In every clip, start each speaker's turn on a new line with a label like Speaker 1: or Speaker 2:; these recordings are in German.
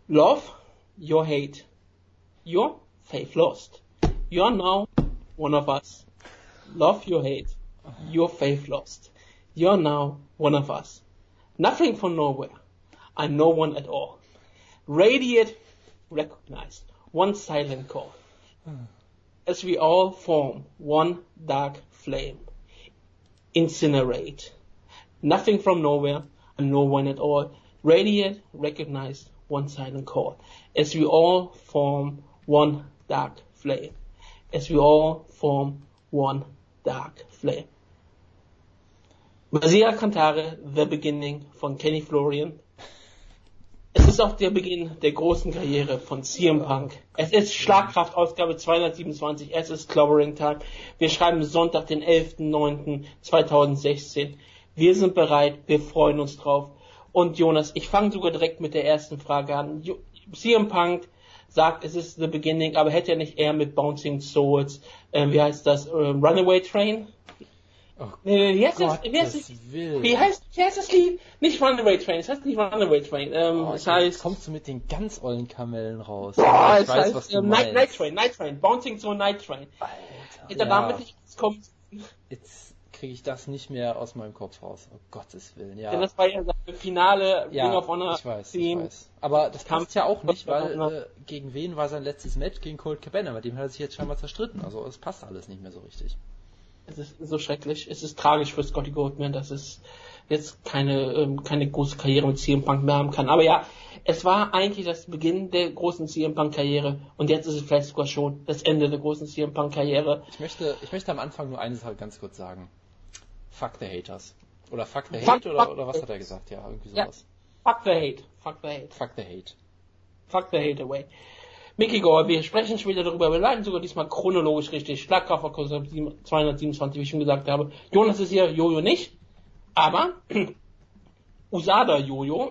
Speaker 1: Love your hate. Your faith lost. You're now one of us. Love your hate. Your faith lost. You're now one of us. Nothing from nowhere. I'm no one at all. Radiate, recognized. One silent call. As we all form one dark flame. Incinerate. Nothing from nowhere. I'm no one at all. Radiate, recognized. One silent call. As we all form one dark flame. As we all form one dark flame. Masia Cantare, The Beginning von Kenny Florian. Es ist auch der Beginn der großen Karriere von CM Punk. Es ist Schlagkraft, Ausgabe 227. Es ist Clobbering Time. Wir schreiben Sonntag, den 11.09.2016. Wir sind bereit. Wir freuen uns drauf. Und Jonas, ich fange sogar direkt mit der ersten Frage an. CM Punk sagt, es ist The Beginning, aber hätte er nicht eher mit Bouncing Souls, wie heißt das, Runaway Train?
Speaker 2: Oh
Speaker 1: Wie heißt das Lied? Nicht Runaway Train, es heißt nicht Runaway Train. Es heißt...
Speaker 2: Jetzt kommst du mit den ganz ollen Kamellen raus.
Speaker 1: Ich weiß, was du meinst. Night Train, Bouncing Soul Night Train.
Speaker 2: Alter,
Speaker 1: damit nicht kommt.
Speaker 2: Jetzt kriege ich das nicht mehr aus meinem Kopf raus. Oh Gottes Willen, ja.
Speaker 1: Denn das war ja das Finale Ring of Honor.
Speaker 2: Ich weiß. Aber das passt ja auch nicht, weil gegen wen war sein letztes Match? Gegen Colt Cabana, mit dem hat er sich jetzt scheinbar zerstritten. Also es passt alles nicht mehr so richtig.
Speaker 1: Es ist so schrecklich. Es ist tragisch für Scotty Goldman, dass es jetzt keine große Karriere mit CM Punk mehr haben kann. Aber ja, es war eigentlich das Beginn der großen CM Punk Karriere und jetzt ist es vielleicht sogar schon das Ende der großen CM Punk Karriere.
Speaker 2: Ich möchte am Anfang nur eine Sache ganz kurz sagen. Fuck the Haters. Oder Fuck the Hate oder was hat er gesagt? Ja, irgendwie sowas.
Speaker 1: Ja. Fuck the Hate.
Speaker 2: Fuck the Hate.
Speaker 1: Fuck the Hate away. Mickey Gore, wir sprechen später darüber, wir leiten sogar diesmal chronologisch richtig. Schlagkraft auf 227, wie ich schon gesagt habe. Jonas ist hier, Jojo nicht. Aber Usada Jojo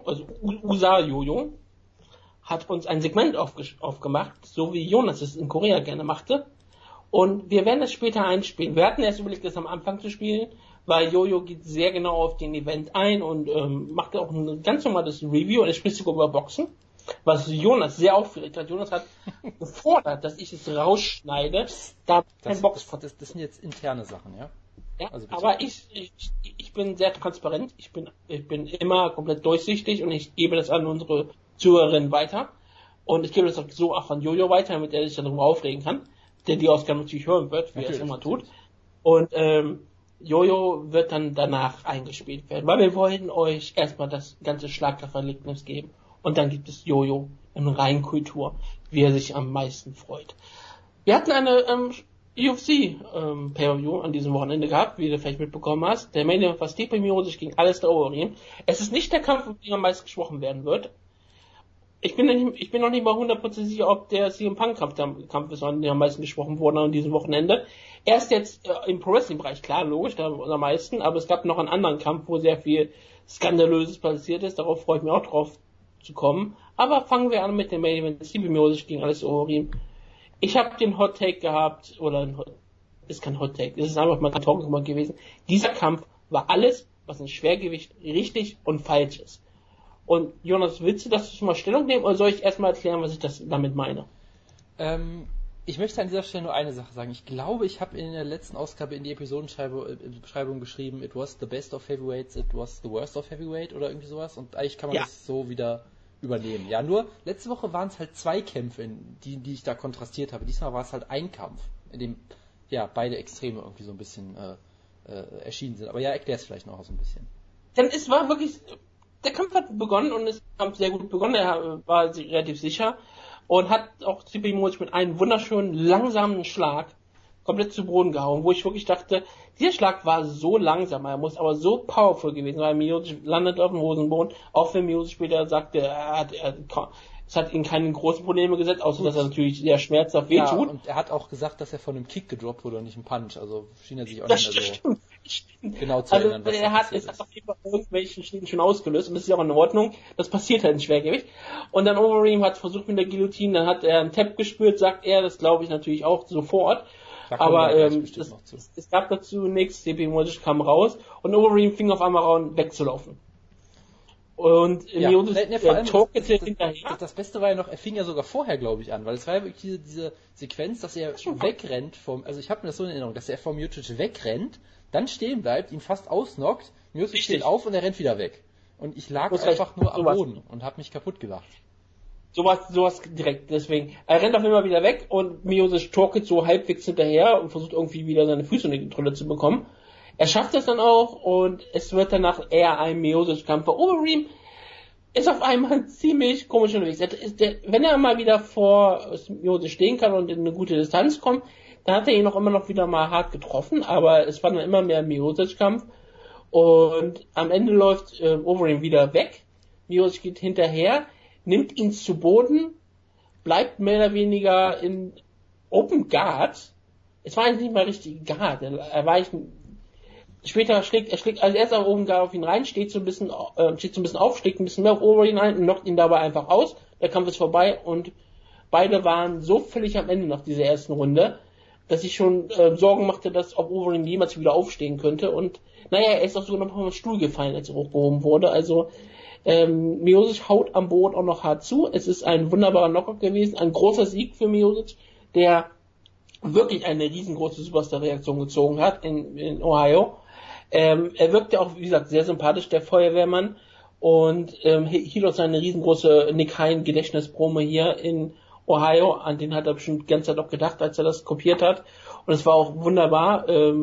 Speaker 1: hat uns ein Segment aufgemacht, so wie Jonas es in Korea gerne machte. Und wir werden es später einspielen. Wir hatten erst überlegt, das am Anfang zu spielen, weil Jojo geht sehr genau auf den Event ein und macht auch ein ganz normales Review und er spricht sogar über Boxen, was Jonas sehr aufgeregt hat. Jonas hat gefordert, dass ich es rausschneide, da kein Boxen.
Speaker 2: Das sind jetzt interne Sachen, ja?
Speaker 1: Ja, also aber ich bin sehr transparent, ich bin immer komplett durchsichtig und ich gebe das an unsere Zuhörerinnen weiter und ich gebe das auch so auch an Jojo weiter, damit er sich darüber aufregen kann, der die Ausgabe natürlich hören wird, wie er es immer tut. Und Jojo wird dann danach eingespielt werden, weil wir wollen euch erstmal das ganze Schlagkrafterlebnis geben und dann gibt es Jojo in Reinkultur, wie er sich am meisten freut. Wir hatten eine UFC Pay-Per-View an diesem Wochenende gehabt, wie du vielleicht mitbekommen hast. Der Main Event war Stipe Miocic gegen Alistair Overeem. Es ist nicht der Kampf, um den am meisten gesprochen werden wird. Ich bin noch nicht mal 100% sicher, ob der CM Punk Kampf ist, an dem am meisten gesprochen wurde an diesem Wochenende. Er ist jetzt im Pro Wrestling Bereich, klar, logisch, da am meisten, aber es gab noch einen anderen Kampf, wo sehr viel Skandalöses passiert ist. Darauf freue ich mich auch drauf zu kommen. Aber fangen wir an mit dem Main Event Stipe Miocic gegen Alistair Overeem. Ich habe den Hot Take gehabt, ist kein Hot Take, es ist einfach mal ein Talk gewesen. Dieser Kampf war alles, was in Schwergewicht richtig und falsch ist. Und Jonas, willst du das schon mal Stellung nehmen oder soll ich erstmal erklären, was ich damit meine?
Speaker 2: Ich möchte an dieser Stelle nur eine Sache sagen. Ich glaube, ich habe in der letzten Ausgabe in die Episodenbeschreibung geschrieben, it was the best of heavyweights, it was the worst of heavyweight oder irgendwie sowas. Und eigentlich kann man das so wieder übernehmen. Ja, nur letzte Woche waren es halt 2 Kämpfe, die ich da kontrastiert habe. Diesmal war es halt ein Kampf, in dem beide Extreme irgendwie so ein bisschen erschienen sind. Aber ja, erklär es vielleicht noch so ein bisschen.
Speaker 1: Denn es war wirklich, der Kampf hat begonnen und es hat sehr gut begonnen. Er war relativ sicher und hat auch Stipe Miocic mit einem wunderschönen langsamen Schlag komplett zu Boden gehauen, wo ich wirklich dachte, dieser Schlag war so langsam, er muss aber so powerful gewesen, weil Miocic landet auf dem Hosenboden, auch wenn Miocic später sagte, es hat ihn keine großen Probleme gesetzt, außer dass er natürlich sehr schmerzhaft wehtut.
Speaker 2: Ja, und er hat auch gesagt, dass er von einem Kick gedroppt wurde und nicht einem Punch, also schien er sich auch nicht mehr so genau zu erinnern, was
Speaker 1: er hat es auf jeden Fall irgendwelchen Schnitten schon ausgelöst und das ist ja auch in Ordnung, das passiert halt in Schwergewicht. Und dann Overeem hat versucht mit der Guillotine, dann hat er einen Tap gespürt, sagt er, das glaube ich natürlich auch sofort. Aber es gab dazu nichts, Stipe Miocic kam raus und Overeem fing auf einmal an wegzulaufen. Und Miocic
Speaker 2: talkete hinterher. Das Beste war ja noch, er fing ja sogar vorher, glaube ich, an, weil es war ja wirklich diese Sequenz, dass er wegrennt also ich habe mir das so in Erinnerung, dass er vor Miocic wegrennt, dann stehen bleibt, ihn fast ausnockt, Miocic steht auf und er rennt wieder weg. Und ich lag einfach nur am Boden und habe mich kaputt gelacht.
Speaker 1: Sowas direkt, deswegen. Er rennt auf immer wieder weg und Miocic torkelt so halbwegs hinterher und versucht irgendwie wieder seine Füße in die Kontrolle zu bekommen. Er schafft es dann auch und es wird danach eher ein Miocic-Kampf. Overeem ist auf einmal ziemlich komisch unterwegs. Wenn er mal wieder vor Miocic stehen kann und in eine gute Distanz kommt, dann hat er ihn auch immer noch wieder mal hart getroffen, aber es war dann immer mehr ein Miocic-Kampf und am Ende läuft Overeem wieder weg. Miocic geht hinterher, nimmt ihn zu Boden, bleibt mehr oder weniger in Open Guard. Es war eigentlich nicht mal richtig Guard. Er war später schlägt also erst auf Open Guard auf ihn rein, steht so ein bisschen auf, schlägt ein bisschen mehr auf Overeem ein und knockt ihn dabei einfach aus. Der Kampf ist vorbei und beide waren so völlig am Ende nach dieser ersten Runde, dass ich schon Sorgen machte, dass ob Overeem jemals wieder aufstehen könnte. Und naja, er ist auch sogar noch vom Stuhl gefallen, als er hochgehoben wurde. Also Miocic haut am Boden auch noch hart zu. Es ist ein wunderbarer Knockout gewesen, ein großer Sieg für Miocic, der wirklich eine riesengroße Superstar-Reaktion gezogen hat in Ohio. Er wirkte auch, wie gesagt, sehr sympathisch, der Feuerwehrmann, und hielt auch seine riesengroße Nick Hein Gedächtnispromo hier in Ohio, an den hat er bestimmt die ganze Zeit auch gedacht, als er das kopiert hat, und es war auch wunderbar.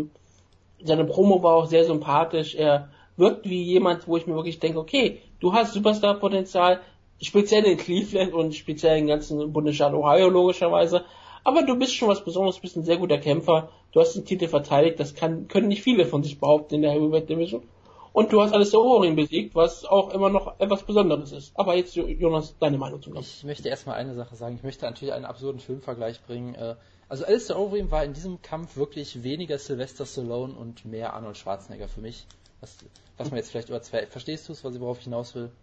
Speaker 1: Seine Promo war auch sehr sympathisch, er wirkt wie jemand, wo ich mir wirklich denke, okay, du hast Superstar-Potenzial, speziell in Cleveland und speziell im ganzen Bundesstaat Ohio logischerweise, aber du bist schon was Besonderes, bist ein sehr guter Kämpfer, du hast den Titel verteidigt, das können nicht viele von sich behaupten in der Heavyweight Division, und du hast Alistair Overeem besiegt, was auch immer noch etwas Besonderes ist. Aber jetzt, Jonas, deine Meinung zum Kampf.
Speaker 2: Ich möchte erstmal eine Sache sagen, ich möchte natürlich einen absurden Filmvergleich bringen. Also Alistair Overeem war in diesem Kampf wirklich weniger Sylvester Stallone und mehr Arnold Schwarzenegger für mich. Was man jetzt vielleicht verstehst du es, worauf ich hinaus will?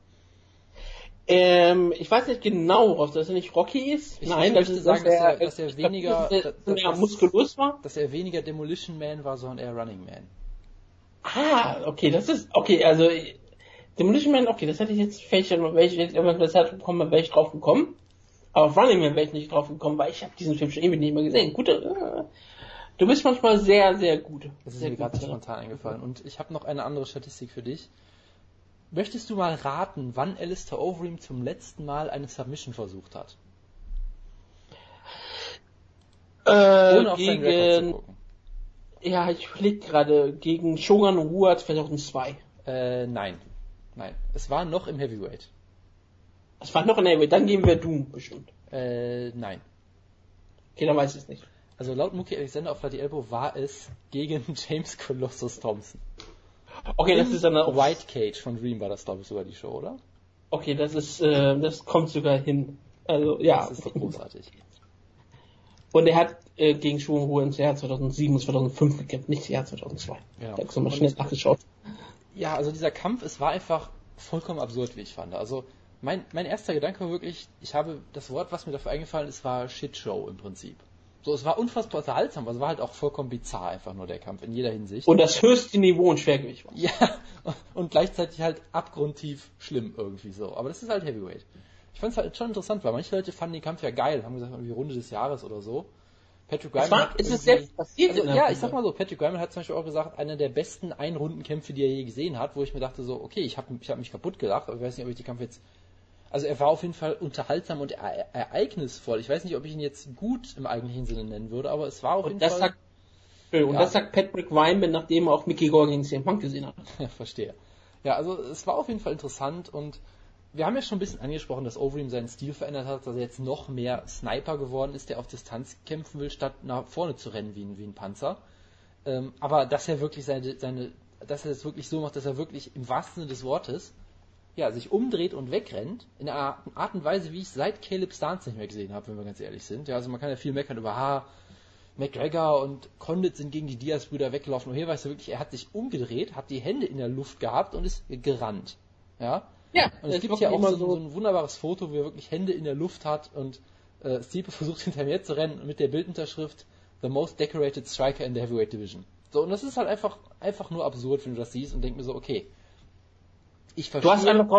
Speaker 1: Ich weiß nicht genau, worauf das nicht Rocky ist.
Speaker 2: Nein, ich möchte sagen, dass er weniger
Speaker 1: muskulös war.
Speaker 2: Dass er weniger Demolition Man war, sondern eher Running Man.
Speaker 1: Okay, also Demolition Man, okay, das hätte ich jetzt vielleicht wäre ich drauf gekommen. Aber auf Running Man wäre ich nicht drauf gekommen, weil ich habe diesen Film schon ewig nicht mehr gesehen. Du bist manchmal sehr, sehr gut.
Speaker 2: Das ist mir gerade spontan eingefallen. Und ich habe noch eine andere Statistik für dich. Möchtest du mal raten, wann Alistair Overeem zum letzten Mal eine Submission versucht hat?
Speaker 1: Ohne auf seinen Rekord zu gucken. Ja, ich überlege gerade, gegen Shogun Rua 2002.
Speaker 2: Nein. Es war noch im Heavyweight.
Speaker 1: Es war noch im Heavyweight, dann geben wir Doom bestimmt.
Speaker 2: Nein.
Speaker 1: Okay, dann weiß ich es nicht.
Speaker 2: Also laut Mookie Alexander auf Bloody Elbow war es gegen James Colossus Thompson.
Speaker 1: Okay, das ist dann
Speaker 2: auch White Cage von Dream war das, glaube ich, sogar die Show, oder?
Speaker 1: Okay, das kommt sogar hin. Also, ja.
Speaker 2: Das ist doch großartig.
Speaker 1: Und er hat gegen Shogun Rua im Jahr 2007 und 2005 gekämpft, nicht im Jahr 2002.
Speaker 2: Ja.
Speaker 1: Da habe ich mal schnell nachgeschaut.
Speaker 2: Ja, also dieser Kampf, es war einfach vollkommen absurd, wie ich fand. Also mein erster Gedanke war wirklich, ich habe das Wort, was mir dafür eingefallen ist, war Shitshow im Prinzip. So, es war unfassbar unterhaltsam, aber es war halt auch vollkommen bizarr einfach nur der Kampf in jeder Hinsicht.
Speaker 1: Und das höchste Niveau in Schwergewicht war.
Speaker 2: Ja, und gleichzeitig halt abgrundtief schlimm irgendwie so. Aber das ist halt Heavyweight. Ich fand es halt schon interessant, weil manche Leute fanden den Kampf ja geil, haben gesagt, irgendwie Runde des Jahres oder so. Patrick Wyman
Speaker 1: ist es selbst passiert?
Speaker 2: Also, ja, ich sag mal so, Patrick Wyman hat zum Beispiel auch gesagt, einer der besten Einrundenkämpfe, die er je gesehen hat, wo ich mir dachte so, okay, ich hab mich kaputt gelacht, aber ich weiß nicht, ob ich den Kampf jetzt... Also er war auf jeden Fall unterhaltsam und ereignisvoll. Ich weiß nicht, ob ich ihn jetzt gut im eigentlichen Sinne nennen würde, aber es war auf jeden Fall...
Speaker 1: Das sagt Patrick Wyman, nachdem er auch Mickey Gall gegen CM Punk gesehen hat.
Speaker 2: Ja, verstehe. Ja, also es war auf jeden Fall interessant und wir haben ja schon ein bisschen angesprochen, dass Overeem seinen Stil verändert hat, dass er jetzt noch mehr Sniper geworden ist, der auf Distanz kämpfen will, statt nach vorne zu rennen wie ein Panzer. Aber dass er wirklich dass er das wirklich so macht, dass er wirklich im wahrsten Sinne des Wortes sich umdreht und wegrennt, in einer Art und Weise, wie ich seit Caleb Stance nicht mehr gesehen habe, wenn wir ganz ehrlich sind. Ja, also man kann ja viel meckern über McGregor und Condit sind gegen die Diaz-Brüder weggelaufen. Und hier weißt du wirklich, er hat sich umgedreht, hat die Hände in der Luft gehabt und ist gerannt. Ja. Und es gibt ja auch so ein wunderbares Foto, wo er wirklich Hände in der Luft hat und Stipe versucht hinter mir zu rennen mit der Bildunterschrift The most decorated striker in the Heavyweight Division. So, und das ist halt einfach nur absurd, wenn du das siehst und denk mir so, okay, ich verstehe...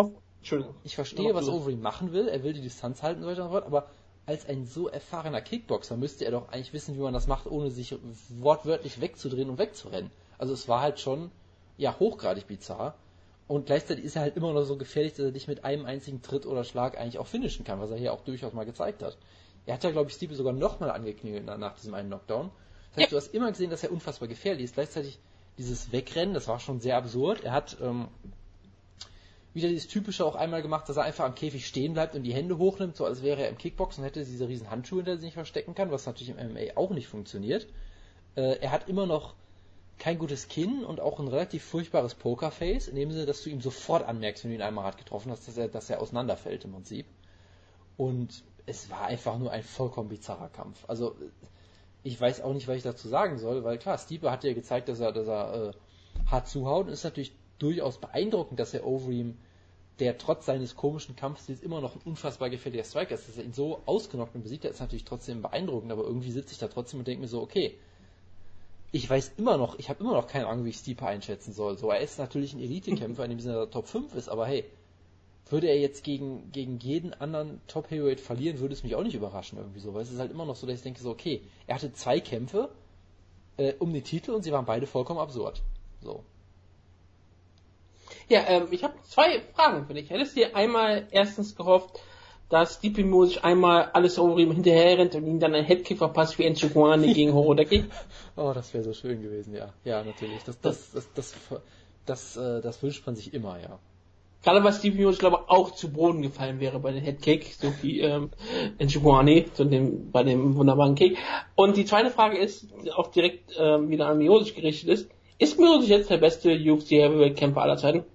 Speaker 1: Entschuldigung.
Speaker 2: Ich verstehe, was Overeem machen will. Er will die Distanz halten und so weiter und so fort, aber als ein so erfahrener Kickboxer müsste er doch eigentlich wissen, wie man das macht, ohne sich wortwörtlich wegzudrehen und wegzurennen. Also es war halt schon, ja, hochgradig bizarr. Und gleichzeitig ist er halt immer noch so gefährlich, dass er dich mit einem einzigen Tritt oder Schlag eigentlich auch finishen kann, was er hier auch durchaus mal gezeigt hat. Er hat ja, glaube ich, Stipe sogar nochmal angeknügelt nach diesem einen Knockdown. Das heißt, du hast immer gesehen, dass er unfassbar gefährlich ist. Gleichzeitig dieses Wegrennen, das war schon sehr absurd. Er hat wieder dieses Typische auch einmal gemacht, dass er einfach am Käfig stehen bleibt und die Hände hochnimmt, so als wäre er im Kickboxen und hätte diese riesen Handschuhe, hinter sich nicht verstecken kann, was natürlich im MMA auch nicht funktioniert. Er hat immer noch kein gutes Kinn und auch ein relativ furchtbares Pokerface, in dem Sinne, dass du ihm sofort anmerkst, wenn du ihn einmal hart getroffen hast, dass er auseinanderfällt im Prinzip. Und es war einfach nur ein vollkommen bizarrer Kampf. Also ich weiß auch nicht, was ich dazu sagen soll, weil klar, Stipe hat ja gezeigt, dass er hart zuhaut und ist natürlich durchaus beeindruckend, dass er Overeem, der trotz seines komischen Kampfstils immer noch ein unfassbar gefährlicher Striker ist, dass er ihn so ausgenockt und besiegt hat, ist natürlich trotzdem beeindruckend, aber irgendwie sitze ich da trotzdem und denke mir so, okay, ich habe immer noch keine Ahnung, wie ich Stipe einschätzen soll. So, er ist natürlich ein Elite-Kämpfer, in dem Sinne, dass er Top 5 ist, aber hey, würde er jetzt gegen jeden anderen Top-Heavyweight verlieren, würde es mich auch nicht überraschen irgendwie so, weil es ist halt immer noch so, dass ich denke so, okay, er hatte 2 Kämpfe um den Titel und sie waren beide vollkommen absurd. So.
Speaker 1: Ja, ich habe 2 Fragen für dich. Hättest du dir einmal erstens gehofft, dass Stipe Miocic einmal alles Overeem hinterher rennt und ihn dann einen Headkick verpasst wie Njokuani gegen Horodeki?
Speaker 2: Oh, das wäre so schön gewesen, ja. Ja, natürlich. Das wünscht man sich immer, ja.
Speaker 1: Gerade weil Stipe Miocic, glaube ich, auch zu Boden gefallen wäre bei den Headkick, so wie Njokuani bei dem wunderbaren Kick. Und die zweite Frage ist, auch direkt wieder an Miocic gerichtet ist Miocic jetzt der beste UFC Heavyweight Kämpfer aller Zeiten?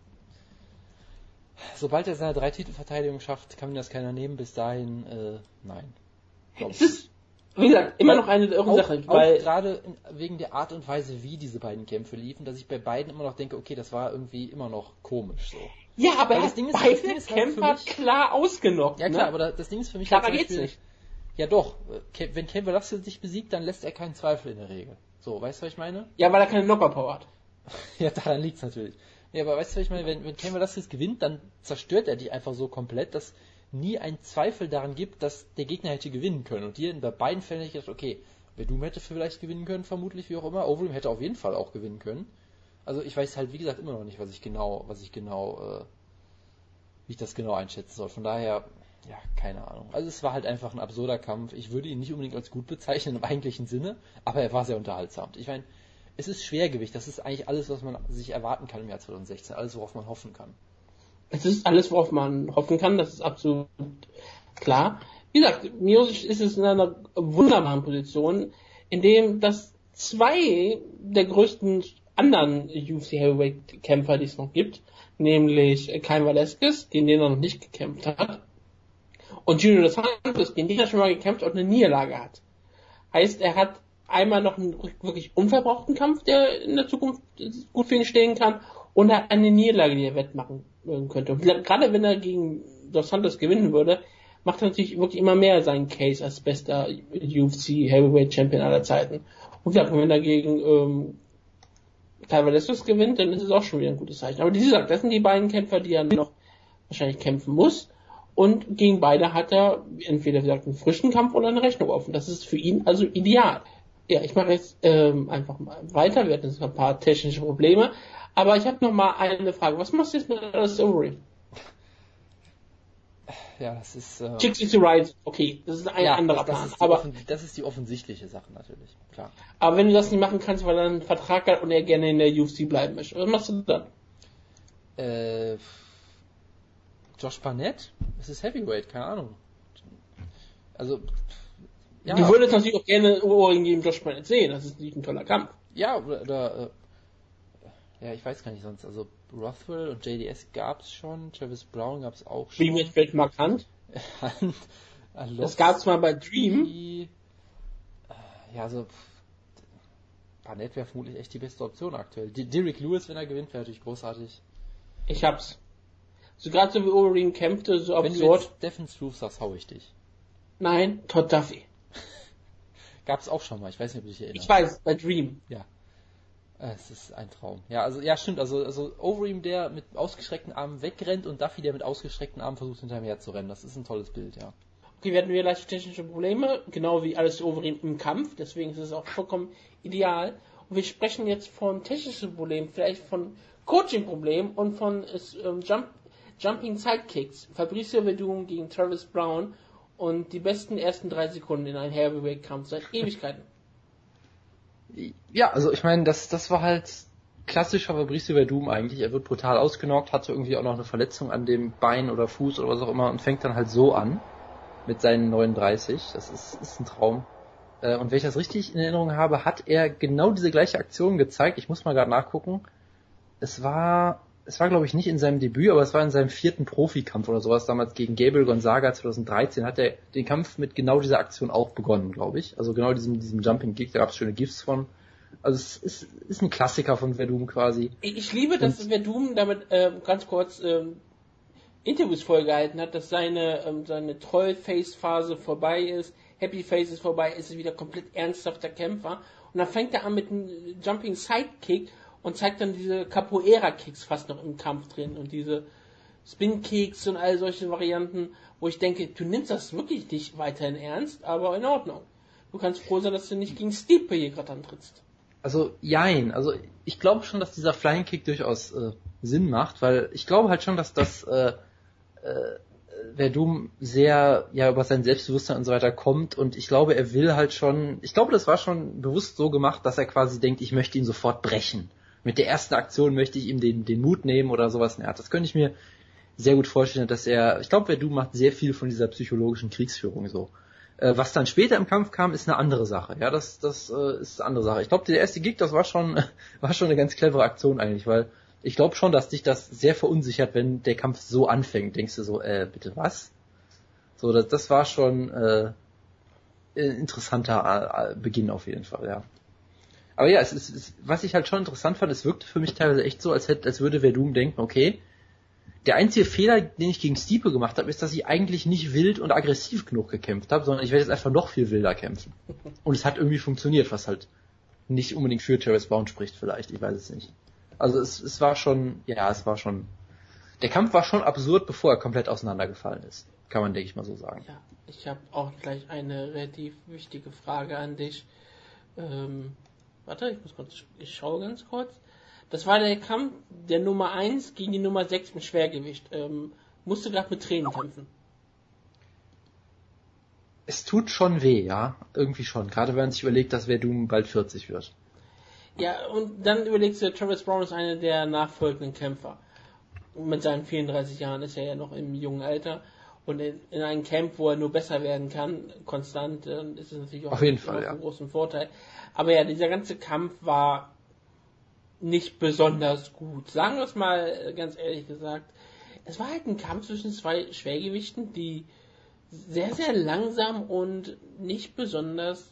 Speaker 2: Sobald er seine 3 Titelverteidigungen schafft, kann ihm das keiner nehmen. Bis dahin, nein.
Speaker 1: Es ist, wie gesagt, immer noch eine irre Sache. Weil
Speaker 2: auch gerade wegen der Art und Weise, wie diese beiden Kämpfe liefen, dass ich bei beiden immer noch denke, okay, das war irgendwie immer noch komisch so.
Speaker 1: Ja, aber er
Speaker 2: das
Speaker 1: hat
Speaker 2: Ding ist,
Speaker 1: beide
Speaker 2: das Ding ist
Speaker 1: Kämpfer
Speaker 2: halt
Speaker 1: klar ausgenockt.
Speaker 2: Ja klar,
Speaker 1: ne?
Speaker 2: aber das Ding ist für mich
Speaker 1: Klarer
Speaker 2: halt zum
Speaker 1: geht's
Speaker 2: Beispiel,
Speaker 1: nicht.
Speaker 2: Ja doch, wenn Cain Velasquez sich besiegt, dann lässt er keinen Zweifel in der Regel. So, weißt du, was ich meine?
Speaker 1: Ja, weil er keine Knockout-Power hat.
Speaker 2: Ja, daran liegt's natürlich. Ja, aber weißt du, was ich meine? Wenn Cain Velasquez gewinnt, dann zerstört er dich einfach so komplett, dass nie ein Zweifel daran gibt, dass der Gegner hätte gewinnen können. Und hier bei beiden Fällen hätte ich gedacht, okay, Verdum hätte vielleicht gewinnen können, vermutlich, wie auch immer. Overeem hätte auf jeden Fall auch gewinnen können. Also ich weiß halt, wie gesagt, immer noch nicht, wie ich das genau einschätzen soll. Von daher, ja, keine Ahnung. Also es war halt einfach ein absurder Kampf. Ich würde ihn nicht unbedingt als gut bezeichnen im eigentlichen Sinne, aber er war sehr unterhaltsam. Ich meine, es ist Schwergewicht. Das ist eigentlich alles, was man sich erwarten kann im Jahr 2016. Alles, worauf man hoffen kann.
Speaker 1: Es ist alles, worauf man hoffen kann. Das ist absolut klar. Wie gesagt, Miocic ist es in einer wunderbaren Position, in dem das 2 der größten anderen UFC Heavyweight Kämpfer, die es noch gibt, nämlich Cain Velasquez, gegen den er noch nicht gekämpft hat, und Junior Dos Santos, gegen den er schon mal gekämpft und eine Niederlage hat. Heißt, er hat einmal noch einen wirklich unverbrauchten Kampf, der in der Zukunft gut für ihn stehen kann, und er hat eine Niederlage, die er wettmachen könnte. Und gerade wenn er gegen Dos Santos gewinnen würde, macht er natürlich wirklich immer mehr seinen Case als bester UFC Heavyweight Champion aller Zeiten. Und ja, wenn er gegen Cain Velasquez gewinnt, dann ist es auch schon wieder ein gutes Zeichen. Aber wie gesagt, das sind die beiden Kämpfer, die er noch wahrscheinlich kämpfen muss. Und gegen beide hat er entweder, wie gesagt, einen frischen Kampf oder eine Rechnung offen. Das ist für ihn also ideal. Ja, ich mache jetzt einfach mal weiter. Wir hatten jetzt ein paar technische Probleme. Aber ich habe noch mal eine Frage. Was machst du jetzt mit Alice Overeem?
Speaker 2: Ja, das ist...
Speaker 1: Chicks to Ride, okay, das ist ein anderer Plan.
Speaker 2: Das ist die offensichtliche Sache natürlich, klar.
Speaker 1: Aber wenn du das nicht machen kannst, weil er einen Vertrag hat und er gerne in der UFC bleiben möchte, was machst du dann?
Speaker 2: Josh Barnett? Es ist Heavyweight, keine Ahnung. Also,
Speaker 1: ja. Du würdest natürlich auch gerne Ohrring gegen Josh Barnett sehen, das ist natürlich ein toller Kampf.
Speaker 2: Ja, oder ja, ich weiß gar nicht sonst, also Rothwell und JDS gab's schon, Travis Brown gab's auch schon.
Speaker 1: Wie mit Fred Markant? Das gab's mal bei Dream.
Speaker 2: Ja, also Barnett wäre vermutlich echt die beste Option aktuell. Derrick Lewis, wenn er gewinnt, wäre natürlich großartig.
Speaker 1: Ich hab's. So gerade so wie Overeem kämpfte, so absurd.
Speaker 2: Wenn du jetzt Stephen Struve sagst, hau ich dich.
Speaker 1: Nein, Todd Duffy.
Speaker 2: Gab's auch schon mal, ich weiß nicht, ob du dich erinnerst.
Speaker 1: Ich weiß, bei Dream.
Speaker 2: Ja. Es ist ein Traum. Ja, also ja, stimmt. Also Overeem, der mit ausgestreckten Armen wegrennt und Duffy, der mit ausgestreckten Armen versucht, hinter ihm herzurennen. Das ist ein tolles Bild, ja.
Speaker 1: Okay, wir hatten wieder leichte technische Probleme, genau wie alles Overeem im Kampf, deswegen ist es auch vollkommen ideal. Und wir sprechen jetzt von technischen Problemen, vielleicht von Coaching-Problemen und von Jumping Sidekicks. Fabricio Werdum gegen Travis Brown und die besten ersten 3 Sekunden in einem Heavyweight-Kampf seit Ewigkeiten.
Speaker 2: Ja, also ich meine, das war halt klassischer Fabricio Werdum eigentlich. Er wird brutal ausgenockt, hatte irgendwie auch noch eine Verletzung an dem Bein oder Fuß oder was auch immer und fängt dann halt so an mit seinen 39. Das ist ein Traum. Und wenn ich das richtig in Erinnerung habe, hat er genau diese gleiche Aktion gezeigt. Ich muss mal gerade nachgucken. Es war glaube ich nicht in seinem Debüt, aber es war in seinem 4. Profikampf oder sowas, damals gegen Gabriel Gonzaga 2013, hat er den Kampf mit genau dieser Aktion auch begonnen, glaube ich. Also genau diesem Jumping Kick, da gab es schöne GIFs von. Also es ist ein Klassiker von Werdum quasi.
Speaker 1: Ich liebe, dass Werdum damit ganz kurz Interviews vorgehalten hat, dass seine Troll-Face-Phase vorbei ist, Happy Face ist vorbei, ist wieder komplett ernsthafter Kämpfer. Und dann fängt er an mit einem Jumping Sidekick und zeigt dann diese Capoeira-Kicks fast noch im Kampf drin und diese Spin-Kicks und all solche Varianten, wo ich denke, du nimmst das wirklich nicht weiterhin ernst, aber in Ordnung. Du kannst froh sein, dass du nicht gegen Stipe hier gerade antrittst.
Speaker 2: Also, jein. Also, ich glaube schon, dass dieser Flying Kick durchaus Sinn macht, weil ich glaube halt schon, dass das Werdum sehr über sein Selbstbewusstsein und so weiter kommt und ich glaube, er will halt schon, ich glaube, das war schon bewusst so gemacht, dass er quasi denkt, ich möchte ihn sofort brechen. Mit der ersten Aktion möchte ich ihm den Mut nehmen oder sowas. Ja, das könnte ich mir sehr gut vorstellen, dass ich glaube, Werdum macht sehr viel von dieser psychologischen Kriegsführung so. Was dann später im Kampf kam, ist eine andere Sache. Ja, das ist eine andere Sache. Ich glaube, der erste Gig, das war schon eine ganz clevere Aktion eigentlich, weil ich glaube schon, dass dich das sehr verunsichert, wenn der Kampf so anfängt. Denkst du so, bitte was? So, das war schon ein interessanter Beginn auf jeden Fall, ja. Aber ja, was ich halt schon interessant fand, es wirkte für mich teilweise echt so, als würde Werdum denken, okay, der einzige Fehler, den ich gegen Stipe gemacht habe, ist, dass ich eigentlich nicht wild und aggressiv genug gekämpft habe, sondern ich werde jetzt einfach noch viel wilder kämpfen. Und es hat irgendwie funktioniert, was halt nicht unbedingt für Travis Brown spricht vielleicht, ich weiß es nicht. Also es war schon, der Kampf war schon absurd, bevor er komplett auseinandergefallen ist. Kann man, denke ich mal so sagen.
Speaker 1: Ja, ich habe auch gleich eine relativ wichtige Frage an dich. Warte, ich schaue ganz kurz. Das war der Kampf der Nummer 1 gegen die Nummer 6 im Schwergewicht. Musste gerade mit Tränen kämpfen.
Speaker 2: Es tut schon weh, ja. Irgendwie schon. Gerade wenn man sich überlegt, dass Werdum bald 40 wird.
Speaker 1: Ja, und dann überlegst du, Travis Brown ist einer der nachfolgenden Kämpfer. Mit seinen 34 Jahren ist er ja noch im jungen Alter. Und in einem Camp, wo er nur besser werden kann, konstant, ist es natürlich auch
Speaker 2: auf jeden Fall,
Speaker 1: einen großen Vorteil. Aber ja, dieser ganze Kampf war nicht besonders gut. Sagen wir es mal ganz ehrlich gesagt. Es war halt ein Kampf zwischen 2 Schwergewichten, die sehr, sehr langsam und nicht besonders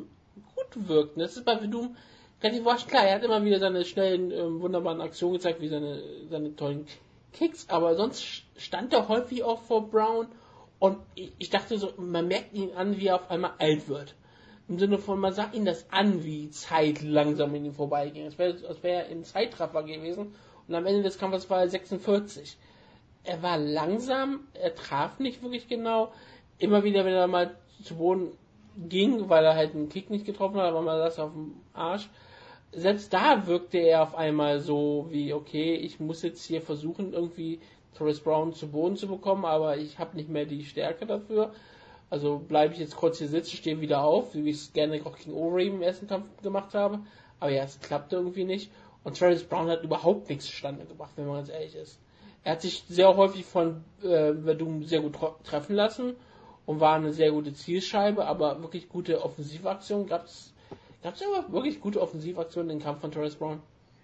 Speaker 1: gut wirkten. Das ist bei Werdum relativ wahrscheinlich klar. Er hat immer wieder seine schnellen, wunderbaren Aktionen gezeigt, wie seine tollen Kicks, aber sonst stand er häufig auch vor Brown und ich dachte so, man merkt ihn an, wie er auf einmal alt wird. Im Sinne von, man sagt ihm das an, wie Zeit langsam in ihm vorbeiging. Als wäre er im Zeitraffer gewesen und am Ende des Kampfes war er 46. Er war langsam, er traf nicht wirklich genau. Immer wieder, wenn er mal zu Boden ging, weil er halt einen Kick nicht getroffen hat, aber man saß auf dem Arsch. Selbst da wirkte er auf einmal so wie, okay, ich muss jetzt hier versuchen, irgendwie Travis Brown zu Boden zu bekommen, aber ich habe nicht mehr die Stärke dafür. Also bleibe ich jetzt kurz hier sitzen, stehe wieder auf, wie ich es gerne auch gegen Overeem im ersten Kampf gemacht habe. Aber ja, es klappte irgendwie nicht. Und Travis Brown hat überhaupt nichts zustande gebracht, wenn man ganz ehrlich ist. Er hat sich sehr häufig von Werdum sehr gut treffen lassen und war eine sehr gute Zielscheibe, aber wirklich gute Offensivaktionen gab es aber wirklich gute Offensivaktionen im Kampf von Travis Brown?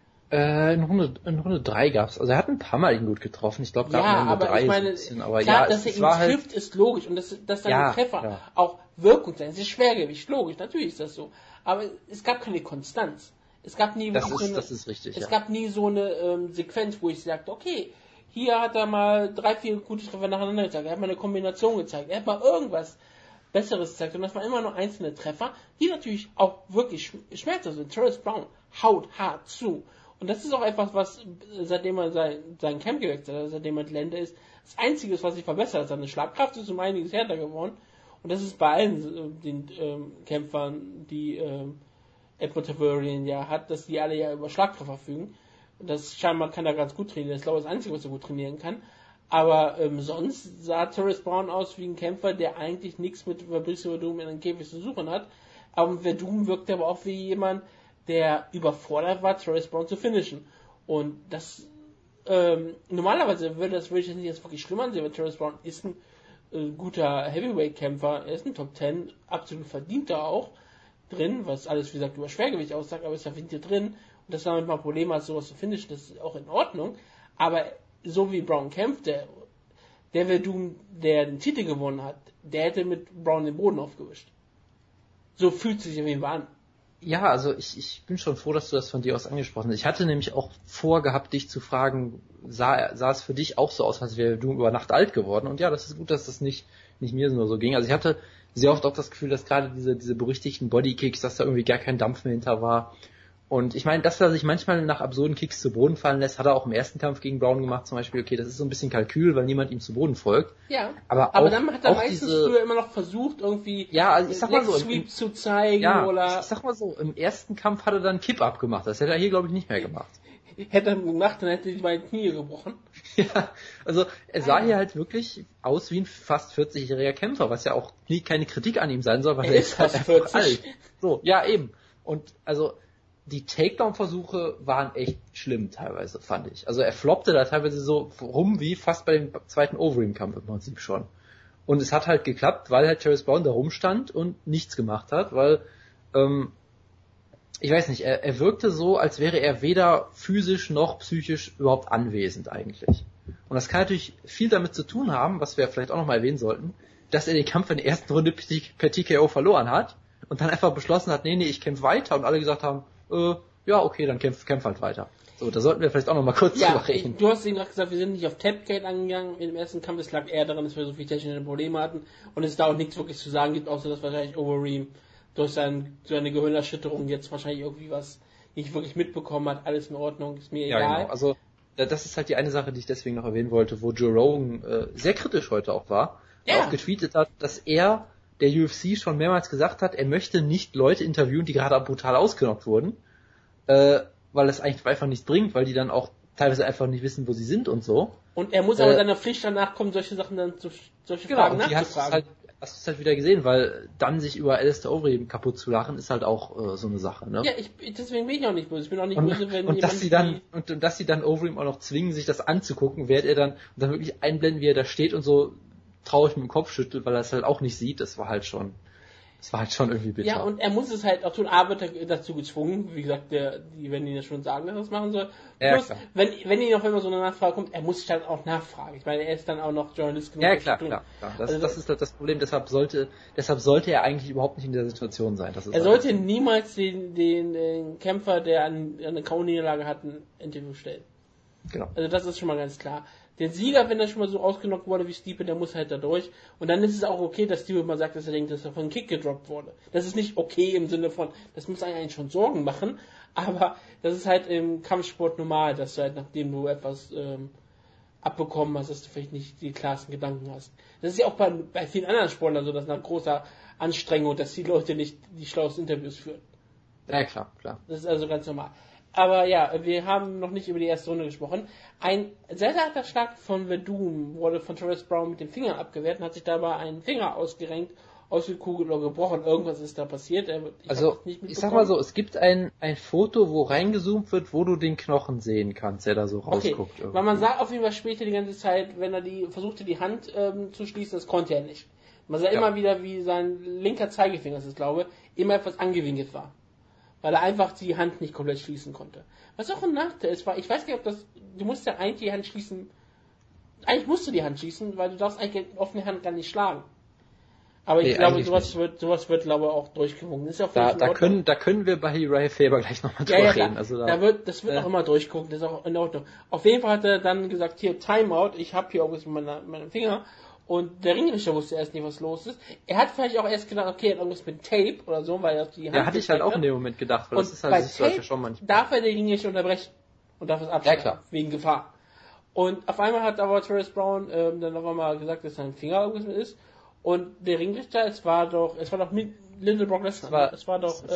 Speaker 2: In Runde 3 gab's. Also er hat ein paar Mal ihn gut getroffen. Ich glaube, da
Speaker 1: ja, aber 3 ich meine, so bisschen, aber klar, ja, dass er ihn trifft, halt ist logisch. Und dass seine Treffer auch Wirkung sein. Es ist Schwergewicht, logisch, natürlich ist das so. Aber es gab keine Konstanz. Es gab nie
Speaker 2: das ist richtig,
Speaker 1: es gab nie so eine Sequenz, wo ich sagte, okay, hier hat er mal 3, 4 gute Treffer nacheinander gezeigt. Er hat mal eine Kombination gezeigt. Er hat mal irgendwas. Besseres zeigt. Und das waren immer nur einzelne Treffer, die natürlich auch wirklich schmerzhaft sind. Terrence Brown haut hart zu. Und das ist auch etwas, was seitdem er sein Camp gewechselt hat, seitdem er Atlanta ist, das Einzige ist, was sich verbessert hat. Seine Schlagkraft ist um einiges härter geworden. Und das ist bei allen den Kämpfern, die Edmund Tavarian ja hat, dass die alle ja über Schlagkraft verfügen. Das scheinbar kann er ganz gut trainieren. Das ist, glaube ich, das Einzige, was er gut trainieren kann. Aber sonst sah Terrence Brown aus wie ein Kämpfer, der eigentlich nichts mit Fabricio Werdum in den Käfig zu suchen hat. Aber Werdum wirkt aber auch wie jemand, der überfordert war, Terrence Brown zu finishen. Und das normalerweise würde ich das nicht als wirklich schlimm ansehen, weil Terrence Brown ist ein guter Heavyweight-Kämpfer, er ist ein Top 10, absolut verdienter auch drin, was alles, wie gesagt, über Schwergewicht aussagt, aber ist ja hier drin. Und dass er manchmal Probleme hat, sowas zu finishen, das ist auch in Ordnung. Aber so wie Brown kämpft, der Werdum, der den Titel gewonnen hat, der hätte mit Brown den Boden aufgewischt. So fühlt es sich auf jeden Fall an.
Speaker 2: Ja, also ich bin schon froh, dass du das von dir aus angesprochen hast. Ich hatte nämlich auch vorgehabt, dich zu fragen, sah es für dich auch so aus, als wäre du über Nacht alt geworden? Und ja, das ist gut, dass das nicht mir nur so ging. Also ich hatte sehr oft auch das Gefühl, dass gerade diese berüchtigten Bodykicks, dass da irgendwie gar kein Dampf mehr hinter war. Und ich meine, dass er sich manchmal nach absurden Kicks zu Boden fallen lässt, hat er auch im ersten Kampf gegen Brown gemacht, zum Beispiel. Okay, das ist so ein bisschen Kalkül, weil niemand ihm zu Boden folgt.
Speaker 1: Ja,
Speaker 2: aber
Speaker 1: dann hat er meistens früher immer noch versucht, irgendwie
Speaker 2: also ich sag mal so,
Speaker 1: Sweep zu zeigen.
Speaker 2: Ja,
Speaker 1: oder
Speaker 2: ich sag mal so, im ersten Kampf hat er dann Kipp-Up gemacht. Das hätte er hier, glaube ich, nicht mehr gemacht.
Speaker 1: Hätte er gemacht, dann hätte er die beiden Knie gebrochen.
Speaker 2: Ja, also er sah hier halt wirklich aus wie ein fast 40-jähriger Kämpfer, was ja auch nie keine Kritik an ihm sein soll, weil er ist
Speaker 1: fast
Speaker 2: halt
Speaker 1: 40.
Speaker 2: alt. So, ja, eben. Und also die Takedown-Versuche waren echt schlimm teilweise, fand ich. Also er floppte da teilweise so rum wie fast bei dem zweiten Overeem-Kampf im Prinzip schon. Und es hat halt geklappt, weil halt Terrence Brown da rumstand und nichts gemacht hat, weil, ich weiß nicht, er wirkte so, als wäre er weder physisch noch psychisch überhaupt anwesend eigentlich. Und das kann natürlich viel damit zu tun haben, was wir vielleicht auch nochmal erwähnen sollten, dass er den Kampf in der ersten Runde per TKO verloren hat und dann einfach beschlossen hat, nee, ich kämpfe weiter und alle gesagt haben, ja, okay, dann kämpf halt weiter. So, da sollten wir vielleicht auch noch mal kurz drüber reden.
Speaker 1: Du hast eben gerade gesagt, wir sind nicht auf Tapgate angegangen in dem ersten Kampf. Es lag eher daran, dass wir so viele technische Probleme hatten und es da auch nichts wirklich zu sagen gibt, außer dass wahrscheinlich Overeem durch seine Gehirnerschütterung jetzt wahrscheinlich irgendwie was nicht wirklich mitbekommen hat. Alles in Ordnung, ist mir egal.
Speaker 2: Ja, genau. Also das ist halt die eine Sache, die ich deswegen noch erwähnen wollte, wo Joe Rogan sehr kritisch heute auch war. Ja. Auch getweetet hat, dass er der UFC schon mehrmals gesagt hat, er möchte nicht Leute interviewen, die gerade brutal ausgenockt wurden, weil es eigentlich einfach nichts bringt, weil die dann auch teilweise einfach nicht wissen, wo sie sind und so.
Speaker 1: Und er muss aber seiner Pflicht danach kommen, solche Sachen dann Fragen nachzufragen.
Speaker 2: Hast du halt wieder gesehen, weil dann sich über Alistair Overeem kaputt zu lachen, ist halt auch so eine Sache, ne?
Speaker 1: Ja, deswegen bin ich auch nicht böse. Ich bin auch nicht böse, wenn
Speaker 2: und dass sie dann Overeem auch noch zwingen, sich das anzugucken, während er dann wirklich einblenden, wie er da steht und so traurig mit dem Kopf schüttelt, weil er es halt auch nicht sieht, das war halt schon irgendwie bitter.
Speaker 1: Ja, und er muss es halt auch tun, A wird er dazu gezwungen, wie gesagt, die werden ihn ja schon sagen, dass er es machen soll.
Speaker 2: Ja,
Speaker 1: plus, wenn ihn auf einmal so eine Nachfrage kommt, er muss sich dann auch nachfragen. Ich meine, er ist dann auch noch Journalist genug.
Speaker 2: Ja, klar. Das ist das Problem, deshalb sollte er eigentlich überhaupt nicht in der Situation sein.
Speaker 1: Er sollte niemals den Kämpfer, der eine K.O.-Niederlage hat, ein Interview stellen.
Speaker 2: Genau.
Speaker 1: Also das ist schon mal ganz klar. Der Sieger, wenn er schon mal so ausgenockt wurde wie Stipe, der muss halt da durch. Und dann ist es auch okay, dass Stipe mal sagt, dass er denkt, dass er von einem Kick gedroppt wurde. Das ist nicht okay im Sinne von, das muss eigentlich schon Sorgen machen, aber das ist halt im Kampfsport normal, dass du halt, nachdem du etwas abbekommen hast, dass du vielleicht nicht die klarsten Gedanken hast. Das ist ja auch bei vielen anderen Sportlern so, dass nach großer Anstrengung, dass die Leute nicht die schlauesten Interviews führen.
Speaker 2: Ja, klar.
Speaker 1: Das ist also ganz normal. Aber ja, wir haben noch nicht über die erste Runde gesprochen. Ein sehr harter Schlag von Werdum wurde von Terrence Brown mit dem Finger abgewehrt und hat sich dabei einen Finger ausgekugelt oder gebrochen. Irgendwas ist da passiert.
Speaker 2: Ich sag mal so, es gibt ein Foto, wo reingezoomt wird, wo du den Knochen sehen kannst, der da so rausguckt.
Speaker 1: Okay. Weil man sah auf jeden Fall später die ganze Zeit, wenn er versuchte, die Hand zu schließen, das konnte er nicht. Man sah immer wieder, wie sein linker Zeigefinger, das ist, glaube ich, immer etwas angewinkelt war. Weil er einfach die Hand nicht komplett schließen konnte. Was auch ein Nachteil ist, ich weiß nicht, du musst ja eigentlich die Hand schließen, eigentlich musst du die Hand schließen, weil du darfst eigentlich offene Hand gar nicht schlagen. Aber ich glaube, sowas wird, glaube ich, auch durchgewunken. Ist ja auch
Speaker 2: da können wir bei Uriah Faber gleich nochmal drüber reden. Also
Speaker 1: das wird auch immer durchgucken, das ist auch in Ordnung. Auf jeden Fall hat er dann gesagt, hier, Timeout, ich habe hier auch was mit meinem Finger. Und der Ringrichter wusste erst nicht, was los ist. Er hat vielleicht auch erst gedacht, okay, er hat irgendwas mit Tape oder so, weil er die Hand.
Speaker 2: Ja, hatte ich halt auch in dem Moment gedacht, weil
Speaker 1: und
Speaker 2: das ist halt
Speaker 1: Tape
Speaker 2: schon manchmal.
Speaker 1: Darf er den Ringrichter unterbrechen und darf es abschneiden,
Speaker 2: Ja, klar.
Speaker 1: wegen Gefahr. Und auf einmal hat aber Travis Brown dann noch einmal gesagt, dass sein Finger irgendwas mit ist. Und der Ringrichter, es war doch mit Little Brock Lesnar. Es war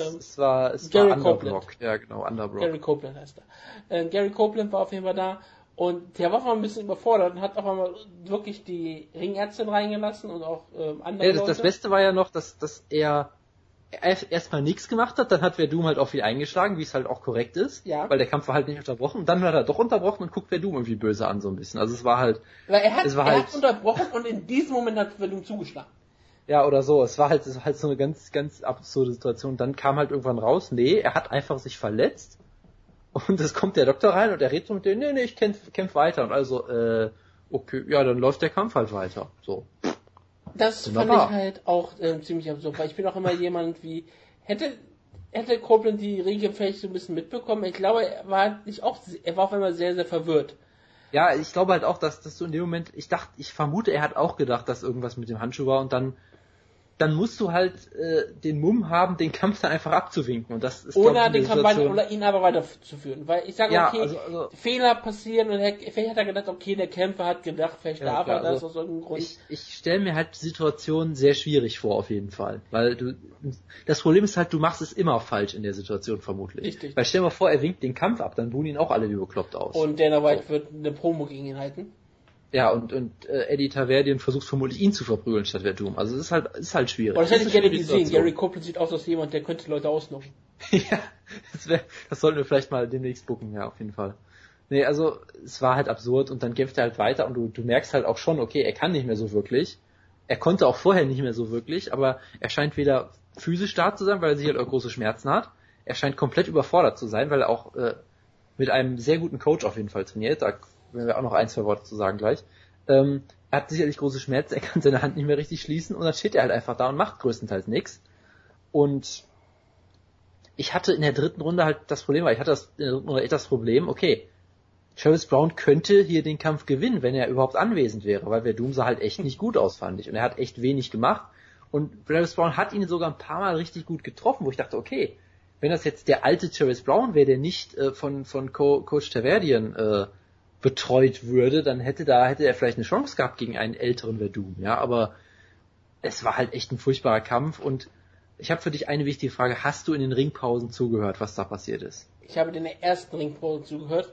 Speaker 2: Gary Copeland. Ja, genau, Underbrock.
Speaker 1: Gary Copeland heißt er. Gary Copeland war auf jeden Fall da. Und der war mal ein bisschen überfordert und hat auch einmal wirklich die Ringärztin reingelassen und auch andere Leute.
Speaker 2: Das Beste war ja noch, dass er erstmal nichts gemacht hat, dann hat Verdum halt auch viel eingeschlagen, wie es halt auch korrekt ist, weil der Kampf war halt nicht unterbrochen, und dann hat er doch unterbrochen und guckt Verdum irgendwie böse an so ein bisschen. Also es war halt...
Speaker 1: Weil er hat unterbrochen und in diesem Moment hat Verdum zugeschlagen.
Speaker 2: Ja, oder so. Es war halt so eine ganz, ganz absurde Situation. Dann kam halt irgendwann raus, nee, er hat einfach sich verletzt. Und es kommt der Doktor rein und er redet so mit dem, nee, ich kämpf weiter. Und also, okay, ja, dann läuft der Kampf halt weiter. So.
Speaker 1: Das fand ich halt auch ziemlich absurd, weil ich bin auch immer jemand wie, hätte Copeland die Regel vielleicht so ein bisschen mitbekommen. Ich glaube, er war auf einmal sehr, sehr verwirrt.
Speaker 2: Ja, ich glaube halt auch, dass du in dem Moment, ich vermute, er hat auch gedacht, dass irgendwas mit dem Handschuh war, und dann musst du halt den Mumm haben, den Kampf dann einfach abzuwinken. Und das ist,
Speaker 1: oder den Kampf oder ihn aber weiterzuführen. Weil ich sage,
Speaker 2: ja,
Speaker 1: okay,
Speaker 2: also,
Speaker 1: Fehler passieren, und vielleicht hat er gedacht, okay, der Kämpfer hat gedacht, vielleicht darf er das aus irgendeinem Grund.
Speaker 2: Ich stelle mir halt die Situation sehr schwierig vor, auf jeden Fall. Weil das Problem ist halt, du machst es immer falsch in der Situation vermutlich.
Speaker 1: Richtig.
Speaker 2: Weil stell dir mal vor, er winkt den Kampf ab, dann buhen ihn auch alle wie bekloppt aus.
Speaker 1: Und Dana White wird eine Promo gegen ihn halten.
Speaker 2: Ja, und Eddie Taverdian versucht vermutlich ihn zu verprügeln statt Verdum. Also es ist halt schwierig.
Speaker 1: Aber das hätte ich gerne gesehen. Gary Copeland sieht aus als jemand, der könnte Leute ausnocken.
Speaker 2: Ja, das sollten wir vielleicht mal demnächst booken, ja, auf jeden Fall. Nee, also es war halt absurd, und dann kämpft er halt weiter, und du merkst halt auch schon, okay, er kann nicht mehr so wirklich. Er konnte auch vorher nicht mehr so wirklich, aber er scheint weder physisch stark zu sein, weil er sich halt auch große Schmerzen hat. Er scheint komplett überfordert zu sein, weil er auch mit einem sehr guten Coach auf jeden Fall trainiert. Da werden wir auch noch ein, zwei Worte zu sagen gleich. Er hat sicherlich große Schmerzen, er kann seine Hand nicht mehr richtig schließen, und dann steht er halt einfach da und macht größtenteils nichts. Und ich hatte in der dritten Runde halt das Problem, okay, Travis Brown könnte hier den Kampf gewinnen, wenn er überhaupt anwesend wäre, weil Verdum sah halt echt nicht gut aus, fand ich. Und er hat echt wenig gemacht. Und Travis Brown hat ihn sogar ein paar Mal richtig gut getroffen, wo ich dachte, okay, wenn das jetzt der alte Travis Brown wäre, der nicht von Coach Taverdian betreut würde, dann hätte er vielleicht eine Chance gehabt gegen einen älteren Verdum, ja, aber es war halt echt ein furchtbarer Kampf. Und ich habe für dich eine wichtige Frage: Hast du in den Ringpausen zugehört, was da passiert ist?
Speaker 1: Ich habe in der ersten Ringpause zugehört,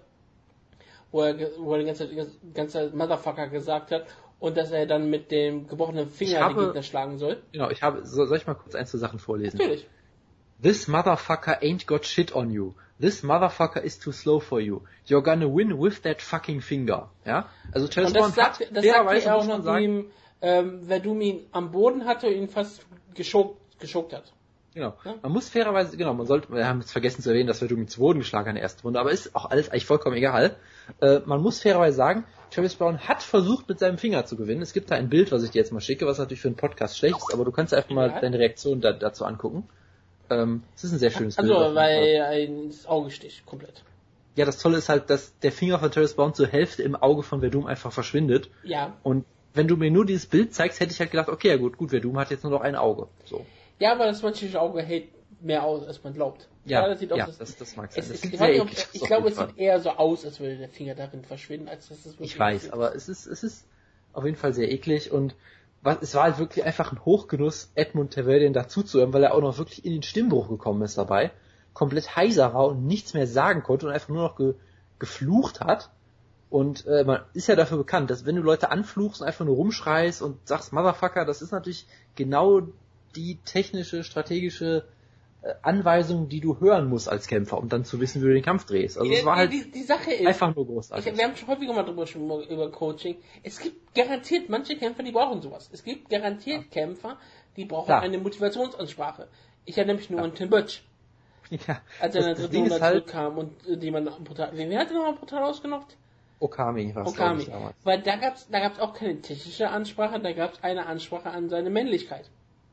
Speaker 1: wo er die ganze Zeit Motherfucker gesagt hat, und dass er dann mit dem gebrochenen Finger den Gegner schlagen soll.
Speaker 2: Genau, soll ich mal kurz ein, zwei Sachen vorlesen?
Speaker 1: Natürlich.
Speaker 2: This motherfucker ain't got shit on you. This motherfucker is too slow for you. You're gonna win with that fucking finger. Ja? Also Travis Brown hat
Speaker 1: fairerweise auch noch ihm, Verdum ihn am Boden hatte und ihn fast geschockt hat.
Speaker 2: Genau. Ja? Man muss fairerweise, wir haben jetzt vergessen zu erwähnen, dass Verdum ihn zu Boden geschlagen hat in der ersten Runde, aber ist auch alles eigentlich vollkommen egal. Man muss fairerweise sagen, Travis Brown hat versucht, mit seinem Finger zu gewinnen. Es gibt da ein Bild, was ich dir jetzt mal schicke, was natürlich für einen Podcast schlecht ist, aber du kannst einfach mal deine Reaktion dazu angucken. Es ist ein sehr schönes Bild.
Speaker 1: Also, weil er ins Auge sticht, komplett.
Speaker 2: Ja, das Tolle ist halt, dass der Finger von Travis Brown zur Hälfte im Auge von Verdum einfach verschwindet.
Speaker 1: Ja.
Speaker 2: Und wenn du mir nur dieses Bild zeigst, hätte ich halt gedacht, okay, ja gut, Verdum hat jetzt nur noch ein Auge. So.
Speaker 1: Ja, aber das menschliche Auge hält mehr aus, als man glaubt.
Speaker 2: Ja, das mag sein.
Speaker 1: Ich glaube, es sieht eher so aus, als würde der Finger darin verschwinden, als dass es wirklich...
Speaker 2: Ich weiß, aber es ist auf jeden Fall sehr eklig, und es war halt wirklich einfach ein Hochgenuss, Edmund Taverdian dazuzuhören, weil er auch noch wirklich in den Stimmbruch gekommen ist dabei, komplett heiser war und nichts mehr sagen konnte und einfach nur noch geflucht hat. Und man ist ja dafür bekannt, dass wenn du Leute anfluchst und einfach nur rumschreist und sagst Motherfucker, das ist natürlich genau die technische, strategische Anweisung, die du hören musst als Kämpfer, um dann zu wissen, wie du den Kampf drehst. Also es war halt
Speaker 1: die Sache ist,
Speaker 2: einfach nur großartig.
Speaker 1: Wir haben schon häufiger mal drüber gesprochen, über Coaching. Es gibt garantiert manche Kämpfer, die brauchen sowas. Es gibt garantiert Kämpfer, die brauchen eine Motivationsansprache. Ich erinnere mich nur an Tim Butch.
Speaker 2: Ja,
Speaker 1: als er in der dritten Runde zurückkam und die man brutal... Wer hat denn nochmal brutal ausgenockt?
Speaker 2: Okami war es
Speaker 1: damals. Weil da gab's auch keine technische Ansprache, da gab's eine Ansprache an seine Männlichkeit.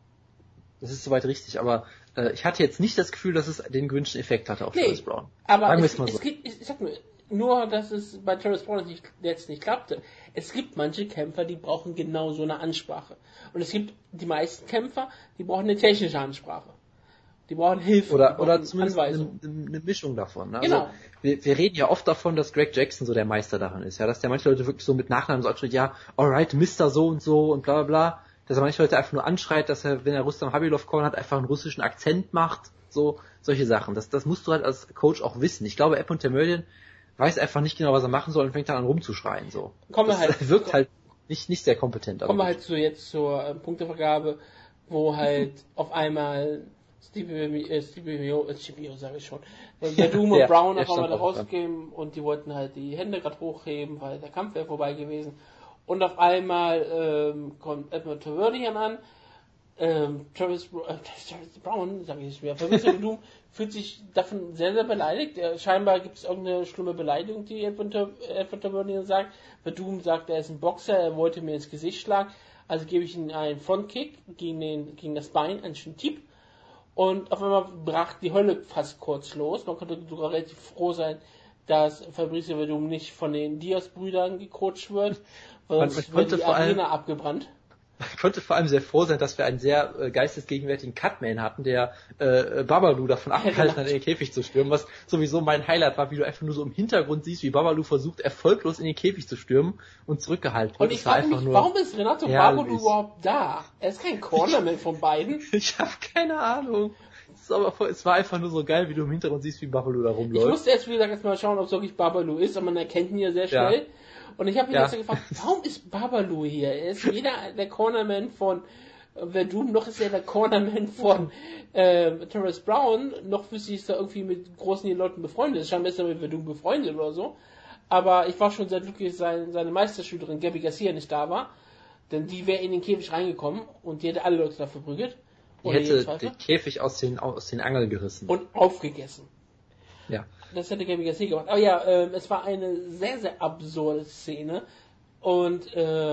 Speaker 2: Das ist soweit richtig, aber ich hatte jetzt nicht das Gefühl, dass es den gewünschten Effekt hatte auf Travis Brown.
Speaker 1: Aber
Speaker 2: Sagen wir es mal so.
Speaker 1: Ich sag nur, nur, dass es bei Travis Brown jetzt nicht klappte. Es gibt manche Kämpfer, die brauchen genau so eine Ansprache. Und es gibt die meisten Kämpfer, die brauchen eine technische Ansprache. Die brauchen Hilfe.
Speaker 2: Oder zumindest eine Mischung davon. Ne?
Speaker 1: Genau.
Speaker 2: Also wir reden ja oft davon, dass Greg Jackson so der Meister daran ist. Ja, dass der manche Leute wirklich so mit Nachnamen sagt, ja, alright, Mr. so und so und bla bla bla. Dass er manche Leute einfach nur anschreit, dass er, wenn er Rustam Khabilov cornert, einfach einen russischen Akzent macht. So, solche Sachen. Das musst du halt als Coach auch wissen. Ich glaube, Edmund Temurdian weiß einfach nicht genau, was er machen soll und fängt dann an rumzuschreien. So. Wirkt halt nicht sehr kompetent.
Speaker 1: Kommen wir halt zur Punktevergabe, wo halt auf einmal Stevie sage ich schon, der Doom und Brown auf einmal da rausgehen und die wollten halt die Hände gerade hochheben, weil der Kampf wäre vorbei gewesen. Und auf einmal kommt Edmund Temurdian an, Travis Brown, sage ich schwer, Fabricio Verdum fühlt sich davon sehr, sehr beleidigt. Scheinbar gibt es irgendeine schlimme Beleidigung, die Edmund Temurdian sagt. Verdum sagt, er ist ein Boxer, er wollte mir ins Gesicht schlagen, also gebe ich ihm einen Frontkick gegen das Bein, einen schönen Tipp. Und auf einmal brach die Hölle fast kurz los. Man konnte sogar relativ froh sein, dass Fabricio Verdum nicht von den Diaz-Brüdern gecoacht wird, weil sonst wird die Arena abgebrannt.
Speaker 2: Man konnte vor allem sehr froh sein, dass wir einen sehr geistesgegenwärtigen Cutman hatten, der Babalu davon abgehalten hat, in den Käfig zu stürmen, was sowieso mein Highlight war, wie du einfach nur so im Hintergrund siehst, wie Babalu versucht, erfolglos in den Käfig zu stürmen und zurückgehalten wird.
Speaker 1: Und ich frage mich, warum ist Renato Babalu überhaupt da? Er ist kein Cornerman von beiden.
Speaker 2: Ich habe keine Ahnung. Es war einfach nur so geil, wie du im Hintergrund siehst, wie Babalu da rumläuft.
Speaker 1: Ich musste wie gesagt, mal schauen, ob es wirklich Babalu ist, aber man erkennt ihn ja sehr schnell. Ja. Und ich habe mich jetzt gefragt, warum ist Babalu hier? Er ist weder der Cornerman von Verdum, noch ist er der Cornerman von Travis Brown, noch wüsste ich, ist er irgendwie mit großen Leuten befreundet. Scheinbar ist er mit Verdum befreundet oder so. Aber ich war schon sehr glücklich, dass seine Meisterschülerin Gabby Garcia nicht da war. Denn die wäre in den Käfig reingekommen und die hätte alle Leute da verprügelt.
Speaker 2: Die hätte den Käfig aus den Angeln gerissen.
Speaker 1: Und aufgegessen.
Speaker 2: Ja.
Speaker 1: Das hätte Gabby Garcia gemacht. Aber ja, es war eine sehr, sehr absurde Szene. Und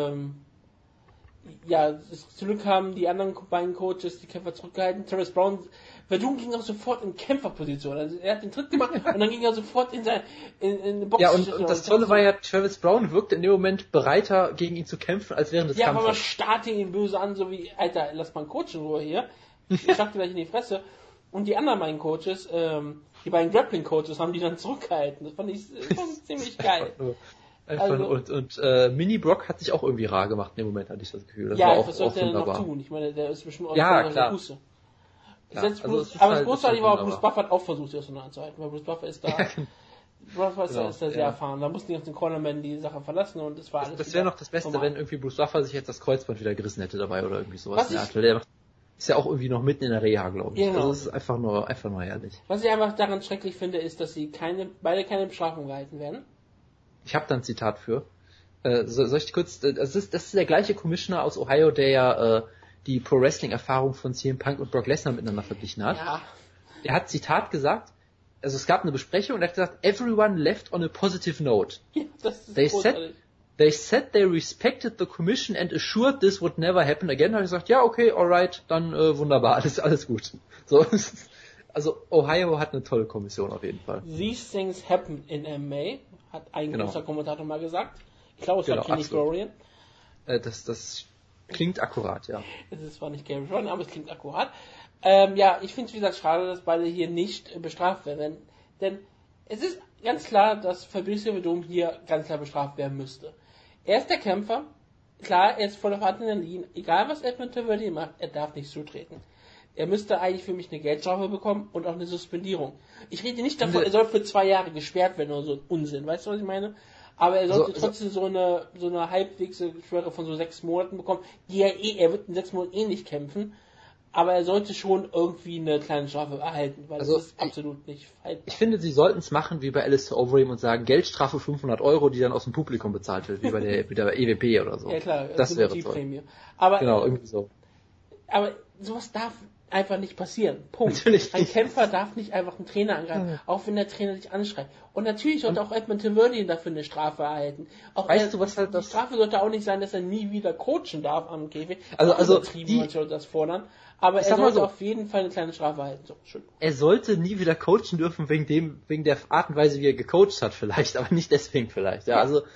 Speaker 1: zum Glück haben die anderen beiden Coaches die Kämpfer zurückgehalten. Travis Brown, Verdum ging auch sofort in Kämpferposition. Also er hat den Tritt gemacht und dann ging er sofort in Box.
Speaker 2: Ja, und das Tolle war ja, Travis Brown wirkte in dem Moment bereiter, gegen ihn zu kämpfen, als während des Kampfes.
Speaker 1: Ja, aber man starrte ihn böse an, so wie, Alter, lass mal einen Coach in Ruhe hier. Ich schlag dir gleich in die Fresse. Und die anderen beiden Coaches, die beiden Grappling-Coaches, haben die dann zurückgehalten. Das fand ich ziemlich geil.
Speaker 2: Und Mini Brock hat sich auch irgendwie rar gemacht in dem Moment, hatte ich das Gefühl. Das
Speaker 1: ja,
Speaker 2: war auch,
Speaker 1: was sollte er denn noch tun? Ich meine, der ist bestimmt auch
Speaker 2: ja, klar.
Speaker 1: Buße.
Speaker 2: Ja,
Speaker 1: aber das Großartige war, Bruce Buffer hat auch versucht, sie auseinanderzuhalten, weil Bruce Buffer ist da. Bruce Buffer ist da sehr erfahren. Da mussten die ganzen Cornermen die Sache verlassen und es war alles.
Speaker 2: Das wäre noch das Beste, wenn irgendwie Bruce Buffer sich jetzt das Kreuzband wieder gerissen hätte dabei oder irgendwie sowas. Der ist ja auch irgendwie noch mitten in der Reha, glaube ich. Genau. Also das ist einfach nur herrlich.
Speaker 1: Was ich einfach daran schrecklich finde, ist, dass sie beide keine Bestrafung gehalten werden.
Speaker 2: Ich habe da ein Zitat für. Soll ich kurz, das ist der gleiche Commissioner aus Ohio, der ja die Pro-Wrestling-Erfahrung von CM Punk und Brock Lesnar miteinander verglichen hat.
Speaker 1: Ja.
Speaker 2: Der hat Zitat gesagt, also es gab eine Besprechung und er hat gesagt, everyone left on a positive note.
Speaker 1: Ja, das ist
Speaker 2: They said they respected the commission and assured this would never happen again. Da habe ich gesagt, ja, okay, alright, dann wunderbar, alles gut. So, also Ohio hat eine tolle Kommission auf jeden Fall.
Speaker 1: These things happen in MMA, hat ein großer Kommentator mal gesagt. Ich glaube, es war Kenny Florian.
Speaker 2: Das klingt akkurat, ja.
Speaker 1: Es war nicht Gary Florian, aber es klingt akkurat. Ja, ich finde es wie gesagt schade, dass beide hier nicht bestraft werden. Denn es ist ganz klar, dass Fabricio Verdum hier ganz klar bestraft werden müsste. Er ist der Kämpfer. Klar, er ist voller Verantwortung in der Linie. Egal, was Edmund Temurdian macht, er darf nicht zutreten. Er müsste eigentlich für mich eine Geldstrafe bekommen und auch eine Suspendierung. Ich rede nicht davon, er soll für 2 Jahre gesperrt werden oder so ein Unsinn. Weißt du, was ich meine? Aber er sollte trotzdem so eine halbwegs Sperre von so 6 Monaten bekommen, er wird in 6 Monaten nicht kämpfen. Aber er sollte schon irgendwie eine kleine Strafe erhalten, weil das ist absolut nicht haltbar.
Speaker 2: Ich finde, sie sollten es machen wie bei Alistair Overeem und sagen, Geldstrafe 500 €, die dann aus dem Publikum bezahlt wird, wie bei der EWP oder so.
Speaker 1: Ja klar,
Speaker 2: das wäre toll.
Speaker 1: Aber,
Speaker 2: genau, irgendwie so.
Speaker 1: Aber sowas darf einfach nicht passieren. Punkt.
Speaker 2: Natürlich
Speaker 1: Ein
Speaker 2: nicht.
Speaker 1: Kämpfer darf nicht einfach einen Trainer angreifen, auch wenn der Trainer dich anschreit. Und natürlich sollte auch Edmund Tavernier dafür eine Strafe erhalten. Auch
Speaker 2: weißt du, was halt
Speaker 1: die Strafe sollte auch nicht sein, dass er nie wieder coachen darf am Käfig.
Speaker 2: Also
Speaker 1: man sollte das fordern. Aber er sollte auf jeden Fall eine kleine Strafe erhalten. So, schön.
Speaker 2: Er sollte nie wieder coachen dürfen wegen der Art und Weise, wie er gecoacht hat vielleicht, aber nicht deswegen vielleicht. Ja, also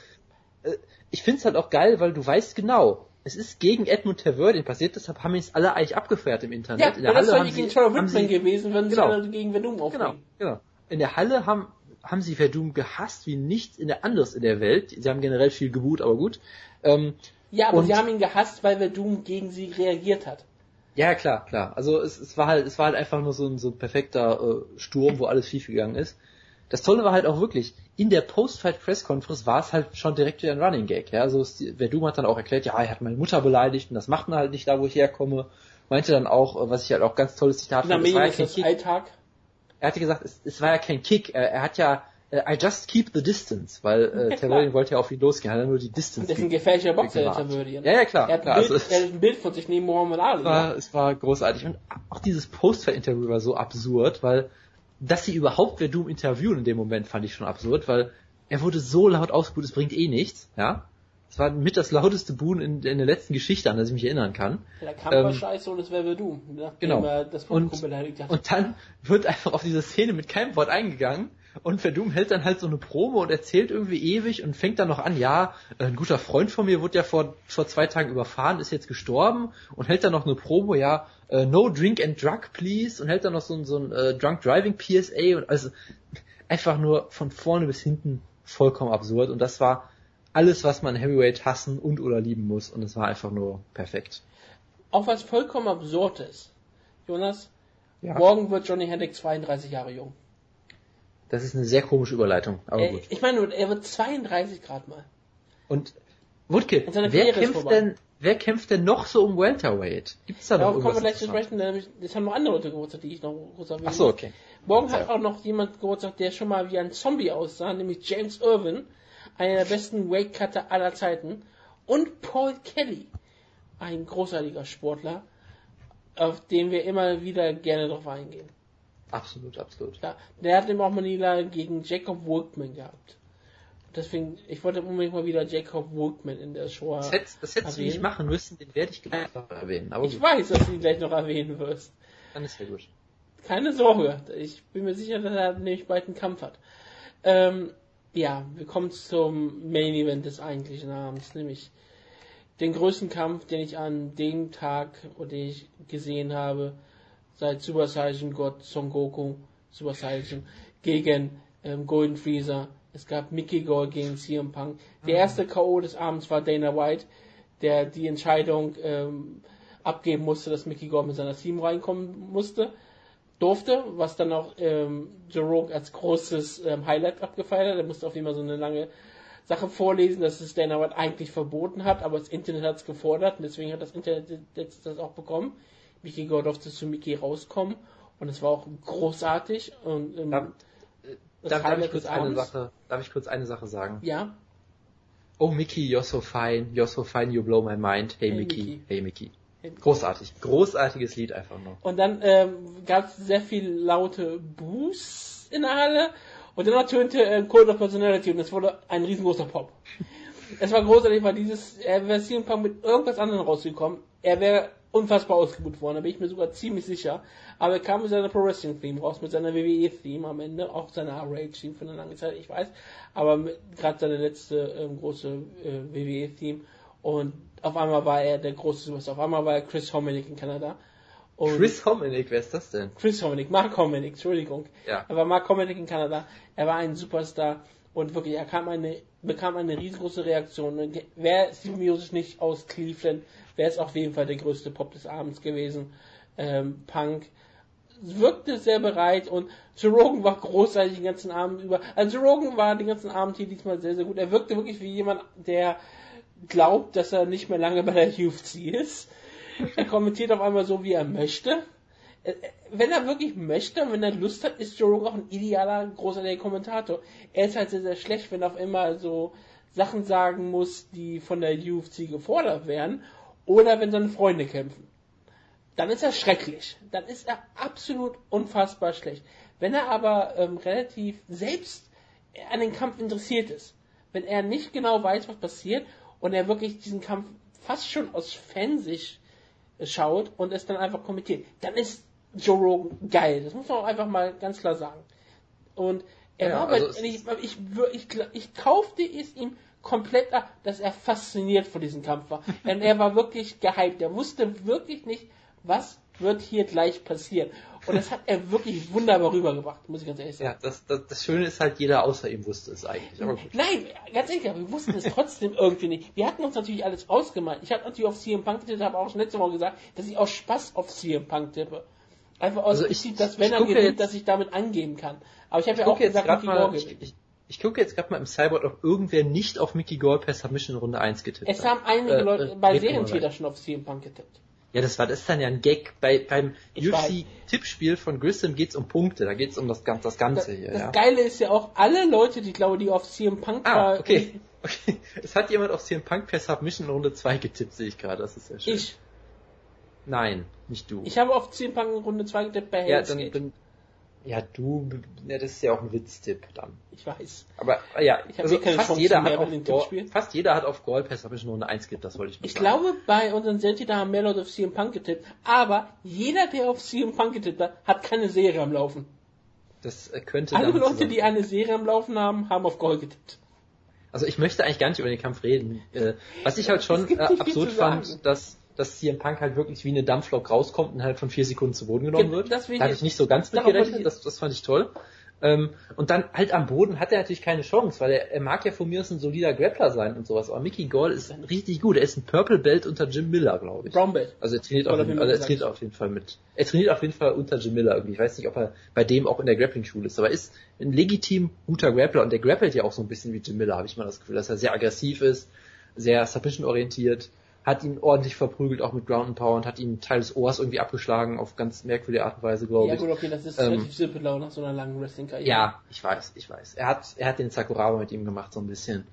Speaker 2: ich find's halt auch geil, weil du weißt genau, es ist gegen Edmund Tavernier passiert, deshalb haben es alle eigentlich abgefeiert im Internet.
Speaker 1: Ja,
Speaker 2: in der
Speaker 1: das
Speaker 2: Halle
Speaker 1: wäre gegen Troy Whitman gewesen, wenn sie alle gegen Verdum aufregen.
Speaker 2: Genau. In der Halle haben sie Verdum gehasst wie nichts anderes in der Welt. Sie haben generell viel geboot, aber gut.
Speaker 1: Ja, aber sie haben ihn gehasst, weil Verdum gegen sie reagiert hat.
Speaker 2: Ja, klar. Also es war halt einfach nur so ein perfekter Sturm, wo alles schief gegangen ist. Das Tolle war halt auch wirklich, in der Post-Fight-Press-Conference war es halt schon direkt wieder ein Running Gag. Ja, also Verdum hat dann auch erklärt, ja, er hat meine Mutter beleidigt und das macht man halt nicht da, wo ich herkomme. Meinte dann auch, was ich halt auch ganz tolles Zitat
Speaker 1: fand, es war ja kein Kick. Alltag.
Speaker 2: Er hatte gesagt, es war ja kein Kick. Er hat ja I just keep the distance, weil Tavernier wollte ja auf ihn losgehen, hat er nur die Distance.
Speaker 1: Das ist ein gefährlicher Boxer, der Tavernier.
Speaker 2: Ja, klar.
Speaker 1: Er hat ein Bild von sich neben Muhammad Ali.
Speaker 2: Es war großartig. Und auch dieses Post-Fight-Interview war so absurd, weil dass sie überhaupt Verdum interviewen in dem Moment fand ich schon absurd, weil er wurde so laut ausgebuht, es bringt eh nichts, ja. Es war mit das lauteste Buhen in der letzten Geschichte, an das ich mich erinnern kann.
Speaker 1: Der Kampf war scheiße und es wäre Verdum, ne?
Speaker 2: Genau.
Speaker 1: Das Publikum beleidigt hat.
Speaker 2: Und dann wird einfach auf diese Szene mit keinem Wort eingegangen und Verdum hält dann halt so eine Promo und erzählt irgendwie ewig und fängt dann noch an, ja, ein guter Freund von mir wurde ja vor 2 Tagen überfahren, ist jetzt gestorben und hält dann noch eine Promo, ja, no drink and drug please und hält dann noch so ein Drunk Driving PSA und also einfach nur von vorne bis hinten vollkommen absurd und das war alles, was man Heavyweight hassen und oder lieben muss und es war einfach nur perfekt.
Speaker 1: Auch was vollkommen absurd ist. Jonas,
Speaker 2: ja.
Speaker 1: Morgen wird Johnny Hendricks 32 Jahre jung.
Speaker 2: Das ist eine sehr komische Überleitung, aber gut.
Speaker 1: Ich meine, er wird 32 gerade mal.
Speaker 2: Und Wutke, wer kämpft denn noch so um Welterweight? Gibt's da noch irgendwas?
Speaker 1: Kommen wir gleich zu sprechen, es haben noch andere Leute Geburtstag, die ich noch kurz erwähne.
Speaker 2: Ach so, okay.
Speaker 1: Morgen hat auch noch jemand Geburtstag, der schon mal wie ein Zombie aussah, nämlich James Irwin, einer der besten Weightcutter aller Zeiten, und Paul Kelly, ein großartiger Sportler, auf den wir immer wieder gerne drauf eingehen.
Speaker 2: Absolut.
Speaker 1: Ja, der hat eben auch Manila gegen Jacob Workman gehabt. Deswegen, ich wollte unbedingt mal wieder Jacob Workman in der Show
Speaker 2: erwähnen. Das hättest du nicht machen müssen, den werde ich gleich noch erwähnen. Aber
Speaker 1: ich weiß, dass du ihn gleich noch erwähnen wirst.
Speaker 2: Dann ist ja gut.
Speaker 1: Keine Sorge, ich bin mir sicher, dass er nämlich bald einen Kampf hat. Ja, wir kommen zum Main Event des eigentlichen Abends, nämlich den größten Kampf, den ich an dem Tag, den ich gesehen habe, seit Super Saiyan God Son Goku, Super Saiyan gegen Golden Freezer. Es gab Mickey Gall gegen CM Punk. Der erste K.O. des Abends war Dana White, der die Entscheidung abgeben musste, dass Mickey Gall mit seiner Team reinkommen durfte, was dann auch The Rock als großes Highlight abgefeiert hat. Er musste auf jeden Fall so eine lange Sache vorlesen, dass es Dana White eigentlich verboten hat, aber das Internet hat es gefordert und deswegen hat das Internet jetzt das auch bekommen. Mickey Gall durfte zu Mickey rauskommen und es war auch großartig und
Speaker 2: darf ich kurz eine Sache sagen?
Speaker 1: Ja.
Speaker 2: Oh Mickey, you're so fine, you blow my mind. Hey Mickey. Großartiges Lied einfach nur.
Speaker 1: Und dann gab es sehr viel laute Boos in der Halle und dann ertönte Code of Personality und es wurde ein riesengroßer Pop. Es war großartig, weil wäre CM Punk mit irgendwas anderem rausgekommen, er wäre unfassbar ausgebucht worden, da bin ich mir sogar ziemlich sicher. Aber er kam mit seiner Pro Wrestling Theme raus, mit seiner WWE Theme am Ende, auch seiner RH Theme für eine lange Zeit, ich weiß. Aber gerade seine letzte große WWE Theme und auf einmal war er der große Superstar. Auf einmal war er Chris Hominick in Kanada. Und
Speaker 2: Chris Hominick, wer ist das denn?
Speaker 1: Mark Hominick, Entschuldigung.
Speaker 2: Ja.
Speaker 1: Er war Mark Hominick in Kanada. Er war ein Superstar und wirklich, er bekam eine riesengroße Reaktion. Und wäre Steve Miocic nicht aus Cleveland, wäre es auf jeden Fall der größte Pop des Abends gewesen. Punk wirkte sehr bereit und Joe Rogan war großartig den ganzen Abend über. Also Joe Rogan war den ganzen Abend hier diesmal sehr, sehr gut. Er wirkte wirklich wie jemand, der glaubt, dass er nicht mehr lange bei der UFC ist. Er kommentiert auf einmal so, wie er möchte. Wenn er wirklich möchte und wenn er Lust hat, ist Joe Rogan auch ein idealer, großartiger Kommentator. Er ist halt sehr, sehr schlecht, wenn er auf einmal so Sachen sagen muss, die von der UFC gefordert werden oder wenn seine Freunde kämpfen. dann ist er schrecklich. Dann ist er absolut unfassbar schlecht. Wenn er aber relativ selbst an den Kampf interessiert ist, wenn er nicht genau weiß, was passiert und er wirklich diesen Kampf fast schon aus Fansicht schaut und es dann einfach kommentiert, dann ist Joe Rogan geil. Das muss man auch einfach mal ganz klar sagen. Und er war ich kaufte es ihm komplett ab, dass er fasziniert von diesem Kampf war. Denn er war wirklich gehypt. Er wusste wirklich nicht, was wird hier gleich passieren. Und das hat er wirklich wunderbar rübergebracht, muss ich ganz ehrlich sagen.
Speaker 2: Ja, das Schöne ist halt, jeder außer ihm wusste es eigentlich. Aber gut.
Speaker 1: Nein, ganz ehrlich, aber wir wussten es trotzdem irgendwie nicht. Wir hatten uns natürlich alles ausgemalt. Ich habe natürlich auf CM Punk getippt, habe auch schon letzte Woche gesagt, dass ich aus Spaß auf CM Punk tippe. Einfach aus Prinzip, dass wenn er gewinnt, dass ich damit angehen kann. Aber ich habe ja auch gesagt, Mickey Gall gewinnt.
Speaker 2: Ich gucke jetzt gerade mal im Cyborg, ob irgendwer nicht auf Mickey Gall per Submission Runde 1 getippt hat.
Speaker 1: Es haben einige Leute bei Serientäter schon auf CM Punk getippt.
Speaker 2: Ja, das ist dann ja ein Gag. Beim UFC-Tippspiel von Grissom geht's um Punkte, da geht's um das Ganze hier. Das
Speaker 1: Geile ist ja auch, alle Leute, die auf CM Punk
Speaker 2: okay. Es hat jemand auf CM Punk per Submission Runde 2 getippt, sehe ich gerade, das ist sehr schön.
Speaker 1: Ich?
Speaker 2: Nein, nicht du.
Speaker 1: Ich habe auf CM Punk Runde 2 getippt bei Hell's Gate.
Speaker 2: Das ist ja auch ein Witztipp dann.
Speaker 1: Ich weiß.
Speaker 2: Aber fast jeder hat auf Gall per Submission Runde 1 getippt, das wollte ich nur sagen.
Speaker 1: Ich glaube, bei unseren Serientäter haben mehr Leute auf CM Punk getippt, aber jeder, der auf CM Punk getippt hat keine Serie am Laufen.
Speaker 2: Das könnte
Speaker 1: alle Leute, die eine Serie am Laufen haben auf Gall getippt.
Speaker 2: Also ich möchte eigentlich gar nicht über den Kampf reden. Was ich halt schon absurd fand, dass CM Punk halt wirklich wie eine Dampflok rauskommt und halt von 4 Sekunden zu Boden genommen wird. Da hatte ich nicht so ganz mit gerechnet, das fand ich toll. Und dann halt am Boden hat er natürlich keine Chance, weil er mag ja von mir aus ein solider Grappler sein und sowas, aber Mickey Gall ist richtig gut. Er ist ein Purple Belt unter Jim Miller, glaube ich.
Speaker 1: Brown Belt.
Speaker 2: Also er trainiert auf jeden Fall unter Jim Miller irgendwie. Ich weiß nicht, ob er bei dem auch in der Grappling-Schule ist, aber er ist ein legitim guter Grappler und der grappelt ja auch so ein bisschen wie Jim Miller, habe ich mal das Gefühl, dass er sehr aggressiv ist, sehr submission-orientiert. Hat ihn ordentlich verprügelt, auch mit Ground and Power, und hat ihm einen Teil des Ohrs irgendwie abgeschlagen, auf ganz merkwürdige Art und Weise, glaube ich.
Speaker 1: Ja gut, okay, das ist relativ simpel nach so einer langen Wrestling-Karriere.
Speaker 2: Ja, ich weiß. Er hat den Sakuraba mit ihm gemacht, so ein bisschen.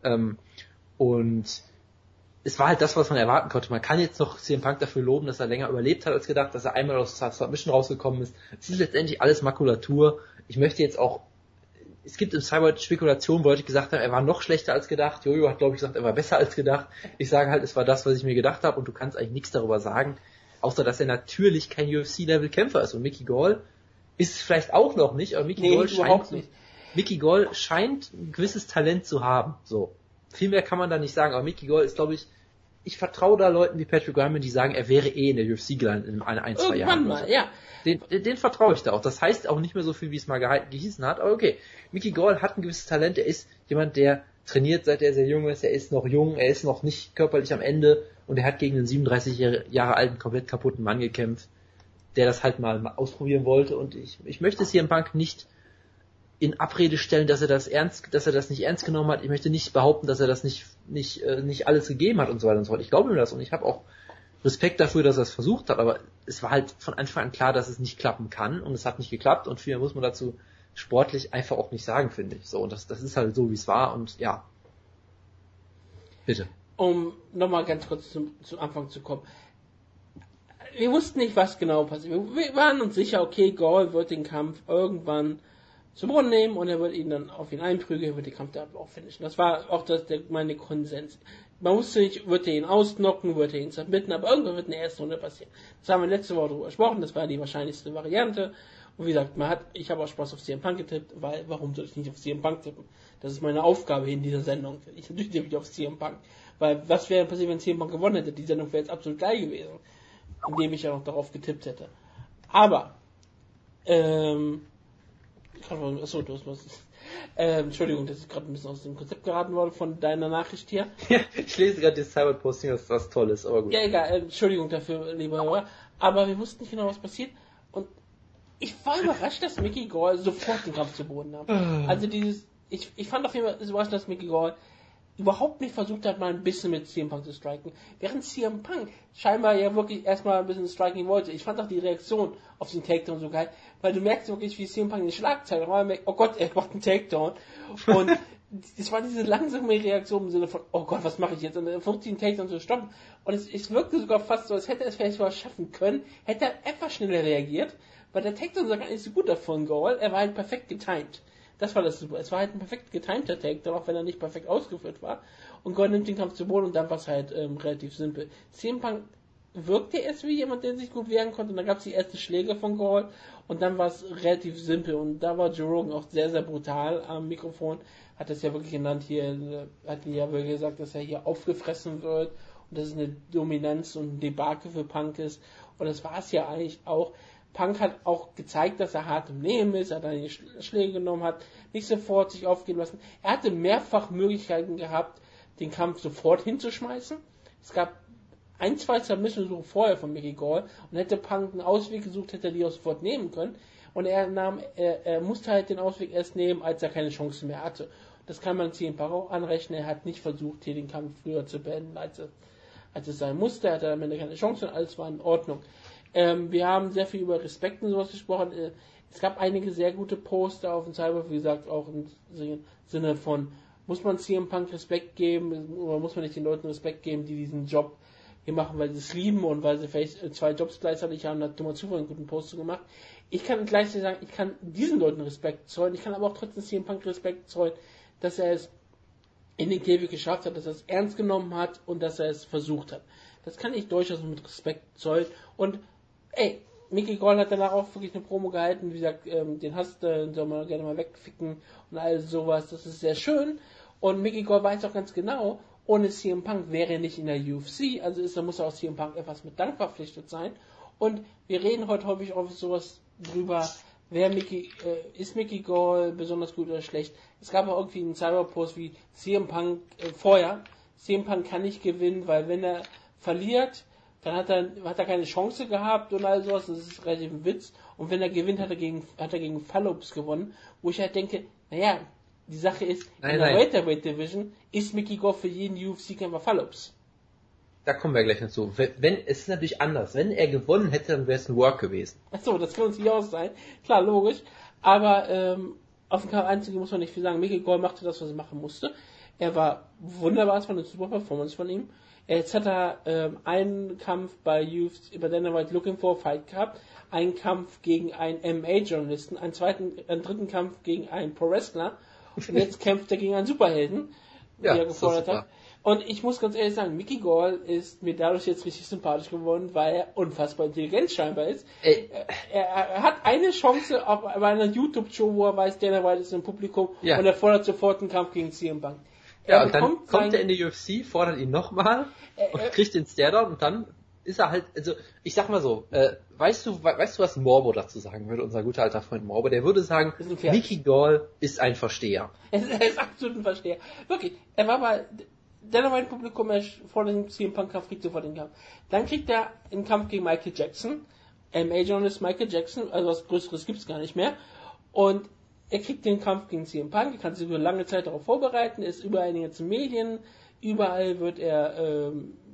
Speaker 2: Und es war halt das, was man erwarten konnte. Man kann jetzt noch CM Punk dafür loben, dass er länger überlebt hat als gedacht, dass er einmal aus der Submission rausgekommen ist. Es ist letztendlich alles Makulatur. Ich möchte jetzt auch, es gibt im Cyborg Spekulationen, wo Leute gesagt haben, er war noch schlechter als gedacht. Jojo hat, glaube ich, gesagt, er war besser als gedacht. Ich sage halt, es war das, was ich mir gedacht habe, und du kannst eigentlich nichts darüber sagen, außer dass er natürlich kein UFC-Level-Kämpfer ist. Und Mickey Gall ist es vielleicht auch noch nicht, aber Mickey Gall scheint ein gewisses Talent zu haben. So. Viel mehr kann man da nicht sagen, aber Mickey Gall ist, glaube ich vertraue da Leuten wie Patrick Ryman, die sagen, er wäre in der UFC gelandet in 1-2 Jahren.
Speaker 1: Mal, ja.
Speaker 2: Den vertraue ich da auch. Das heißt auch nicht mehr so viel, wie es mal gehießen hat, aber okay. Mickey Gall hat ein gewisses Talent, er ist jemand, der trainiert, seit er sehr jung ist, er ist noch jung, er ist noch nicht körperlich am Ende, und er hat gegen einen 37 Jahre alten, komplett kaputten Mann gekämpft, der das halt mal ausprobieren wollte, und ich möchte CM Punk nicht in Abrede stellen, dass er das nicht ernst genommen hat. Ich möchte nicht behaupten, dass er das nicht alles gegeben hat und so weiter und so fort. Ich glaube mir das, und ich habe auch Respekt dafür, dass er es versucht hat, aber es war halt von Anfang an klar, dass es nicht klappen kann, und es hat nicht geklappt, und viel mehr muss man dazu sportlich einfach auch nicht sagen, finde ich. So, und das ist halt so, wie es war, und ja. Bitte.
Speaker 1: Um nochmal ganz kurz zum Anfang zu kommen. Wir wussten nicht, was genau passiert. Wir waren uns sicher, okay, Gall wird den Kampf irgendwann zu Boden nehmen, und er wird ihn dann auf ihn einprügeln, wird den Kampf da auch finishen. Das war auch meine Konsens. Man wusste nicht, wird er ihn ausknocken, wird er ihn submitten, aber irgendwann wird in der ersten Runde passieren. Das haben wir letzte Woche darüber gesprochen, das war die wahrscheinlichste Variante. Und wie gesagt, ich habe auch Spaß auf CM Punk getippt, weil, warum soll ich nicht auf CM Punk tippen? Das ist meine Aufgabe in dieser Sendung. Ich natürlich tippe auf CM Punk. Weil, was wäre passiert, wenn CM Punk gewonnen hätte? Die Sendung wäre jetzt absolut geil gewesen. Indem ich ja noch darauf getippt hätte. Aber, achso, du hast was. Entschuldigung, das ist gerade ein bisschen aus dem Konzept geraten worden von deiner Nachricht hier.
Speaker 2: Ja, ich lese gerade das Cyber-Posting, das was Tolles, aber gut.
Speaker 1: Ja, egal, Entschuldigung dafür, lieber Hörer. Aber wir wussten nicht genau, was passiert. Und ich war überrascht, dass Mickey Gall sofort den Kampf zu Boden nahm. Also ich fand auf jeden Fall überrascht, dass Mickey Gall überhaupt nicht versucht hat, mal ein bisschen mit CM Punk zu striken. Während CM Punk scheinbar ja wirklich erstmal ein bisschen striking wollte. Ich fand auch die Reaktion auf den Takedown so geil, weil du merkst wirklich, wie CM Punk in die Schlagzeile war, oh Gott, er macht einen Takedown. Und es war diese langsame Reaktion im Sinne von, oh Gott, was mache ich jetzt? Und er versucht den Takedown zu stoppen. Und es wirkte sogar fast so, als hätte er es vielleicht sogar schaffen können, hätte er etwas schneller reagiert, weil der Takedown sah gar nicht so gut davon Gall. Er war halt perfekt getimed. Das war das super. Es war halt ein perfekt getimter Takedown, auch wenn er nicht perfekt ausgeführt war. Und Gall nimmt den Kampf zu Boden und dann war es halt relativ simpel. CM Punk wirkte erst wie jemand, der sich gut wehren konnte. Und dann gab es die ersten Schläge von Gall und dann war es relativ simpel. Und da war Joe Rogan auch sehr, sehr brutal am Mikrofon. Hat es ja wirklich genannt hier, hat ihn ja wirklich gesagt, dass er hier aufgefressen wird und dass es eine Dominanz und ein Debakel für Punk ist. Und das war es ja eigentlich auch. Punk hat auch gezeigt, dass er hart im Nehmen ist, er hat einige Schläge genommen, hat nicht sofort sich aufgeben lassen. Er hatte mehrfach Möglichkeiten gehabt, den Kampf sofort hinzuschmeißen. Es gab 1-2 Submission-Versuche vorher von Mickey Gall und hätte Punk einen Ausweg gesucht, hätte er die auch sofort nehmen können. Und er musste halt den Ausweg erst nehmen, als er keine Chance mehr hatte. Das kann man CM Punk auch anrechnen. Er hat nicht versucht, hier den Kampf früher zu beenden, als es sein musste. Er hatte am Ende keine Chance und alles war in Ordnung. Wir haben sehr viel über Respekt und sowas gesprochen. Es gab einige sehr gute Poster auf dem Cyber, wie gesagt, auch im Sinne von, muss man CM Punk Respekt geben oder muss man nicht den Leuten Respekt geben, die diesen Job hier machen, weil sie es lieben und weil sie vielleicht 2 Jobs gleichzeitig haben. Da hat Thomas Zufall einen guten Poster gemacht. Ich kann gleichzeitig sagen, ich kann diesen Leuten Respekt zollen, ich kann aber auch trotzdem CM Punk Respekt zollen, dass er es in den Käfig geschafft hat, dass er es ernst genommen hat und dass er es versucht hat. Das kann ich durchaus mit Respekt zollen. Und Mickey Gall hat danach auch wirklich eine Promo gehalten, wie gesagt, den Hass, den soll man gerne mal wegficken und all sowas, das ist sehr schön. Und Mickey Gall weiß auch ganz genau, ohne CM Punk wäre er nicht in der UFC, also da muss auch CM Punk etwas mit Dank verpflichtet sein. Und wir reden heute häufig auch sowas drüber, ist Mickey Gall besonders gut oder schlecht. Es gab auch irgendwie einen Cyberpost wie CM Punk vorher. CM Punk kann nicht gewinnen, weil wenn er verliert, dann hat er keine Chance gehabt und all sowas, das ist relativ ein Witz. Und wenn er gewinnt, hat er gegen Fallops gewonnen, wo ich halt denke, naja, die Sache ist, in der Welterweight Division ist Mickey Gall für jeden UFC-Kämpfer Fallops.
Speaker 2: Da kommen wir gleich dazu. Es ist natürlich anders. Wenn er gewonnen hätte, dann wäre es ein Work gewesen.
Speaker 1: Achso, das kann uns nicht aus sein. Klar, logisch. Aber auf den Kampf einzugehen muss man nicht viel sagen. Mickey Gall machte das, was er machen musste. Er war wunderbar, es war eine super Performance von ihm. Jetzt hat er einen Kampf bei Dynamite Looking for a Fight gehabt, einen Kampf gegen einen MMA-Journalisten, einen dritten Kampf gegen einen Pro-Wrestler und jetzt kämpft er gegen einen Superhelden,
Speaker 2: ja,
Speaker 1: wie er gefordert hat. Und ich muss ganz ehrlich sagen, Mickey Gall ist mir dadurch jetzt richtig sympathisch geworden, weil er unfassbar intelligent scheinbar ist. Er hat eine Chance bei einer YouTube-Show, wo er weiß, Dana White ist im Publikum und er fordert sofort einen Kampf gegen CM Punk.
Speaker 2: Ja, und dann kommt er in die UFC, fordert ihn nochmal und kriegt den Staredown und dann ist er halt, also ich sag mal so, weißt du, was Morbo dazu sagen würde, unser guter alter Freund Morbo? Der würde sagen, Mickey Gall ist ein Versteher.
Speaker 1: Er ist absolut ein Versteher. Wirklich, er war bei Dynamite Publikum, er fordert den CM Punk Kampf, kriegt sofort den Kampf. Dann kriegt er einen Kampf gegen Michael Jackson, MMA-Journalist Michael Jackson, also was Größeres gibt's gar nicht mehr. Und er kriegt den Kampf gegen CM Punk, er kann sich über lange Zeit darauf vorbereiten, ist überall in den ganzen Medien, überall wird er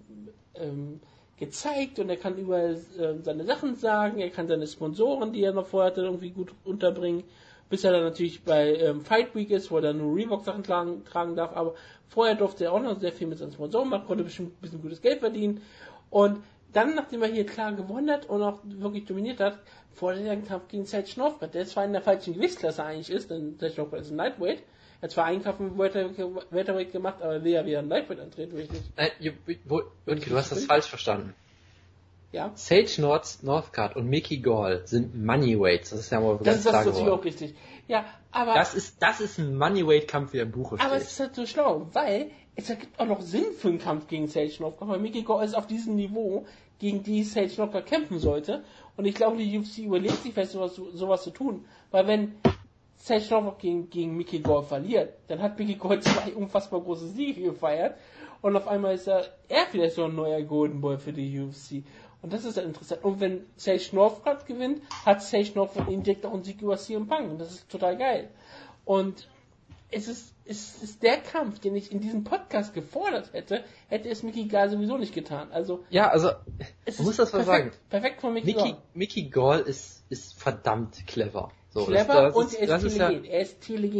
Speaker 1: gezeigt und er kann überall seine Sachen sagen, er kann seine Sponsoren, die er noch vorher hatte, irgendwie gut unterbringen, bis er dann natürlich bei Fight Week ist, wo er dann nur Reebok-Sachen tragen darf, aber vorher durfte er auch noch sehr viel mit seinen Sponsoren machen, konnte bestimmt ein bisschen gutes Geld verdienen und dann, nachdem er hier klar gewonnen hat und auch wirklich dominiert hat, fordert er einen Kampf gegen Sage Northcutt, der zwar in der falschen Gewichtsklasse eigentlich ist, denn Sage Northcutt ist ein Lightweight. Er hat zwar einen Kampf im Welterweight gemacht, aber will ja wieder ein Lightweight antreten, richtig.
Speaker 2: Du hast das falsch verstanden.
Speaker 1: Ja.
Speaker 2: Sage Northcutt und Mickey Gall sind Moneyweights, das ist ja mal
Speaker 1: ganz klar geworden. Das ist natürlich auch richtig. Ja, aber...
Speaker 2: Das ist ein Moneyweight-Kampf, wie im Buche steht.
Speaker 1: Aber es ist halt so schlau, weil es ergibt auch noch Sinn für einen Kampf gegen Sage Northcutt, weil Mickey Gall ist auf diesem Niveau, gegen die Sage Northcutt kämpfen sollte. Und ich glaube, die UFC überlegt sich vielleicht sowas zu tun. Weil wenn Sage Northcutt gegen Mickey Gall verliert, dann hat Mickey Gall 2 unfassbar große Siege gefeiert. Und auf einmal ist er vielleicht so ein neuer Golden Boy für die UFC. Und das ist dann interessant. Und wenn Sage Northcutt gewinnt, hat Sage Northcutt direkt auch einen Sieg über CM Punk. Und das ist total geil. Und es ist der Kampf, den ich in diesem Podcast gefordert hätte es Mickey Gall sowieso nicht getan. Also
Speaker 2: ja, also man muss das mal sagen.
Speaker 1: Perfekt von Mickey Gall.
Speaker 2: Mickey Gall ist verdammt clever. So,
Speaker 1: clever und er ist telegen. Er ist telegen.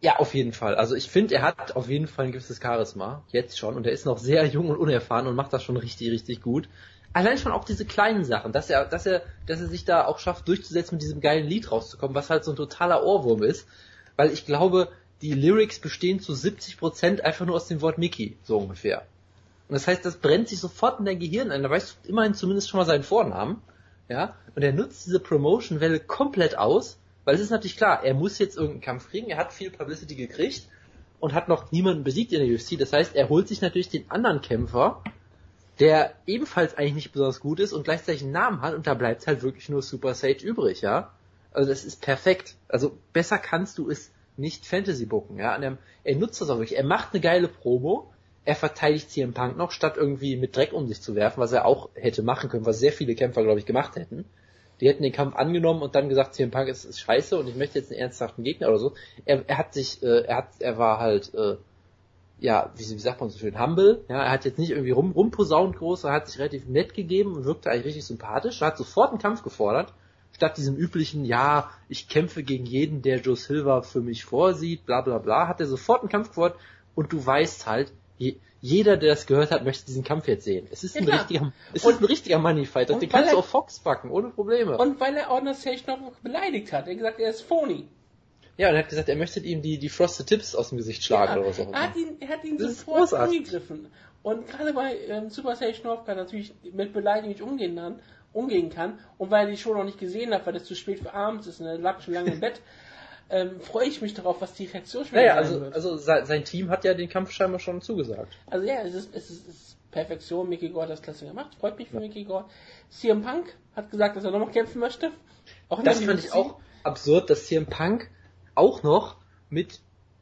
Speaker 2: Ja, auf jeden Fall. Also ich finde, er hat auf jeden Fall ein gewisses Charisma, jetzt schon, und er ist noch sehr jung und unerfahren und macht das schon richtig, richtig gut. Allein schon auch diese kleinen Sachen, dass er sich da auch schafft, durchzusetzen, mit diesem geilen Lied rauszukommen, was halt so ein totaler Ohrwurm ist, weil ich glaube, die Lyrics bestehen zu 70% einfach nur aus dem Wort Mickey, so ungefähr. Und das heißt, das brennt sich sofort in dein Gehirn ein, da weißt du immerhin zumindest schon mal seinen Vornamen, ja, und er nutzt diese Promotion-Welle komplett aus, weil es ist natürlich klar, er muss jetzt irgendeinen Kampf kriegen, er hat viel Publicity gekriegt und hat noch niemanden besiegt in der UFC, das heißt, er holt sich natürlich den anderen Kämpfer, der ebenfalls eigentlich nicht besonders gut ist und gleichzeitig einen Namen hat und da bleibt halt wirklich nur Super Sage übrig, ja. Also das ist perfekt. Also besser kannst du es nicht Fantasy booken, ja. Und er nutzt das auch wirklich. Er macht eine geile Promo, er verteidigt CM Punk noch, statt irgendwie mit Dreck um sich zu werfen, was er auch hätte machen können, was sehr viele Kämpfer, glaube ich, gemacht hätten. Die hätten den Kampf angenommen und dann gesagt, CM Punk ist scheiße und ich möchte jetzt einen ernsthaften Gegner oder so. Er war halt, wie sagt man so schön, humble, ja, er hat jetzt nicht irgendwie rumposaunt groß, er hat sich relativ nett gegeben und wirkte eigentlich richtig sympathisch, er hat sofort einen Kampf gefordert, statt diesem üblichen, ja, ich kämpfe gegen jeden, der Joe Silva für mich vorsieht, bla bla bla, hat er sofort einen Kampf gefordert und du weißt halt, jeder, der das gehört hat, möchte diesen Kampf jetzt sehen. Es ist ein richtiger Moneyfighter, den kannst du auf Fox packen, ohne Probleme.
Speaker 1: Und weil er Honor Sage noch beleidigt hat, er hat gesagt, er ist phony.
Speaker 2: Ja, und er hat gesagt, er möchte ihm die Frosted Tips aus dem Gesicht schlagen oder so.
Speaker 1: Er hat ihn sofort angegriffen. Und gerade bei Super Sage Northcutt natürlich mit Beleidigung umgehen kann, und weil er die Show noch nicht gesehen hat, weil das zu spät für abends ist und er lag schon lange im Bett, freue ich mich darauf, was die Reaktion schon sein wird.
Speaker 2: Also sein Team hat ja den Kampf scheinbar schon zugesagt.
Speaker 1: Also ja, es ist Perfektion. Mickey Gall hat das klasse gemacht. Freut mich für Mickey Gall. CM Punk hat gesagt, dass er nochmal kämpfen möchte.
Speaker 2: Das fand ich auch absurd, dass CM Punk auch noch mit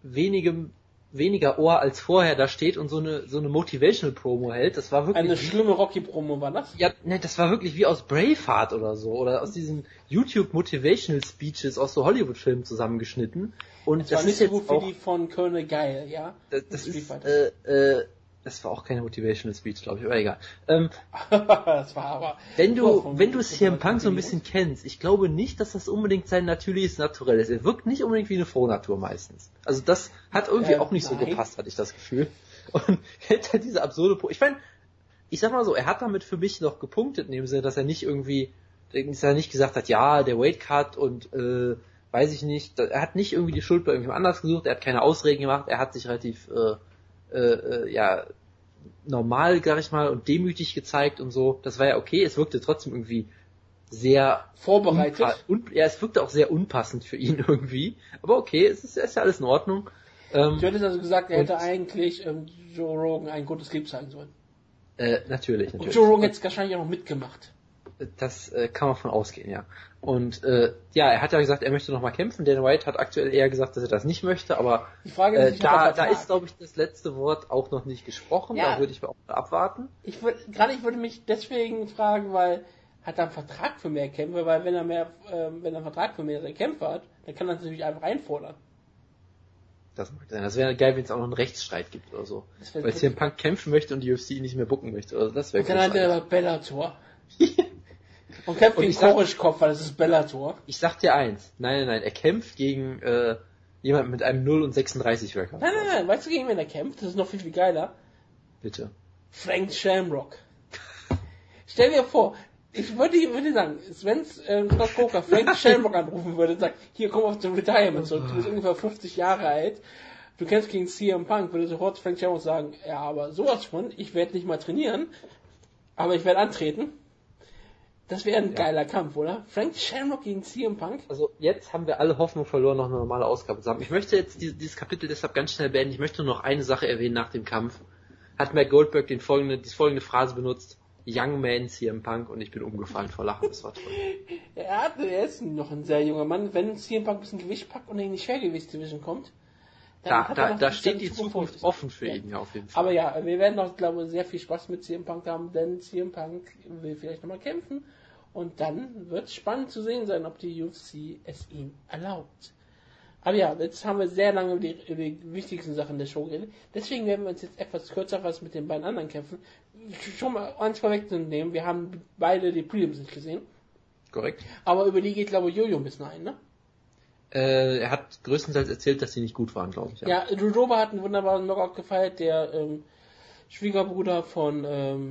Speaker 2: weniger Ohr als vorher da steht und so eine Motivational-Promo hält. Das war wirklich
Speaker 1: eine schlimme Rocky-Promo war das?
Speaker 2: Ja, ne, das war wirklich wie aus Braveheart oder so oder aus diesen YouTube-Motivational-Speeches aus so Hollywood-Filmen zusammengeschnitten. Und
Speaker 1: das war nicht so gut wie die von Colonel Geil, ja?
Speaker 2: Das war auch keine Motivational Speech, glaube ich, aber egal.
Speaker 1: Das war aber...
Speaker 2: Wenn du CM Punk so ein bisschen kennst, ich glaube nicht, dass das unbedingt sein natürliches Naturell ist. Er wirkt nicht unbedingt wie eine Frohnatur meistens. Also das hat irgendwie auch nicht so gepasst, hatte ich das Gefühl. Und hätte halt diese absurde... ich sag mal so, er hat damit für mich noch gepunktet, in dem Sinne, dass er nicht gesagt hat, ja, der Weightcut und weiß ich nicht, er hat nicht irgendwie die Schuld bei irgendjemand anders gesucht, er hat keine Ausreden gemacht, er hat sich relativ normal, sag ich mal, und demütig gezeigt und so. Das war ja okay, es wirkte trotzdem irgendwie sehr
Speaker 1: vorbereitet.
Speaker 2: Es wirkte auch sehr unpassend für ihn irgendwie. Aber okay, es ist ja alles in Ordnung.
Speaker 1: Du hättest also gesagt, er hätte eigentlich Joe Rogan ein gutes Leben zeigen sollen.
Speaker 2: Natürlich.
Speaker 1: Und Joe Rogan hätte es wahrscheinlich auch noch mitgemacht.
Speaker 2: Das kann man von ausgehen, ja. Und er hat ja gesagt, er möchte nochmal kämpfen. Dana White hat aktuell eher gesagt, dass er das nicht möchte, aber
Speaker 1: die Frage ist,
Speaker 2: da ist, glaube ich, das letzte Wort auch noch nicht gesprochen. Ja. Da würde ich auch abwarten.
Speaker 1: Ich würde mich deswegen fragen, weil hat er einen Vertrag für mehr Kämpfe, weil wenn er einen Vertrag für mehrere Kämpfe hat, dann kann er das natürlich einfach einfordern.
Speaker 2: Das mag sein. Das wäre geil, wenn es auch noch einen Rechtsstreit gibt oder so. Weil CM Punk kämpfen möchte und die UFC ihn nicht mehr booken möchte. Also das wäre
Speaker 1: cool. Und dann hat er Bellator. Und kämpft gegen Korischkopf, weil das ist Bellator.
Speaker 2: Ich sag dir eins. Nein, er kämpft gegen jemanden mit einem 0 und 36 Rekord.
Speaker 1: Nein. Weißt du, gegen wen er kämpft? Das ist noch viel, viel geiler.
Speaker 2: Bitte.
Speaker 1: Frank Shamrock. Stell dir vor, ich würde sagen, wenn Scott Coker Frank Shamrock anrufen würde und sagt, hier, komm auf den Retirement zurück, du bist ungefähr 50 Jahre alt, du kämpfst gegen CM Punk, würde sofort Frank Shamrock sagen, ja, aber sowas von, ich werde nicht mal trainieren, aber ich werde antreten. Das wäre ein geiler Kampf, oder? Frank Shamrock gegen CM Punk?
Speaker 2: Also jetzt haben wir alle Hoffnung verloren, noch eine normale Ausgabe zu haben. Ich möchte jetzt dieses Kapitel deshalb ganz schnell beenden. Ich möchte nur noch eine Sache erwähnen nach dem Kampf. Hat Matt Goldberg die folgende Phrase benutzt: Young Man CM Punk, und ich bin umgefallen vor Lachen. Das war toll.
Speaker 1: Er ist noch ein sehr junger Mann. Wenn CM Punk ein bisschen Gewicht packt und in die Schwergewichtsdivision kommt,
Speaker 2: da steht die Zukunft offen für ihn, ja, auf jeden Fall.
Speaker 1: Aber ja, wir werden noch, glaube ich, sehr viel Spaß mit CM Punk haben, denn CM Punk will vielleicht nochmal kämpfen. Und dann wird es spannend zu sehen sein, ob die UFC es ihm erlaubt. Aber ja, jetzt haben wir sehr lange über die wichtigsten Sachen der Show geredet. Deswegen werden wir uns jetzt etwas kürzer was mit den beiden anderen Kämpfen. Schon mal eins vorwegzunehmen, wir haben beide die Prelims nicht gesehen.
Speaker 2: Korrekt.
Speaker 1: Aber über die geht, glaube ich, Jojo ein bisschen ein, ne?
Speaker 2: Er hat größtenteils erzählt, dass sie nicht gut waren, glaube ich.
Speaker 1: Ja, Rudoba hat einen wunderbaren Knockout gefeiert, der Schwiegerbruder von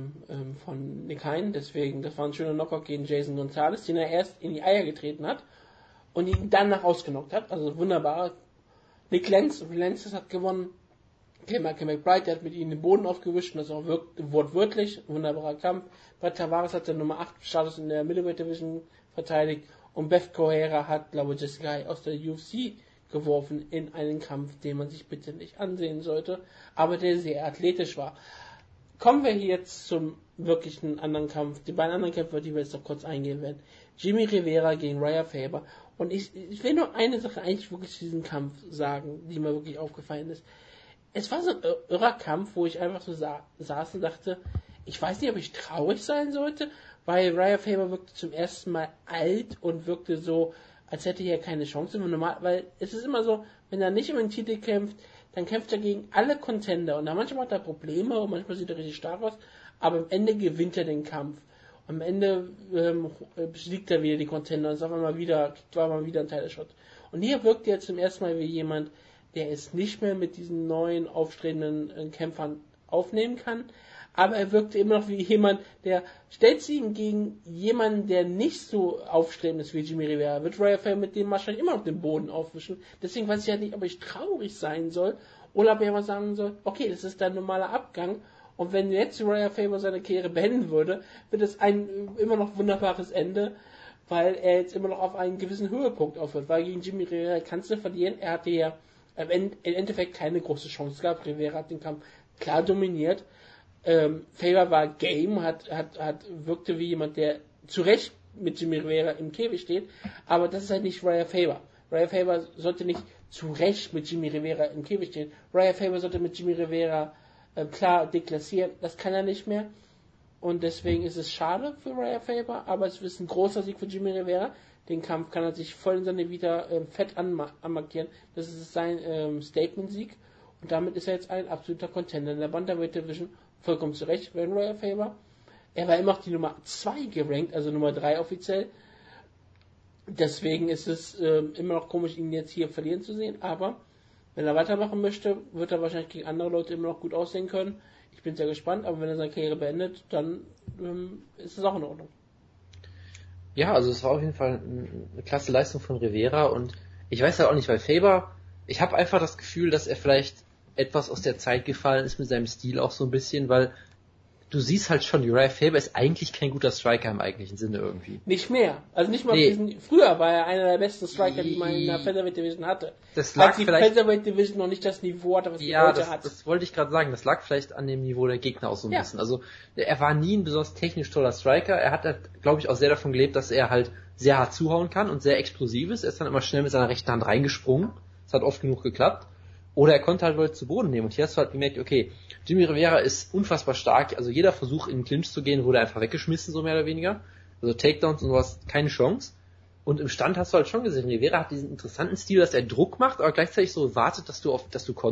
Speaker 1: Nick Hein, deswegen, das war ein schöner Knockout gegen Jason Gonzalez, den er erst in die Eier getreten hat und ihn dann nach ausgenockt hat, also wunderbar. Nick Lenz hat gewonnen, Mark McBride, der hat mit ihm den Boden aufgewischt und das auch wortwörtlich, wunderbarer Kampf. Brett Tavares hat den Nummer 8 Status in der Middleweight Division verteidigt und Beth Correira hat, glaube ich, Jessica aus der UFC geworfen in einen Kampf, den man sich bitte nicht ansehen sollte, aber der sehr athletisch war. Kommen wir hier jetzt zum wirklichen anderen Kampf, die beiden anderen Kämpfer, die wir jetzt noch kurz eingehen werden. Jimmy Rivera gegen Raya Faber. Und ich will nur eine Sache eigentlich wirklich zu diesem Kampf sagen, die mir wirklich aufgefallen ist. Es war so ein irrer Kampf, wo ich einfach so saß und dachte, ich weiß nicht, ob ich traurig sein sollte, weil Raya Faber wirkte zum ersten Mal alt und wirkte so, als hätte er keine Chance. Normal, weil es ist immer so, wenn er nicht um den Titel kämpft, dann kämpft er gegen alle Contender und dann manchmal hat er Probleme und manchmal sieht er richtig stark aus, aber am Ende gewinnt er den Kampf. Am Ende besiegt er wieder die Contender und ist auf einmal wieder, war mal wieder ein Title-Shot. Und hier wirkt er zum ersten Mal wie jemand, der es nicht mehr mit diesen neuen, aufstrebenden Kämpfern aufnehmen kann, aber er wirkte immer noch wie jemand, der stellt sie ihm gegen jemanden, der nicht so aufstrebend ist wie Jimmy Rivera, wird Raya Faber mit dem wahrscheinlich immer noch den Boden aufwischen. Deswegen weiß ich ja nicht, ob ich traurig sein soll oder ob ich aber sagen soll, okay, das ist dein normaler Abgang und wenn jetzt Raya Faber seine Karriere beenden würde, wird es ein immer noch wunderbares Ende, weil er jetzt immer noch auf einen gewissen Höhepunkt aufhört, weil gegen Jimmy Rivera kannst du verlieren, er hatte ja im Endeffekt keine große Chance gehabt, Rivera hat den Kampf klar dominiert. Faber war game, wirkte wie jemand, der zu Recht mit Jimmy Rivera im Käfig steht, aber das ist halt nicht Raya Faber. Raya Faber sollte nicht zu Recht mit Jimmy Rivera im Käfig stehen. Raya Faber sollte mit Jimmy Rivera klar deklassieren, das kann er nicht mehr und deswegen ist es schade für Raya Faber, aber es ist ein großer Sieg für Jimmy Rivera. Den Kampf kann er sich voll in seine Vita fett anmarkieren. Das ist sein Statement-Sieg und damit ist er jetzt ein absoluter Contender in der Bantamweight Division. Vollkommen zu Recht, Raya Faber. Er war immer noch die Nummer 2 gerankt, also Nummer 3 offiziell. Deswegen ist es immer noch komisch, ihn jetzt hier verlieren zu sehen. Aber wenn er weitermachen möchte, wird er wahrscheinlich gegen andere Leute immer noch gut aussehen können. Ich bin sehr gespannt, aber wenn er seine Karriere beendet, dann ist es auch in Ordnung.
Speaker 2: Ja, also es war auf jeden Fall eine klasse Leistung von Rivera und ich weiß halt auch nicht, weil Faber, ich habe einfach das Gefühl, dass er vielleicht etwas aus der Zeit gefallen ist mit seinem Stil auch so ein bisschen, weil du siehst halt schon, Uriah Faber ist eigentlich kein guter Striker im eigentlichen Sinne irgendwie.
Speaker 1: Nicht mehr. Also nicht mal früher war er einer der besten Striker, die man in der Featherweight Division hatte.
Speaker 2: Das lag
Speaker 1: die
Speaker 2: vielleicht,
Speaker 1: Featherweight Division noch nicht das Niveau hatte, was die heute hat.
Speaker 2: Das wollte ich gerade sagen. Das lag vielleicht an dem Niveau der Gegner auch so ein bisschen. Also er war nie ein besonders technisch toller Striker. Er hat halt, glaube ich, auch sehr davon gelebt, dass er halt sehr hart zuhauen kann und sehr explosiv ist. Er ist dann immer schnell mit seiner rechten Hand reingesprungen. Das hat oft genug geklappt. Oder er konnte halt Leute zu Boden nehmen. Und hier hast du halt gemerkt, okay, Jimmy Rivera ist unfassbar stark. Also jeder Versuch in den Clinch zu gehen, wurde einfach weggeschmissen, so mehr oder weniger. Also Takedowns und sowas, keine Chance. Und im Stand hast du halt schon gesehen, Rivera hat diesen interessanten Stil, dass er Druck macht, aber gleichzeitig so wartet, dass du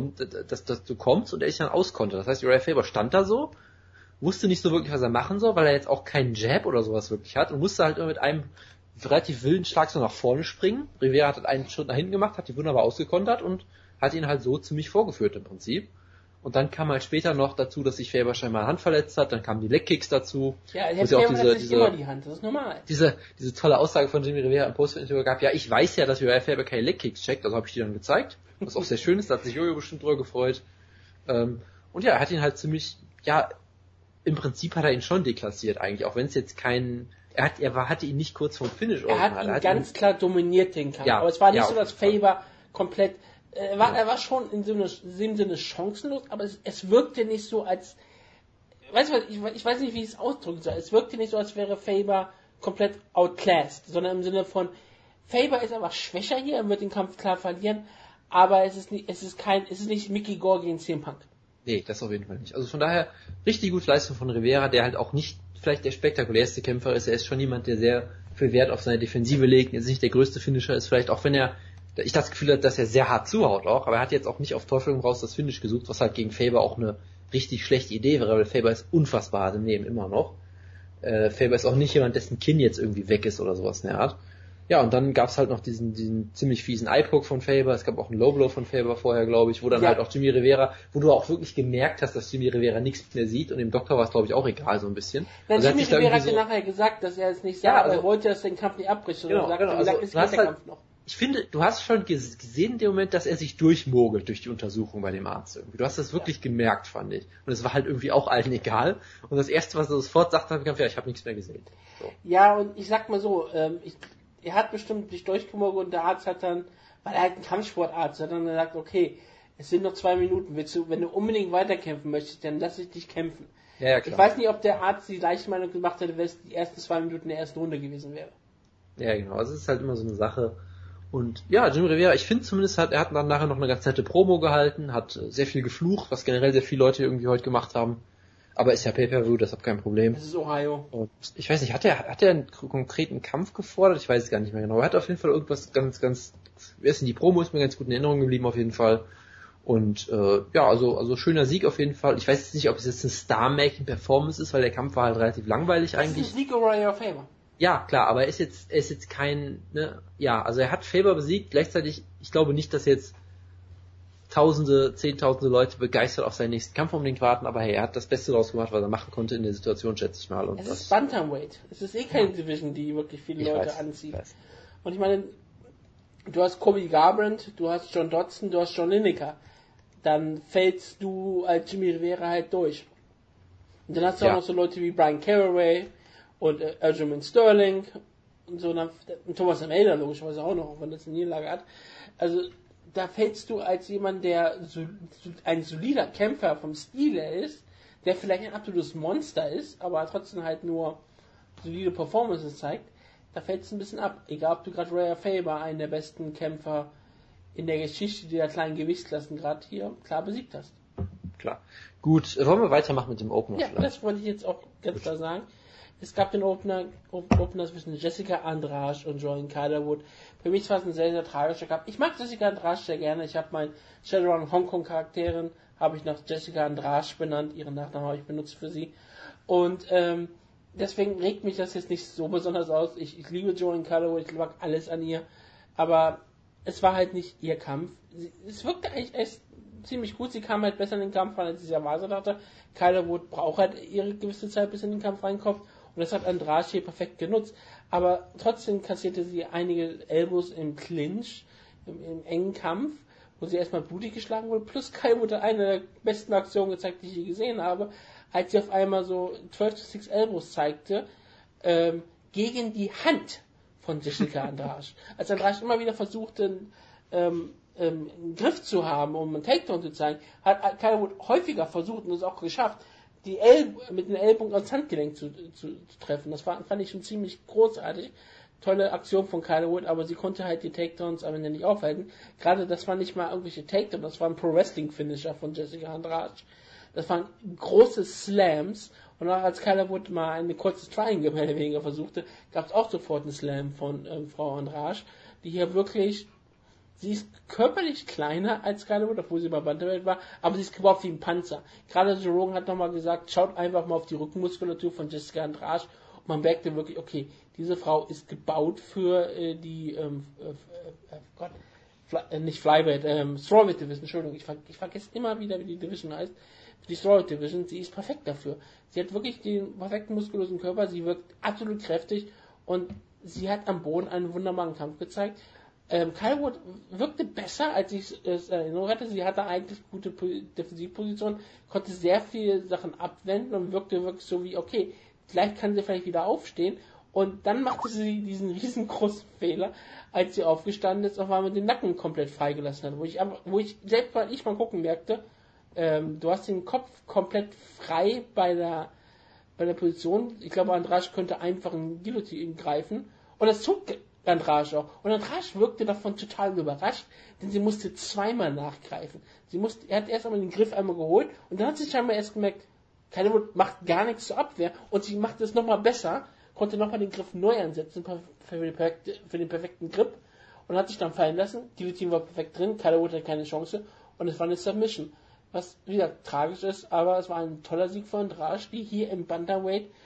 Speaker 2: kommst und er dich dann auskontert. Das heißt, Uriah Faber stand da so, wusste nicht so wirklich, was er machen soll, weil er jetzt auch keinen Jab oder sowas wirklich hat und musste halt immer mit einem relativ wilden Schlag so nach vorne springen. Rivera hat halt einen Schritt nach hinten gemacht, hat die wunderbar ausgekontert und hat ihn halt so ziemlich vorgeführt im Prinzip. Und dann kam halt später noch dazu, dass sich Faber scheinbar Hand verletzt hat, dann kamen die Legkicks dazu.
Speaker 1: Ja, er hat immer die Hand, das ist normal.
Speaker 2: Diese tolle Aussage von Jimmy Rivera im Post-Interview gab, ja, ich weiß ja, dass Uriah Faber keine Legkicks checkt, also habe ich die dann gezeigt, was auch sehr schön ist, da hat sich Jojo bestimmt drüber gefreut. Und ja, er hat ihn halt ziemlich, ja, im Prinzip hat er ihn schon deklassiert eigentlich, auch wenn es jetzt hatte ihn nicht kurz vom Finish
Speaker 1: Er hat ihn ganz klar dominiert, den Kampf. Ja, aber es war nicht so, dass Faber komplett, er war schon in dem Sinne chancenlos, aber es wirkte nicht so, als, weißt du was, ich weiß nicht, wie ich es ausdrücken soll, es wirkte nicht so, als wäre Faber komplett outclassed, sondern im Sinne von, Faber ist einfach schwächer hier, er wird den Kampf klar verlieren, aber es ist nicht Mickey Gore gegen CM Punk.
Speaker 2: Nee, das auf jeden Fall nicht. Also von daher, richtig gute Leistung von Rivera, der halt auch nicht vielleicht der spektakulärste Kämpfer ist, er ist schon jemand, der sehr viel Wert auf seine Defensive legt, jetzt nicht der größte Finisher ist, vielleicht auch wenn ich das Gefühl habe, dass er sehr hart zuhaut auch, aber er hat jetzt auch nicht auf Teufel komm raus das Finish gesucht, was halt gegen Faber auch eine richtig schlechte Idee wäre, weil Faber ist unfassbar hart im Nehmen, immer noch. Faber ist auch nicht jemand, dessen Kinn jetzt irgendwie weg ist oder sowas in der Art. Ja, und dann gab's halt noch diesen ziemlich fiesen Eye-Poke von Faber, es gab auch einen Low-Blow von Faber vorher, glaube ich, wo dann halt auch Jimmy Rivera, wo du auch wirklich gemerkt hast, dass Jimmy Rivera nichts mehr sieht, und dem Doktor war es, glaube ich, auch egal, so ein bisschen.
Speaker 1: Nein, Jimmy Rivera hat ja nachher gesagt, dass er es nicht sah, aber er wollte, dass den Kampf nicht abbricht.
Speaker 2: Genau, ich finde, du hast schon gesehen in dem Moment, dass er sich durchmogelt durch die Untersuchung bei dem Arzt irgendwie. Du hast das wirklich gemerkt, fand ich. Und es war halt irgendwie auch allen egal. Und das Erste, was er sofort sagte, ich habe nichts mehr gesehen. So.
Speaker 1: Ja, und ich sag mal so, er hat bestimmt sich durchgemogelt und der Arzt hat dann, weil er halt ein Kampfsportarzt hat, dann gesagt, okay, es sind noch 2 Minuten, wenn du unbedingt weiterkämpfen möchtest, dann lass ich dich kämpfen.
Speaker 2: Ja, klar.
Speaker 1: Ich weiß nicht, ob der Arzt die gleiche Meinung gemacht hätte, wenn es die ersten 2 Minuten der ersten Runde gewesen wäre.
Speaker 2: Ja, genau. Also es ist halt immer so eine Sache. Und ja, Jimmy Rivera, ich finde zumindest, er hat dann nachher noch eine ganz nette Promo gehalten, hat sehr viel geflucht, was generell sehr viele Leute irgendwie heute gemacht haben. Aber ist ja Pay-Per-View, deshalb kein Problem.
Speaker 1: Das ist Ohio.
Speaker 2: Und ich weiß nicht, hat er einen konkreten Kampf gefordert? Ich weiß es gar nicht mehr genau. Er hat auf jeden Fall irgendwas die Promo ist mir ganz gut in Erinnerung geblieben auf jeden Fall. Und also schöner Sieg auf jeden Fall. Ich weiß jetzt nicht, ob es jetzt eine Star-Making-Performance ist, weil der Kampf war halt relativ langweilig eigentlich.
Speaker 1: Das ist ein Sieg over your favor.
Speaker 2: Ja, klar, aber er ist jetzt kein, ne, ja, also er hat Faber besiegt, gleichzeitig, ich glaube nicht, dass jetzt Zehntausende Leute begeistert auf seinen nächsten Kampf unbedingt warten, aber hey, er hat das Beste daraus gemacht, was er machen konnte in der Situation, schätze ich mal. Und
Speaker 1: es ist Bantamweight. Es ist keine Division, die wirklich viele Leute anzieht. Und ich meine, du hast Kobe Garbrandt, du hast John Dodson, du hast John Lineker. Dann fällst du als Jimmy Rivera halt durch. Und dann hast du auch noch so Leute wie Brian Caraway und Aljamain Sterling und so, und Thomas Almeida logischerweise auch noch, wenn das eine Niederlage hat. Also da fällst du als jemand, der ein solider Kämpfer vom Stil her ist, der vielleicht ein absolutes Monster ist, aber trotzdem halt nur solide Performances zeigt, da fällt es ein bisschen ab. Egal, ob du gerade Rhea Faber, einen der besten Kämpfer in der Geschichte der kleinen Gewichtsklassen gerade hier klar besiegt hast.
Speaker 2: Klar. Gut, wollen wir weitermachen mit dem Opener?
Speaker 1: Ja, das wollte ich jetzt auch ganz klar sagen. Es gab den Opener zwischen Jessica Andrade und Joanne Calderwood. Für mich war es ein sehr, sehr tragischer Kampf. Ich mag Jessica Andrade sehr gerne. Ich habe meinen Shadowrun Hongkong Charakteren habe ich nach Jessica Andrade benannt. Ihren Nachnamen habe ich benutzt für sie. Und deswegen regt mich das jetzt nicht so besonders aus. Ich liebe Joanne Calderwood. Ich mag alles an ihr. Aber es war halt nicht ihr Kampf. Es wirkte eigentlich echt ziemlich gut. Sie kam halt besser in den Kampf rein, als ich es erwartet hatte. Calderwood braucht halt ihre gewisse Zeit, bis in den Kampf reinkommt. Und das hat Andrade hier perfekt genutzt. Aber trotzdem kassierte sie einige Elbows im Clinch, im engen Kampf, wo sie erstmal blutig geschlagen wurde. Plus Calderwood hat eine der besten Aktionen gezeigt, die ich je gesehen habe, als sie auf einmal so 12-6 Elbows zeigte, gegen die Hand von Jessica Andrade. Als Andrade immer wieder versuchte, einen Griff zu haben, um einen Takedown zu zeigen, hat Calderwood häufiger versucht und es auch geschafft, die mit den Ellbogen ans Handgelenk zu treffen. Das fand ich schon ziemlich großartig. Tolle Aktion von Calderwood, aber sie konnte halt die Takedowns am Ende nicht aufhalten. Gerade das war nicht mal irgendwelche Takedowns, das war ein Pro-Wrestling-Finisher von Jessica Andrade. Das waren große Slams. Und auch als Calderwood mal eine kurze Triangle mehr oder weniger versuchte, gab es auch sofort einen Slam von Frau Andrade, die hier wirklich, sie ist körperlich kleiner als Calderwood, obwohl sie bei Bantamweight war, aber sie ist gebaut wie ein Panzer. Gerade Joe Rogan hat nochmal gesagt, schaut einfach mal auf die Rückenmuskulatur von Jessica Andrade und man merkte wirklich, okay, diese Frau ist gebaut für die nicht Flyweight, Strawweight Division, Entschuldigung, ich vergesse immer wieder, wie die Division heißt, die Strawweight Division, sie ist perfekt dafür. Sie hat wirklich den perfekten muskulösen Körper, sie wirkt absolut kräftig und sie hat am Boden einen wunderbaren Kampf gezeigt. Calderwood wirkte besser, als ich es in Erinnerung hatte. Sie hatte eigentlich gute Defensivpositionen, konnte sehr viele Sachen abwenden und wirkte wirklich so wie, okay, gleich kann sie vielleicht wieder aufstehen. Und dann machte sie diesen riesengroßen Fehler, als sie aufgestanden ist, auf einmal den Nacken komplett freigelassen hat. Wo ich selbst mal gucken merkte, du hast den Kopf komplett frei bei der Position. Ich glaube, Andrade könnte einfach einen Guillotine greifen. Und das tut Andrade auch. Und Andrade wirkte davon total überrascht, denn sie musste zweimal nachgreifen. Er hat erst einmal den Griff einmal geholt und dann hat sie scheinbar erst gemerkt, Calderwood macht gar nichts zur Abwehr und sie macht es nochmal besser, konnte nochmal den Griff neu ansetzen für den perfekten Grip und hat sich dann fallen lassen. Guillotine war perfekt drin, Calderwood hatte keine Chance und es war eine Submission. Was wieder tragisch ist, aber es war ein toller Sieg von Andrade, die hier im Bantamweight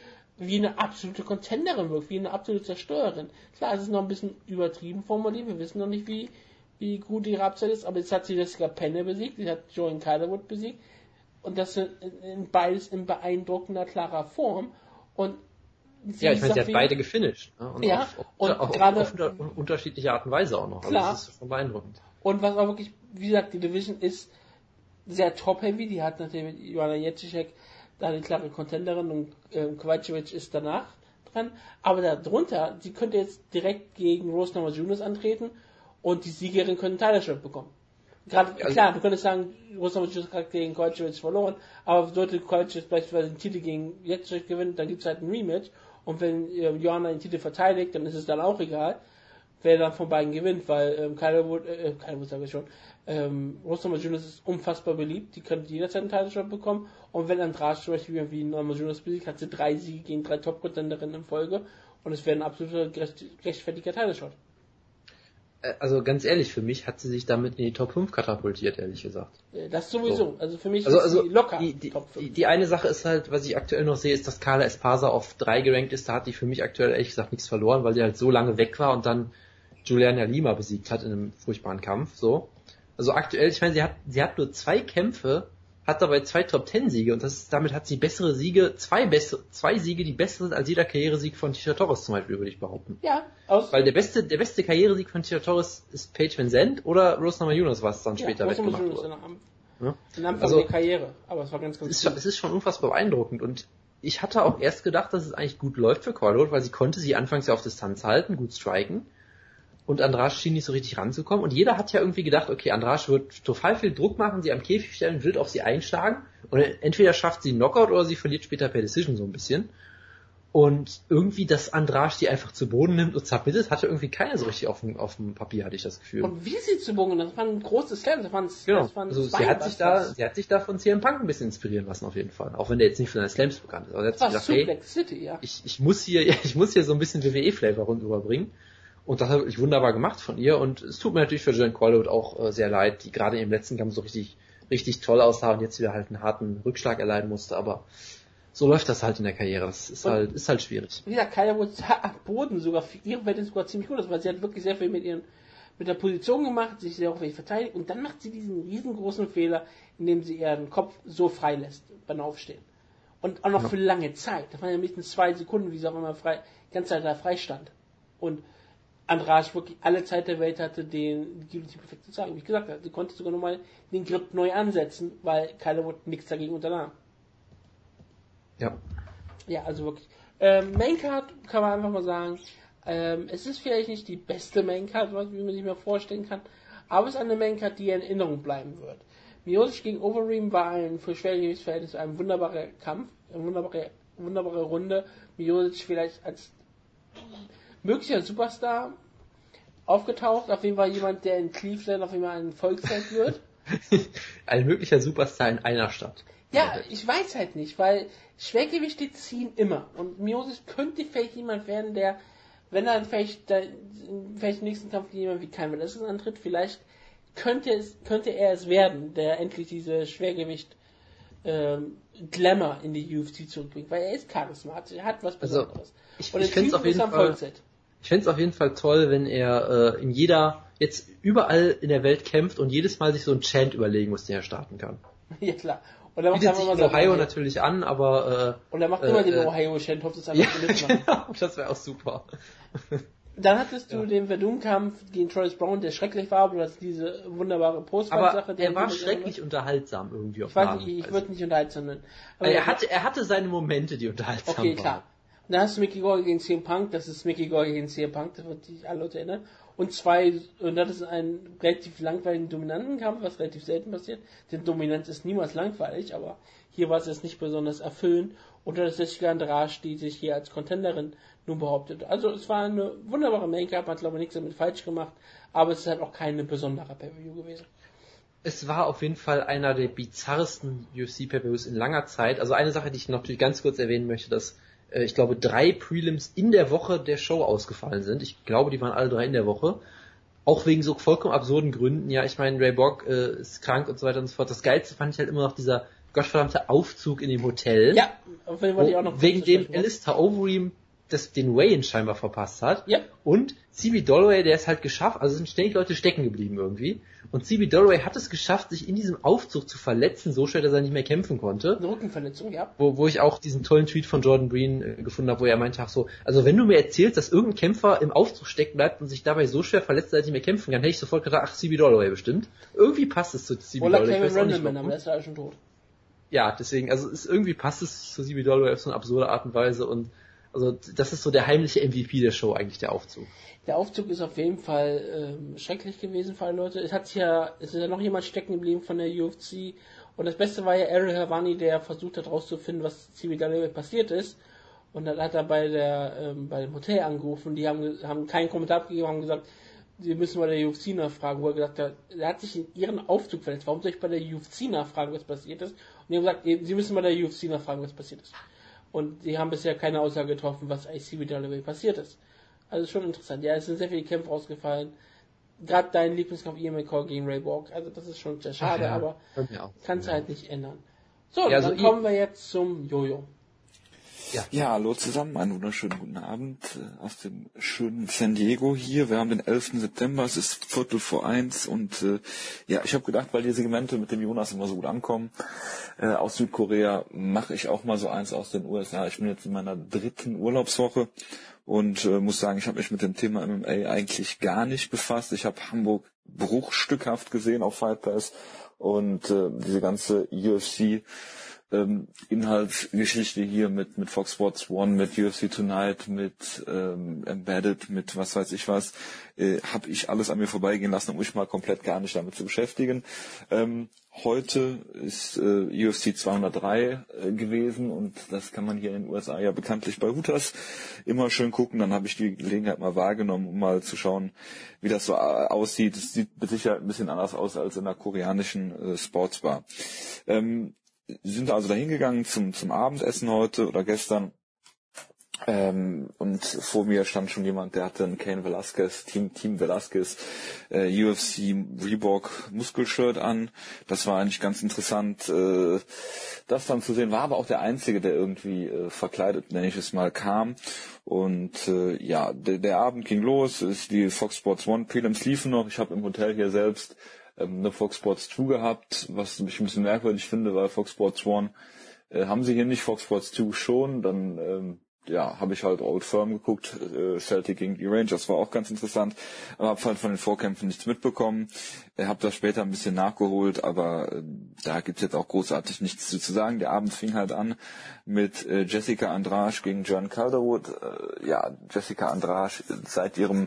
Speaker 1: wie eine absolute Contenderin wirkt, wie eine absolute Zerstörerin. Klar, es ist noch ein bisschen übertrieben formuliert, wir wissen noch nicht, wie gut ihre Upside ist, aber jetzt hat sie Jessica Penne besiegt, sie hat Joanne Calderwood besiegt und das in beides in beeindruckender, klarer Form und
Speaker 2: ja, ich meine, sie hat beide gefinisht. Ne?
Speaker 1: Und ja,
Speaker 2: auf unterschiedliche Art und Weise auch noch.
Speaker 1: Klar.
Speaker 2: Also das ist schon beeindruckend.
Speaker 1: Und was auch wirklich, wie gesagt, die Division ist sehr top-heavy, die hat natürlich mit Joanna Jędrzejczyk da eine klare Contenderin und Kowalkiewicz ist danach dran, aber darunter, sie könnte jetzt direkt gegen Rose Namajunas antreten und die Siegerin könnte einen Title-Shot bekommen. Gerade, also, klar, wir können jetzt sagen, Rose Namajunas hat gegen Kowalkiewicz verloren, aber sollte Kowalkiewicz beispielsweise den Titel gegen Jędrzejczyk gewinnen, dann gibt es halt ein Rematch und wenn Joanna den Titel verteidigt, dann ist es dann auch egal, wer dann von beiden gewinnt, weil Calderwood sage ich schon, Rose Namajunas ist unfassbar beliebt, die könnte jederzeit einen Title-Shot bekommen und wenn Andrade zum Beispiel wie Namajunas besiegt, hat sie 3 Siege gegen 3 Top-Contenderinnen in Folge und es wäre ein absoluter gerechtfertiger Title-Shot.
Speaker 2: Also ganz ehrlich, für mich hat sie sich damit in die Top 5 katapultiert, ehrlich gesagt.
Speaker 1: Das sowieso, so. Also für mich
Speaker 2: ist
Speaker 1: sie locker
Speaker 2: Top 5. Die eine Sache ist halt, was ich aktuell noch sehe, ist, dass Carla Esparza auf 3 gerankt ist, da hat die für mich aktuell ehrlich gesagt nichts verloren, weil die halt so lange weg war und dann Juliana Lima besiegt hat in einem furchtbaren Kampf, so. Also aktuell, ich meine, sie hat nur 2 Kämpfe, hat dabei 2 Top-10-Siege und damit hat sie bessere Siege, 2 Siege, die besser sind als jeder Karrieresieg von Tisha Torres zum Beispiel, würde ich behaupten.
Speaker 1: Ja,
Speaker 2: weil der beste Karrieresieg von Tisha Torres ist Paige VanZant oder Rose Namajunas, was dann später weggemacht wurde.
Speaker 1: Am Anfang der Karriere, aber es war ganz
Speaker 2: es ist schon unfassbar beeindruckend und ich hatte auch erst gedacht, dass es eigentlich gut läuft für Calderwood, weil sie konnte sie anfangs ja auf Distanz halten, gut striken. Und Andrade schien nicht so richtig ranzukommen. Und jeder hat ja irgendwie gedacht, okay, Andrade wird total viel Druck machen, sie am Käfig stellen, wild auf sie einschlagen. Und entweder schafft sie einen Knockout oder sie verliert später per Decision so ein bisschen. Und irgendwie, dass Andrade die einfach zu Boden nimmt und submittet, hatte irgendwie keiner so richtig auf dem Papier, hatte ich das Gefühl.
Speaker 1: Und wie sie zu Boden, das war ein großes Slam,
Speaker 2: genau. Also sie hat sich da von CM Punk ein bisschen inspirieren lassen auf jeden Fall. Auch wenn der jetzt nicht für seine Slams bekannt ist. Aber
Speaker 1: das war Suplex City, ja.
Speaker 2: Ich muss hier so ein bisschen WWE-Flavor rüberbringen. Und das habe ich wunderbar gemacht von ihr. Und es tut mir natürlich für Joanne Calderwood auch sehr leid, die gerade im letzten Kampf so richtig toll aussah und jetzt wieder halt einen harten Rückschlag erleiden musste. Aber so läuft das halt in der Karriere. Das ist halt schwierig.
Speaker 1: Wie gesagt, Calderwood sah am Boden sogar für ihre Welt sogar ziemlich gut aus, weil sie hat wirklich sehr viel mit der Position gemacht, sich sehr hochwertig verteidigt und dann macht sie diesen riesengroßen Fehler, indem sie ihren Kopf so frei lässt beim Aufstehen. Und auch noch für lange Zeit. Das waren ja mindestens 2 Sekunden, wie sie auch immer die ganze Zeit da frei stand. Und Andrade wirklich alle Zeit der Welt hatte, den Guillotine perfekt zu zeigen. Wie gesagt, sie konnte sogar nochmal den Grip neu ansetzen, weil Calderwood nichts dagegen unternahm.
Speaker 2: Ja.
Speaker 1: Ja, also wirklich. Maincard kann man einfach mal sagen, es ist vielleicht nicht die beste Maincard, wie man sich mal vorstellen kann, aber es ist eine Maincard, die in Erinnerung bleiben wird. Miocic gegen Overeem war für Schwergewichtsverhältnisse ein wunderbarer Kampf, eine wunderbare Runde. Miocic vielleicht als möglicher Superstar aufgetaucht, auf jeden Fall jemand, der in Cleveland auf jeden Fall ein Volkszelt wird.
Speaker 2: Ein möglicher Superstar in einer Stadt.
Speaker 1: Ja, ich weiß halt nicht, weil Schwergewichte ziehen immer. Und Miocic könnte vielleicht jemand werden, der, wenn er vielleicht im nächsten Kampf jemand wie Cain Velasquez antritt, vielleicht könnte er es werden, der endlich diese Schwergewicht Glamour in die UFC zurückbringt, weil er ist charismatisch, er hat was Besonderes.
Speaker 2: Also, ich fände es auf jeden Fall toll, wenn er jetzt überall in der Welt kämpft und jedes Mal sich so ein Chant überlegen muss, den er starten kann.
Speaker 1: Ja, klar. Und er macht
Speaker 2: bietet sich in Ohio natürlich an, aber
Speaker 1: und er macht immer den Ohio-Chant, hofft es einfach
Speaker 2: mitmachen. Genau, das wäre auch super.
Speaker 1: Dann hattest du den Verdun-Kampf gegen Travis Brown, der schrecklich war, aber du hast diese wunderbare Postfight-Sache.
Speaker 2: Aber er war schrecklich unterhaltsam irgendwie.
Speaker 1: Ich weiß nicht, ich würde nicht unterhaltsam nennen.
Speaker 2: Aber er hatte seine Momente, die unterhaltsam waren.
Speaker 1: Okay, klar. Und dann hast du Mickey Gall gegen CM Punk, das ist Mickey Gall gegen CM Punk, das wird sich alle Leute erinnern. Und das ist ein relativ langweiligen dominanten Kampf, was relativ selten passiert. Denn Dominanz ist niemals langweilig, aber hier war es jetzt nicht besonders erfüllend. Und dann ist Jessica Andrade, die sich hier als Contenderin nun behauptet. Also es war eine wunderbare Make-up, hat glaube ich nichts damit falsch gemacht, aber es ist halt auch keine besondere Pay-Per-View gewesen.
Speaker 2: Es war auf jeden Fall einer der bizarresten UFC-Pay-Per-Views in langer Zeit. Also eine Sache, die ich natürlich ganz kurz erwähnen möchte, dass ich glaube 3 Prelims in der Woche der Show ausgefallen sind. Ich glaube, die waren alle 3 in der Woche. Auch wegen so vollkommen absurden Gründen. Ja, ich meine, Ray Borg ist krank und so weiter und so fort. Das Geilste fand ich halt immer noch dieser gottverdammte Aufzug in dem Hotel.
Speaker 1: Ja, auf den wollte ich auch noch
Speaker 2: wegen dem Alistair Overeem den Weigh-In scheinbar verpasst hat.
Speaker 1: Ja.
Speaker 2: Und CB Dolloway, der es halt geschafft, also es sind ständig Leute stecken geblieben irgendwie. Und CB Dolloway hat es geschafft, sich in diesem Aufzug zu verletzen, so schwer, dass er nicht mehr kämpfen konnte.
Speaker 1: Eine Rückenverletzung, ja.
Speaker 2: Wo ich auch diesen tollen Tweet von Jordan Breen gefunden habe, wo er meinte, also wenn du mir erzählst, dass irgendein Kämpfer im Aufzug stecken bleibt und sich dabei so schwer verletzt, dass er nicht mehr kämpfen kann, hätte ich sofort gedacht, CB Dolloway bestimmt. Irgendwie passt es zu CB Dolloway.
Speaker 1: Oder Kevin Randleman, aber der ist ja schon tot.
Speaker 2: Ja, deswegen, also irgendwie passt es zu CB Dolloway auf so eine absurde Art und Weise und also das ist so der heimliche MVP der Show eigentlich, der Aufzug.
Speaker 1: Der Aufzug ist auf jeden Fall schrecklich gewesen für alle Leute. Es ist ja noch jemand stecken geblieben von der UFC und das Beste war ja Ariel Helwani, der versucht hat rauszufinden, was CB Dolloway passiert ist und dann hat er bei dem Hotel angerufen, die haben keinen Kommentar abgegeben, haben gesagt, sie müssen bei der UFC nachfragen, wo er gesagt hat, er hat sich in ihren Aufzug verletzt, warum soll ich bei der UFC nachfragen, was passiert ist? Und die haben gesagt, sie müssen bei der UFC nachfragen, was passiert ist. Und die haben bisher keine Aussage getroffen, was CB Dolloway passiert ist. Also schon interessant. Ja, es sind sehr viele Kämpfe ausgefallen. Gerade dein Lieblingskampf Ian McCall gegen Ray Borg. Also das ist schon sehr schade, aber kann es halt nicht ändern. So, ja, dann kommen wir jetzt zum Jojo.
Speaker 3: Ja, hallo zusammen, einen wunderschönen guten Abend aus dem schönen San Diego hier. Wir haben den 11. September, es ist 1:45 und ich habe gedacht, weil die Segmente mit dem Jonas immer so gut ankommen, aus Südkorea mache ich auch mal so eins aus den USA. Ich bin jetzt in meiner 3. Urlaubswoche und muss sagen, ich habe mich mit dem Thema MMA eigentlich gar nicht befasst. Ich habe Hamburg bruchstückhaft gesehen auf Fight Pass und diese ganze UFC Inhaltsgeschichte hier mit Fox Sports One, mit UFC Tonight, mit Embedded, mit was weiß ich was, habe ich alles an mir vorbeigehen lassen, um mich mal komplett gar nicht damit zu beschäftigen. Heute ist UFC 203 gewesen und das kann man hier in den USA ja bekanntlich bei Hooters immer schön gucken. Dann habe ich die Gelegenheit mal wahrgenommen, um mal zu schauen, wie das so aussieht. Es sieht mit Sicherheit ein bisschen anders aus als in der koreanischen Sportsbar. Sind also dahin gegangen zum Abendessen heute oder gestern und vor mir stand schon jemand, der hatte ein Cain Velasquez, Team Velasquez UFC Reebok Muskelshirt an. Das war eigentlich ganz interessant, das dann zu sehen. War aber auch der Einzige, der irgendwie verkleidet, nenne ich es mal, kam. Und der Abend ging los, die Fox Sports One Prelims liefen noch. Ich habe im Hotel hier selbst eine Fox Sports 2 gehabt, was ich ein bisschen merkwürdig finde, weil Fox Sports 1 haben sie hier nicht, Fox Sports 2 schon, dann habe ich halt Old Firm geguckt, Celtic gegen die Rangers, war auch ganz interessant, aber habe halt von den Vorkämpfen nichts mitbekommen, habe das später ein bisschen nachgeholt, aber da gibt's jetzt auch großartig nichts zu sagen. Der Abend fing halt an mit Jessica Andrade gegen John Calderwood. Jessica Andrade seit ihrem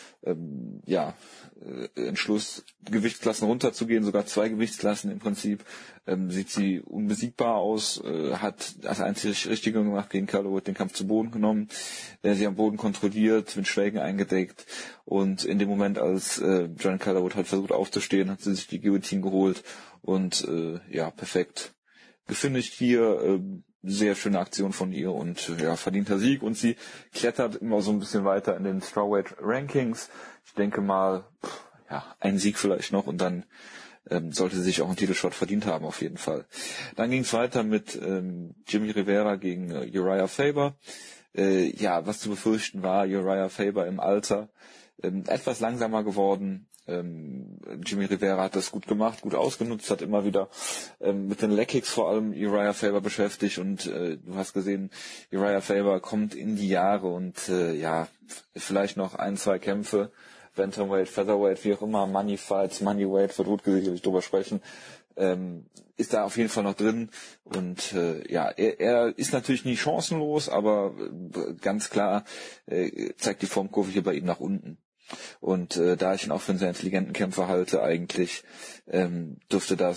Speaker 3: Entschluss, Gewichtsklassen runterzugehen, sogar 2 Gewichtsklassen im Prinzip, sieht sie unbesiegbar aus, hat das einzige Richtige gemacht gegen Calderwood, den Kampf zu Boden genommen, sie am Boden kontrolliert, mit Schlägen eingedeckt und in dem Moment, als John Calderwood halt versucht aufzustehen, hat sie sich die Guillotine geholt und perfekt gefinisht hier, sehr schöne Aktion von ihr und verdienter Sieg und sie klettert immer so ein bisschen weiter in den Strawweight Rankings. Ich denke mal, ein Sieg vielleicht noch und dann sollte sie sich auch einen Titelshot verdient haben auf jeden Fall. Dann ging es weiter mit Jimmy Rivera gegen Uriah Faber. Was zu befürchten war, Uriah Faber im Alter etwas langsamer geworden. Jimmy Rivera hat das gut gemacht, gut ausgenutzt, hat immer wieder mit den Leg-Kicks vor allem Uriah Faber beschäftigt und du hast gesehen, Uriah Faber kommt in die Jahre und vielleicht noch 1-2 Kämpfe, Bantamweight, Featherweight, wie auch immer, Money Fights, Moneyweight, wird gut sicherlich drüber sprechen, ist da auf jeden Fall noch drin und er ist natürlich nie chancenlos, aber ganz klar zeigt die Formkurve hier bei ihm nach unten. Und da ich ihn auch für einen sehr intelligenten Kämpfer halte, eigentlich dürfte er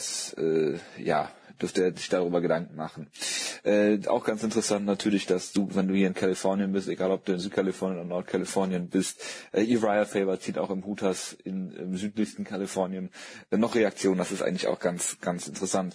Speaker 3: sich darüber Gedanken machen. Auch ganz interessant natürlich, dass du, wenn du hier in Kalifornien bist, egal ob du in Südkalifornien oder Nordkalifornien bist, Uriah Faber zieht auch im Hooters im südlichsten Kalifornien noch Reaktionen. Das ist eigentlich auch ganz, ganz interessant.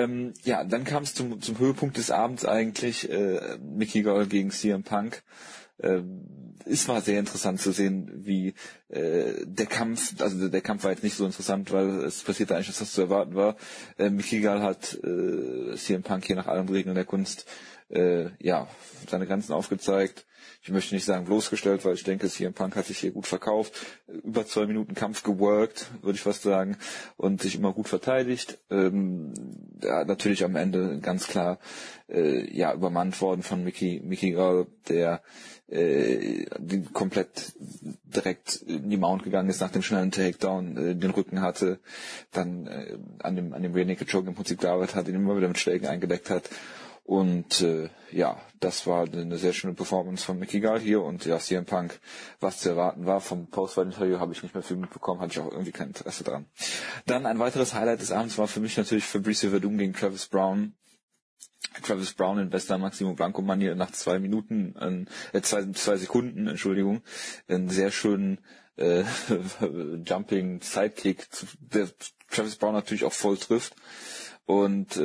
Speaker 3: Dann kam es zum Höhepunkt des Abends eigentlich, Mickey Gall gegen CM Punk. Es war sehr interessant zu sehen, wie der Kampf war jetzt nicht so interessant, weil es passierte eigentlich, was zu erwarten war. Mickey Gall hat CM Punk hier nach allen Regeln der Kunst seine Grenzen aufgezeigt. Ich möchte nicht sagen bloßgestellt, weil ich denke, CM Punk hat sich hier gut verkauft, über 2 Minuten Kampf geworkt, würde ich fast sagen, und sich immer gut verteidigt. Natürlich am Ende ganz klar übermannt worden von Mickey Gall, der die komplett direkt in die Mount gegangen ist nach dem schnellen Takedown, den Rücken hatte, dann an dem Rear Naked Choke im Prinzip gearbeitet hat, ihn immer wieder mit Schlägen eingedeckt hat. Und das war eine sehr schöne Performance von Mickey Gall hier, und ja, CM Punk, was zu erwarten war. Vom Post-Fight-Interview habe ich nicht mehr viel mitbekommen, hatte ich auch irgendwie kein Interesse dran. Dann ein weiteres Highlight des Abends war für mich natürlich Fabricio Werdum gegen Travis Brown. Travis Brown in bester Maximo Blanco-Manier nach 2 Sekunden, einen sehr schönen Jumping Sidekick, der Travis Brown natürlich auch voll trifft. Und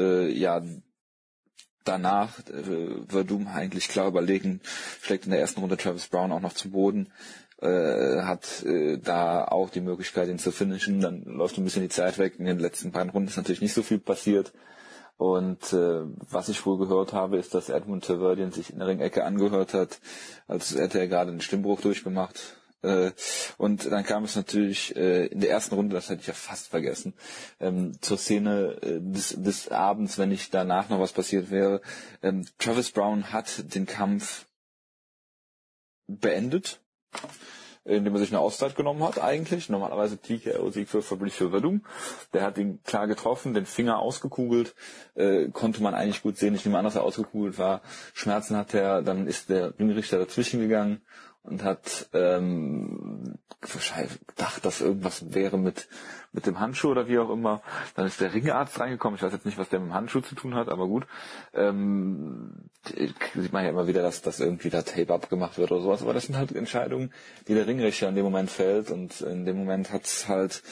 Speaker 3: danach Werdum eigentlich klar überlegen, schlägt in der ersten Runde Travis Brown auch noch zu Boden, hat da auch die Möglichkeit, ihn zu finishen. Dann läuft ein bisschen die Zeit weg. In den letzten beiden Runden ist natürlich nicht so viel passiert. Und was ich wohl gehört habe, ist, dass Edmund Taverdian sich in der Ringecke angehört hat, als hätte er gerade einen Stimmbruch durchgemacht. Und dann kam es natürlich in der ersten Runde, das hätte ich ja fast vergessen, zur Szene des Abends, wenn nicht danach noch was passiert wäre. Travis Brown hat den Kampf beendet, indem er sich eine Auszeit genommen hat eigentlich. Normalerweise TKO-Sieg für Fabricio Werdum. Der hat ihn klar getroffen, den Finger ausgekugelt, konnte man eigentlich gut sehen. Ich nehme an, dass er ausgekugelt war. Schmerzen hat er, dann ist der Ringrichter dazwischen gegangen und hat wahrscheinlich gedacht, dass irgendwas wäre mit dem Handschuh oder wie auch immer. Dann ist der Ringarzt reingekommen. Ich weiß jetzt nicht, was der mit dem Handschuh zu tun hat, aber gut. Sieht man ja immer wieder, dass irgendwie da Tape abgemacht wird oder sowas. Aber das sind halt Entscheidungen, die der Ringrichter in dem Moment fällt. Und in dem Moment hat's halt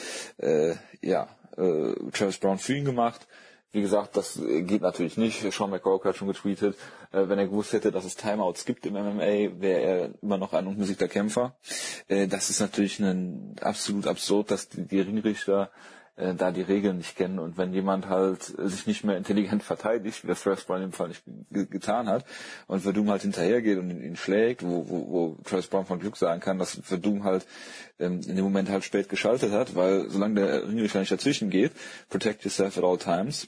Speaker 3: Travis Brown für ihn gemacht. Wie gesagt, das geht natürlich nicht. Sean McCork hat schon getweetet, wenn er gewusst hätte, dass es Timeouts gibt im MMA, wäre er immer noch ein unbesiegter Kämpfer. Das ist natürlich absolut absurd, dass die Ringrichter da die Regeln nicht kennen, und wenn jemand halt sich nicht mehr intelligent verteidigt, wie das Travis Brown im Fall nicht getan hat, und Werdum halt hinterhergeht und ihn schlägt, wo Travis Brown von Glück sagen kann, dass Werdum halt in dem Moment halt spät geschaltet hat, weil solange der Ringrichter nicht dazwischen geht, protect yourself at all times,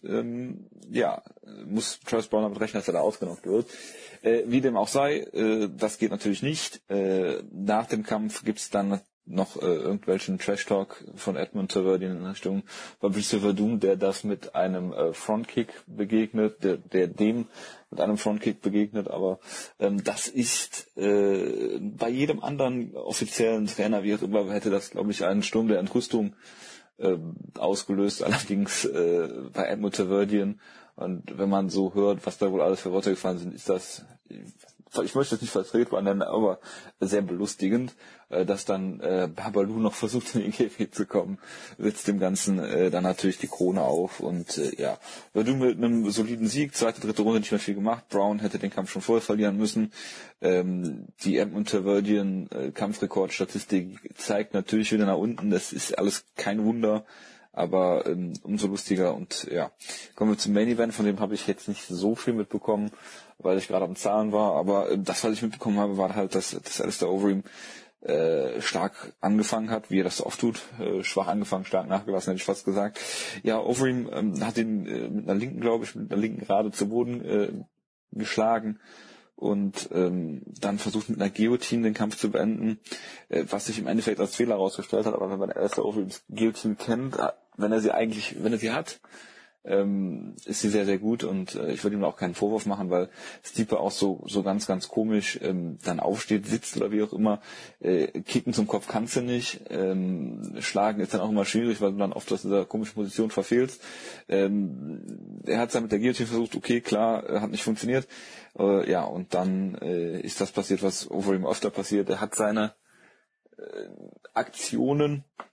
Speaker 3: muss Travis Brown damit rechnen, dass er da ausgenockt wird. Wie dem auch sei, das geht natürlich nicht. Nach dem Kampf gibt's dann noch irgendwelchen Trash-Talk von Edmund Taverdian in Richtung Fabricio Werdum, der das mit einem Frontkick begegnet, der dem mit einem Frontkick begegnet, aber das ist bei jedem anderen offiziellen Trainer, wie auch immer, hätte das, glaube ich, einen Sturm der Entrüstung ausgelöst, allerdings bei Edmund Taverdian. Und wenn man so hört, was da wohl alles für Worte gefallen sind, ist das, ich möchte es nicht vertretbar nennen, aber sehr belustigend, dass dann Babalu noch versucht, in den Käfig zu kommen, setzt dem Ganzen dann natürlich die Krone auf. Und Werdum mit einem soliden Sieg, zweite, dritte Runde nicht mehr viel gemacht. Brown hätte den Kampf schon vorher verlieren müssen. Die Edmund Taverdian Kampfrekordstatistik zeigt natürlich wieder nach unten, das ist alles kein Wunder. Aber umso lustiger. Und kommen wir zum Main Event, von dem habe ich jetzt nicht so viel mitbekommen, weil ich gerade am Zahlen war. Aber das, was ich mitbekommen habe, war halt, dass Alistair Overeem stark angefangen hat, wie er das so oft tut. Schwach angefangen, stark nachgelassen, hätte ich fast gesagt. Ja, Overeem hat ihn mit einer linken gerade zu Boden geschlagen. Und dann versucht mit einer Guillotine den Kampf zu beenden, was sich im Endeffekt als Fehler herausgestellt hat. Aber wenn man Alistair Overeems Guillotine kennt, wenn er sie hat, ist sie sehr, sehr gut, und ich würde ihm auch keinen Vorwurf machen, weil Stipe auch so ganz, ganz komisch dann aufsteht, sitzt oder wie auch immer. Kicken zum Kopf kannst du nicht, schlagen ist dann auch immer schwierig, weil du dann oft aus dieser komischen Position verfehlst. Er hat es dann mit der Guillotine versucht, okay, klar, hat nicht funktioniert. Und dann ist das passiert, was Overeem öfter passiert. Er hat seine Aktionen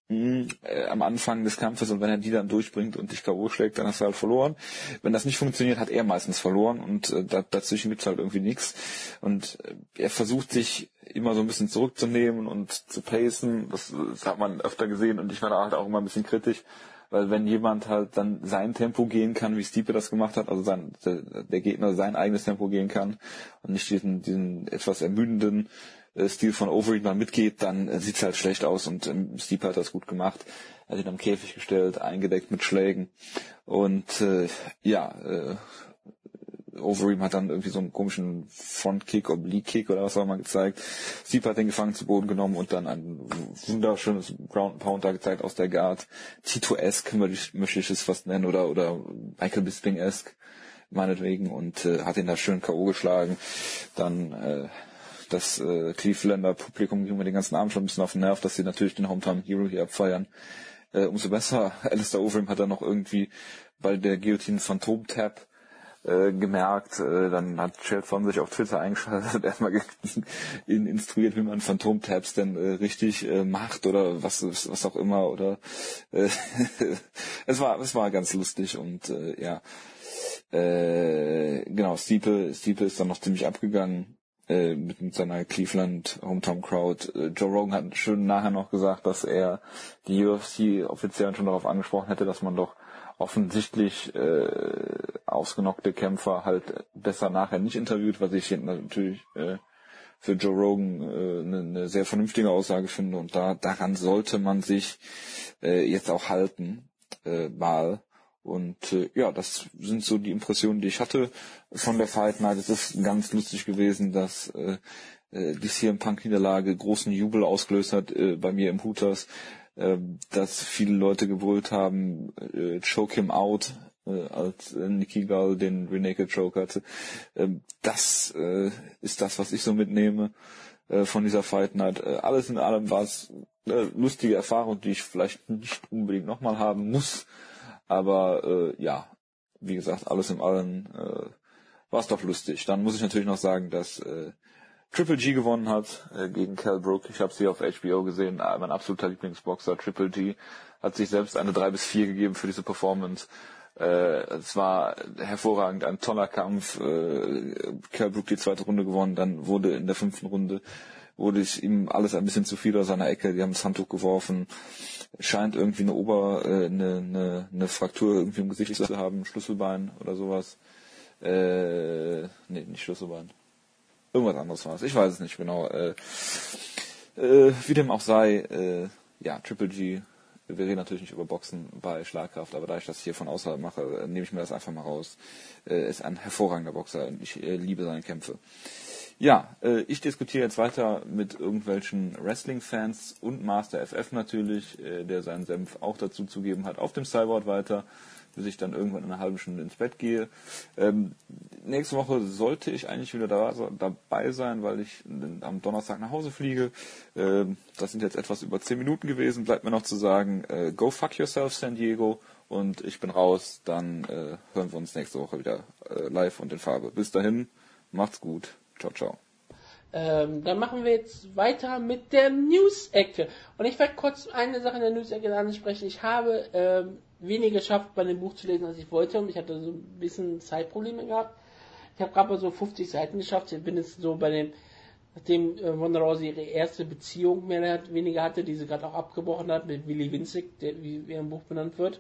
Speaker 3: am Anfang des Kampfes, und wenn er die dann durchbringt und dich K.O. schlägt, dann hast du halt verloren. Wenn das nicht funktioniert, hat er meistens verloren, und dazwischen gibt's halt irgendwie nichts. Und er versucht sich immer so ein bisschen zurückzunehmen und zu pacen. Das hat man öfter gesehen, und ich war da halt auch immer ein bisschen kritisch, weil wenn jemand halt dann sein Tempo gehen kann, wie Stipe das gemacht hat, also der Gegner sein eigenes Tempo gehen kann und nicht diesen etwas ermüdenden Stil von Overeem mal mitgeht, dann sieht's halt schlecht aus, und Stipe hat das gut gemacht. Er hat ihn am Käfig gestellt, eingedeckt mit Schlägen, und Overeem hat dann irgendwie so einen komischen Frontkick, Oblique-Kick oder was auch immer gezeigt. Stipe hat den gefangen, zu Boden genommen und dann ein wunderschönes Ground Pound da gezeigt aus der Guard. Tito-esque möchte ich es fast nennen, oder Michael Bisping-esque meinetwegen, und hat ihn da schön K.O. geschlagen. Dann das Clevelander Publikum ging mir den ganzen Abend schon ein bisschen auf den Nerv, dass sie natürlich den Hometown Hero hier abfeiern. Umso besser. Alistair Overeem hat dann noch irgendwie bei der Guillotine Phantom-Tap gemerkt, dann hat Shelton sich auf Twitter eingeschaltet und erstmal ihn instruiert, wie man Phantom-Taps denn richtig macht oder was auch immer, oder es war ganz lustig, und genau, Stipe ist dann noch ziemlich abgegangen mit seiner Cleveland Hometown Crowd. Joe Rogan hat schön nachher noch gesagt, dass er die UFC-Offiziellen schon darauf angesprochen hätte, dass man doch offensichtlich ausgenockte Kämpfer halt besser nachher nicht interviewt, was ich natürlich für Joe Rogan eine sehr vernünftige Aussage finde, und daran sollte man sich jetzt auch halten, mal. Und das sind so die Impressionen, die ich hatte von der Fight Night. Es ist ganz lustig gewesen, dass die CM Punk-Niederlage großen Jubel ausgelöst hat bei mir im Hooters, dass viele Leute gebrüllt haben, choke him out, als Nikki Gull den Renaked Choke hatte. Das ist das, was ich so mitnehme von dieser Fight Night. Alles in allem war es eine lustige Erfahrung, die ich vielleicht nicht unbedingt nochmal haben muss. Aber wie gesagt, alles in allem war es doch lustig. Dann muss ich natürlich noch sagen, dass Triple G gewonnen hat gegen Kell Brook. Ich habe sie auf HBO gesehen. Mein absoluter Lieblingsboxer, Triple G, hat sich selbst eine 3/4 gegeben für diese Performance. Es war hervorragend, ein toller Kampf. Kell Brook die 2. Runde gewonnen. Dann wurde in der 5. Runde es ihm alles ein bisschen zu viel aus seiner Ecke. Die haben das Handtuch geworfen. Scheint irgendwie eine Fraktur irgendwie im Gesicht zu haben, Schlüsselbein oder sowas. Nicht Schlüsselbein. Irgendwas anderes war es. Ich weiß es nicht genau. Wie dem auch sei, Triple G, wir reden natürlich nicht über Boxen bei Schlagkraft, aber da ich das hier von außerhalb mache, nehme ich mir das einfach mal raus. Ist ein hervorragender Boxer und ich liebe seine Kämpfe. Ja, ich diskutiere jetzt weiter mit irgendwelchen Wrestling-Fans und Master FF natürlich, der seinen Senf auch dazu zu geben hat, auf dem Cyborg weiter, bis ich dann irgendwann in einer halben Stunde ins Bett gehe. Nächste Woche sollte ich eigentlich wieder dabei sein, weil ich am Donnerstag nach Hause fliege. Das sind jetzt etwas über 10 Minuten gewesen. Bleibt mir noch zu sagen, go fuck yourself, San Diego. Und ich bin raus. Dann hören wir uns nächste Woche wieder live und in Farbe. Bis dahin, macht's gut. Ciao, ciao.
Speaker 1: Dann machen wir jetzt weiter mit der News-Ecke. Und ich werde kurz eine Sache in der News-Ecke ansprechen. Ich habe weniger geschafft, bei dem Buch zu lesen, als ich wollte. Und ich hatte so ein bisschen Zeitprobleme gehabt. Ich habe gerade mal so 50 Seiten geschafft. Ich bin jetzt so bei dem, nachdem Ronda Rousey ihre erste Beziehung weniger hatte, die sie gerade auch abgebrochen hat, mit Willy Winzig, der wie im Buch benannt wird.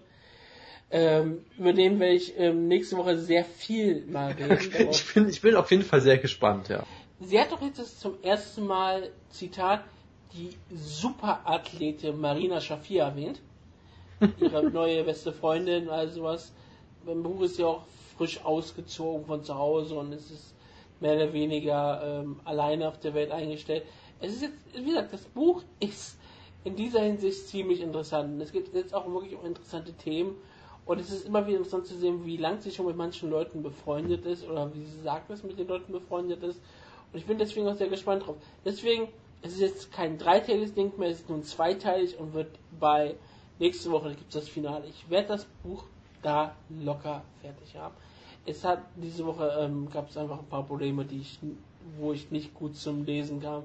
Speaker 1: Über den werde ich nächste Woche sehr viel mal reden.
Speaker 2: Ich bin auf jeden Fall sehr gespannt, ja.
Speaker 1: Sie hat doch jetzt zum ersten Mal, Zitat, die Superathletin Marina Shafir erwähnt. Ihre neue beste Freundin, also sowas. Im Buch ist sie auch frisch ausgezogen von zu Hause und es ist mehr oder weniger alleine auf der Welt eingestellt. Es ist jetzt, wie gesagt, das Buch ist in dieser Hinsicht ziemlich interessant. Und es gibt jetzt auch wirklich interessante Themen. Und es ist immer wieder interessant zu sehen, wie lang sie schon mit manchen Leuten befreundet ist oder wie sie sagt, dass mit den Leuten befreundet ist. Und ich bin deswegen auch sehr gespannt drauf. Deswegen, es ist jetzt kein dreiteiliges Ding mehr, es ist nun zweiteilig und wird nächste Woche gibt es das Finale. Ich werde das Buch da locker fertig haben. Es hat diese Woche gab es einfach ein paar Probleme, wo ich nicht gut zum Lesen kam,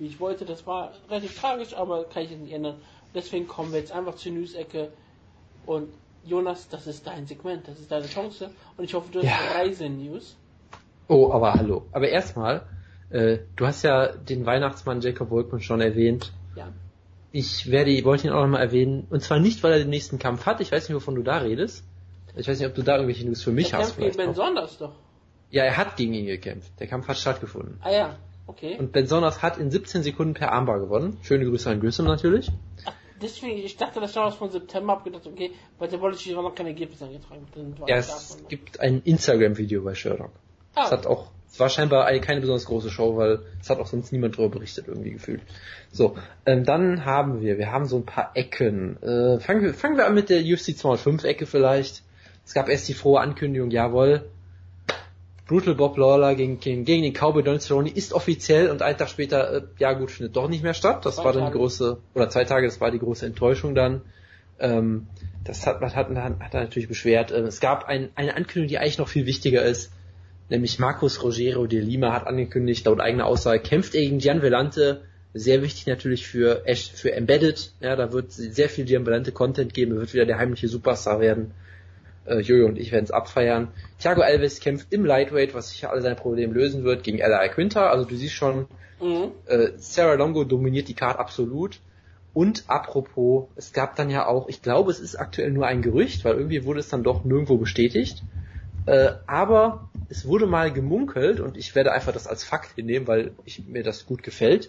Speaker 1: wie ich wollte. Das war relativ tragisch, aber kann ich jetzt nicht ändern. Deswegen kommen wir jetzt einfach zur News-Ecke. Und Jonas, das ist dein Segment, das ist deine Chance. Und ich hoffe, du hast Reise-News.
Speaker 2: Oh, aber hallo. Aber erstmal, du hast ja den Weihnachtsmann Jacob Volkmann schon erwähnt.
Speaker 1: Ja.
Speaker 2: Ich wollte ihn auch nochmal erwähnen. Und zwar nicht, weil er den nächsten Kampf hat. Ich weiß nicht, wovon du da redest. Ich weiß nicht, ob du da irgendwelche News für mich
Speaker 1: der
Speaker 2: hast.
Speaker 1: Der kämpft gegen Ben Saunders doch.
Speaker 2: Ja, er hat gegen ihn gekämpft. Der Kampf hat stattgefunden.
Speaker 1: Ah ja, okay.
Speaker 2: Und Ben Saunders hat in 17 Sekunden per Armbar gewonnen. Schöne Grüße an Grissom natürlich.
Speaker 1: Deswegen, ich dachte, das war was von September, hab gedacht, okay, weil da wollte ich noch keine Ergebnisse angetragen.
Speaker 2: Ja, es gibt ein Instagram-Video bei Sherlock. Es war scheinbar keine besonders große Show, weil es hat auch sonst niemand darüber berichtet, irgendwie gefühlt. So, dann haben wir so ein paar Ecken. Fangen wir an mit der UFC 205 Ecke vielleicht. Es gab erst die frohe Ankündigung, jawohl, Brutal Bob Lawler gegen den Cowboy Donald Cerrone ist offiziell und einen Tag später, findet doch nicht mehr statt. Das war dann die große, oder 2 Tage, das war die große Enttäuschung dann. Das hat er natürlich beschwert. Es gab eine Ankündigung, die eigentlich noch viel wichtiger ist, nämlich Marcos Rogero de Lima hat angekündigt, laut eigener Aussage, kämpft er gegen Gian Vellante. Sehr wichtig natürlich für Embedded. Ja, da wird sehr viel Gian Vellante Content geben, er wird wieder der heimliche Superstar werden. Jojo und ich werden es abfeiern. Thiago Alves kämpft im Lightweight, was sicher alle seine Probleme lösen wird, gegen Ella Quinta. Also du siehst schon, Sarah Longo dominiert die Card absolut. Und apropos, es gab dann ja auch, ich glaube, es ist aktuell nur ein Gerücht, weil irgendwie wurde es dann doch nirgendwo bestätigt. Aber es wurde mal gemunkelt, und ich werde einfach das als Fakt hinnehmen, weil mir das gut gefällt,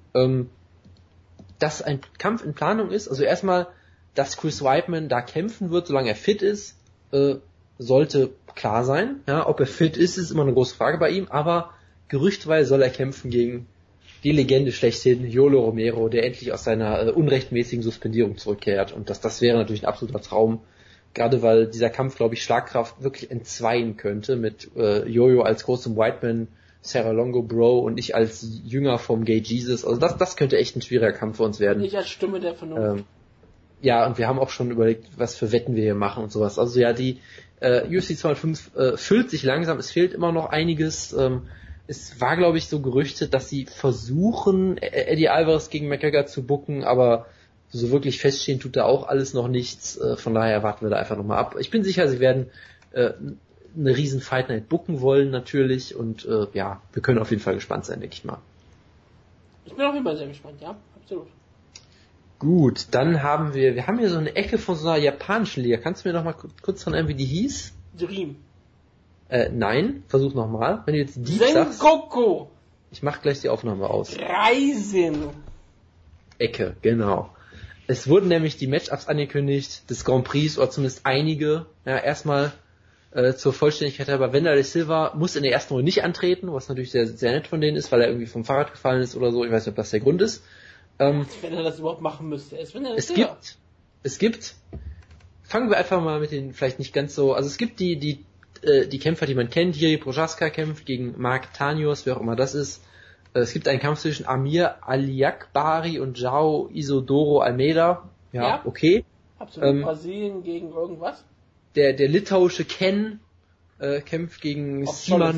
Speaker 2: dass ein Kampf in Planung ist. Also erstmal, dass Chris Weidman da kämpfen wird, solange er fit ist, sollte klar sein. Ja, ob er fit ist immer eine große Frage bei ihm, aber gerüchtweise soll er kämpfen gegen die Legende schlechthin, Yoel Romero, der endlich aus seiner unrechtmäßigen Suspendierung zurückkehrt. Und das wäre natürlich ein absoluter Traum, gerade weil dieser Kampf, glaube ich, Schlagkraft wirklich entzweien könnte mit Yoyo als großem Weidman, Sarah Longo Bro und ich als Jünger vom Gay Jesus. Also das könnte echt ein schwieriger Kampf für uns werden.
Speaker 1: Ich als Stimme der Vernunft.
Speaker 2: Ja, und wir haben auch schon überlegt, was für Wetten wir hier machen und sowas. Also ja, die UFC 205 füllt sich langsam, es fehlt immer noch einiges. Es war, glaube ich, so gerüchtet, dass sie versuchen, Eddie Alvarez gegen McGregor zu booken, aber so wirklich feststehen tut da auch alles noch nichts. Von daher warten wir da einfach nochmal ab. Ich bin sicher, sie werden eine riesen Fight Night booken wollen natürlich und wir können auf jeden Fall gespannt sein, denke ich mal.
Speaker 1: Ich bin auf jeden Fall sehr gespannt, ja, absolut.
Speaker 2: Gut, dann haben wir hier so eine Ecke von so einer japanischen Liga. Kannst du mir noch mal kurz dran erinnern, wie die hieß?
Speaker 1: Dream.
Speaker 2: Nein, versuch nochmal. Wenn du jetzt die
Speaker 1: Sengoku!
Speaker 2: Sagst, ich mach gleich die Aufnahme aus.
Speaker 1: Reisen!
Speaker 2: Ecke, genau. Es wurden nämlich die Matchups angekündigt des Grand Prix, oder zumindest einige. Ja, erstmal zur Vollständigkeit halber, Wanderlei Silva muss in der ersten Runde nicht antreten, was natürlich sehr, sehr nett von denen ist, weil er irgendwie vom Fahrrad gefallen ist oder so. Ich weiß nicht, ob das der Grund ist.
Speaker 1: Wenn er das überhaupt machen müsste.
Speaker 2: Es gibt, fangen wir einfach mal mit den vielleicht nicht ganz so, also es gibt die Kämpfer, die man kennt. Jiri Prochaska kämpft gegen Mark Tanios, wer auch immer das ist. Es gibt einen Kampf zwischen Amir Aliakbari und João Isidoro Almeida. Ja, okay.
Speaker 1: Absolut. Brasilien gegen irgendwas.
Speaker 2: Der litauische Ken kämpft gegen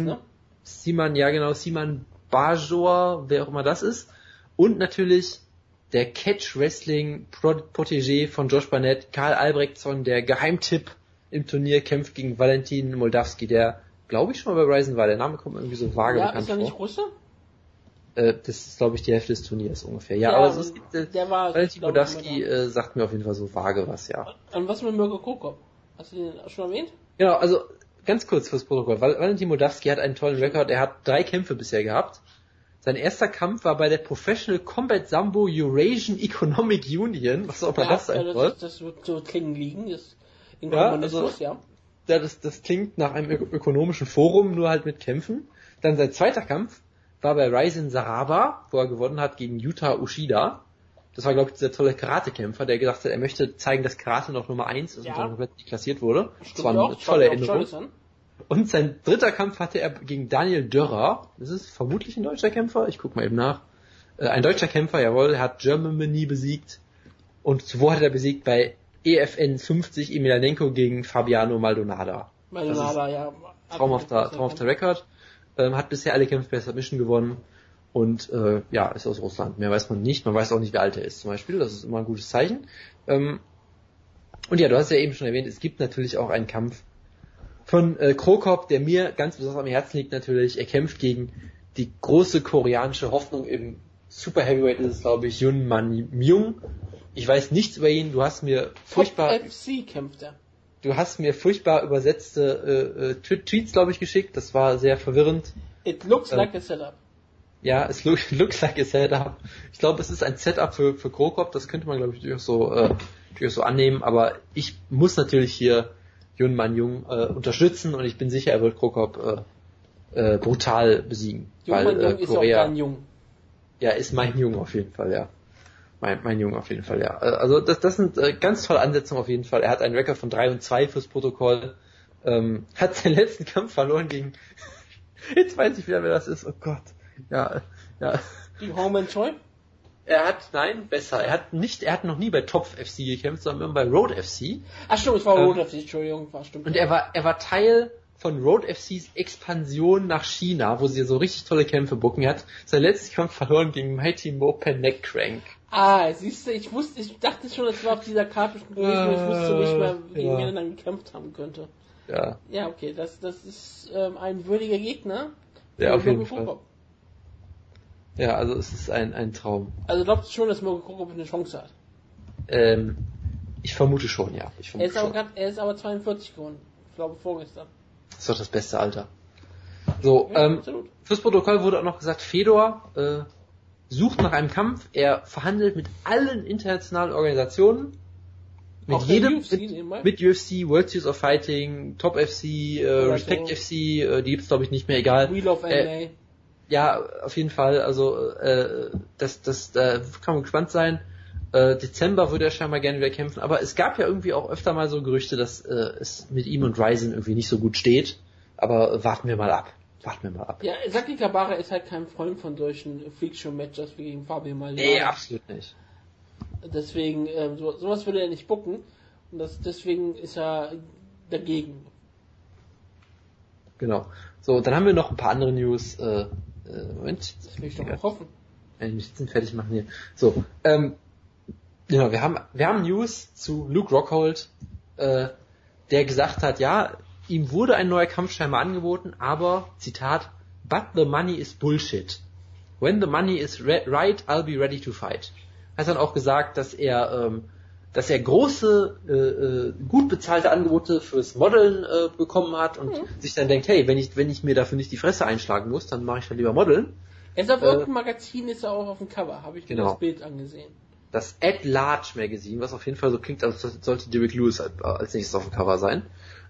Speaker 2: Siman Bajor, wer auch immer das ist. Und natürlich der Catch-Wrestling-Protégé von Josh Barnett, Karl Albrechtsson, der Geheimtipp im Turnier, kämpft gegen Valentin Moldavski, der, glaube ich, schon mal bei Ryzen war. Der Name kommt irgendwie so vage bekannt vor.
Speaker 1: Ja, ist er nicht Russe?
Speaker 2: Das ist, glaube ich, die Hälfte des Turniers ungefähr. Ja, aber es gibt, Valentin Moldavski sagt mir auf jeden Fall so vage was, ja.
Speaker 1: Und was mit Mirko Krokop? Hast du den schon erwähnt?
Speaker 2: Genau, also ganz kurz fürs Protokoll. Valentin Moldavski hat einen tollen Rekord. Er hat 3 Kämpfe bisher gehabt. Sein erster Kampf war bei der Professional Combat Sambo Eurasian Economic Union, was auch immer das sein soll.
Speaker 1: Das wird so klingen liegen, das
Speaker 2: das klingt nach einem ökonomischen Forum, nur halt mit Kämpfen. Dann sein zweiter Kampf war bei Ryzen Saraba, wo er gewonnen hat gegen Yuta Ushida. Das war, glaube ich, dieser tolle Karate-Kämpfer, der gesagt hat, er möchte zeigen, dass Karate noch Nummer 1 ist und dann komplett deklassiert wurde. Das war eine tolle Erinnerung. Und sein dritter Kampf hatte er gegen Daniel Dörrer. Das ist vermutlich ein deutscher Kämpfer. Ich guck mal eben nach. Ein deutscher Kämpfer, jawohl. Er hat Germany besiegt. Und zuvor hat er besiegt bei EFN 50 Emelianenko gegen Fabiano Maldonado.
Speaker 1: Ja.
Speaker 2: Traumhafter Rekord. Hat bisher alle Kämpfe per Submission gewonnen. Und ist aus Russland. Mehr weiß man nicht. Man weiß auch nicht, wie alt er ist zum Beispiel. Das ist immer ein gutes Zeichen. Und ja, du hast ja eben schon erwähnt, es gibt natürlich auch einen Kampf von Cro Cop, der mir ganz besonders am Herzen liegt natürlich. Er kämpft gegen die große koreanische Hoffnung im Super Heavyweight, ist es glaube ich, Yun Man Myung. Ich weiß nichts über ihn. Du hast mir furchtbar...
Speaker 1: Top FC kämpft er.
Speaker 2: Du hast mir furchtbar übersetzte Tweets, glaube ich, geschickt. Das war sehr verwirrend.
Speaker 1: It looks like a setup.
Speaker 2: Ja, es looks like a setup. Ich glaube, es ist ein Setup für Cro Cop. Das könnte man, glaube ich, durchaus so annehmen. Aber ich muss natürlich hier Yun Man Jung unterstützen und ich bin sicher, er wird Cro Cop brutal besiegen.
Speaker 1: Yun Man Jung ist auch dein Jung.
Speaker 2: Ja, ist mein Jung auf jeden Fall, ja. Mein Jung auf jeden Fall, ja. Also das sind ganz tolle Ansetzungen auf jeden Fall. Er hat einen Rekord von 3-2 fürs Protokoll. Hat seinen letzten Kampf verloren gegen... Jetzt weiß ich wieder, wer das ist. Oh Gott. Ja.
Speaker 1: Die Homan Choi?
Speaker 2: Besser. Er hat noch nie bei Top FC gekämpft, sondern immer bei Road FC.
Speaker 1: Ach stimmt, es war Road FC, Entschuldigung, war stimmt.
Speaker 2: Und er war Teil von Road FCs Expansion nach China, wo sie so richtig tolle Kämpfe booken. Er hat seinen letzten Kampf verloren gegen Mighty Mopen Neckcrank.
Speaker 1: Siehst du, ich dachte schon, es war auf dieser Karte gewesen, ich wusste nicht mehr, gegen wen er dann gekämpft haben könnte.
Speaker 2: Ja.
Speaker 1: Ja, okay, das ist ein würdiger Gegner.
Speaker 2: Ja, auf jeden Fall. Ja, also es ist ein Traum.
Speaker 1: Also glaubst du schon, dass Mirko Cro Cop eine Chance hat?
Speaker 2: Ich vermute schon, ja.
Speaker 1: Er ist aber 42 geworden. Ich glaube vorgestern.
Speaker 2: Das ist doch das beste Alter. So,
Speaker 1: ja, absolut.
Speaker 2: Fürs Protokoll wurde auch noch gesagt, Fedor sucht nach einem Kampf. Er verhandelt mit allen internationalen Organisationen. Mit
Speaker 1: auch
Speaker 2: jedem,
Speaker 1: UFC
Speaker 2: mit UFC, World Series of Fighting, Top FC, Respect so. FC, die gibt's glaube ich nicht mehr, egal.
Speaker 1: Wheel of MMA.
Speaker 2: Ja, auf jeden Fall, also das kann man gespannt sein. Dezember würde er scheinbar gerne wieder kämpfen, aber es gab ja irgendwie auch öfter mal so Gerüchte, dass es mit ihm und Ryzen irgendwie nicht so gut steht, aber warten wir mal ab.
Speaker 1: Ja, Saki Kabara ist halt kein Freund von solchen Freakshow-Matches wie gegen Fabio Maldonado.
Speaker 2: Nee, absolut nicht.
Speaker 1: Deswegen, sowas würde er nicht booken und deswegen ist er dagegen.
Speaker 2: Genau. So, dann haben wir noch ein paar andere News. Moment.
Speaker 1: Das will ich doch auch hoffen.
Speaker 2: Wenn ich mich fertig machen hier. So, genau, wir haben News zu Luke Rockhold, der gesagt hat, ja, ihm wurde ein neuer Kampf scheinbar angeboten, aber, Zitat, but the money is bullshit. When the money is right, I'll be ready to fight. Hat dann auch gesagt, dass er große, gut bezahlte Angebote fürs Modeln bekommen hat und sich dann denkt, hey, wenn ich mir dafür nicht die Fresse einschlagen muss, dann mache ich halt lieber Modeln.
Speaker 1: Er ist auf irgendeinem Magazin, ist er auch auf dem Cover, habe ich mir das Bild angesehen.
Speaker 2: Das At-Large Magazine, was auf jeden Fall so klingt, als sollte Derek Lewis als nächstes auf dem Cover sein.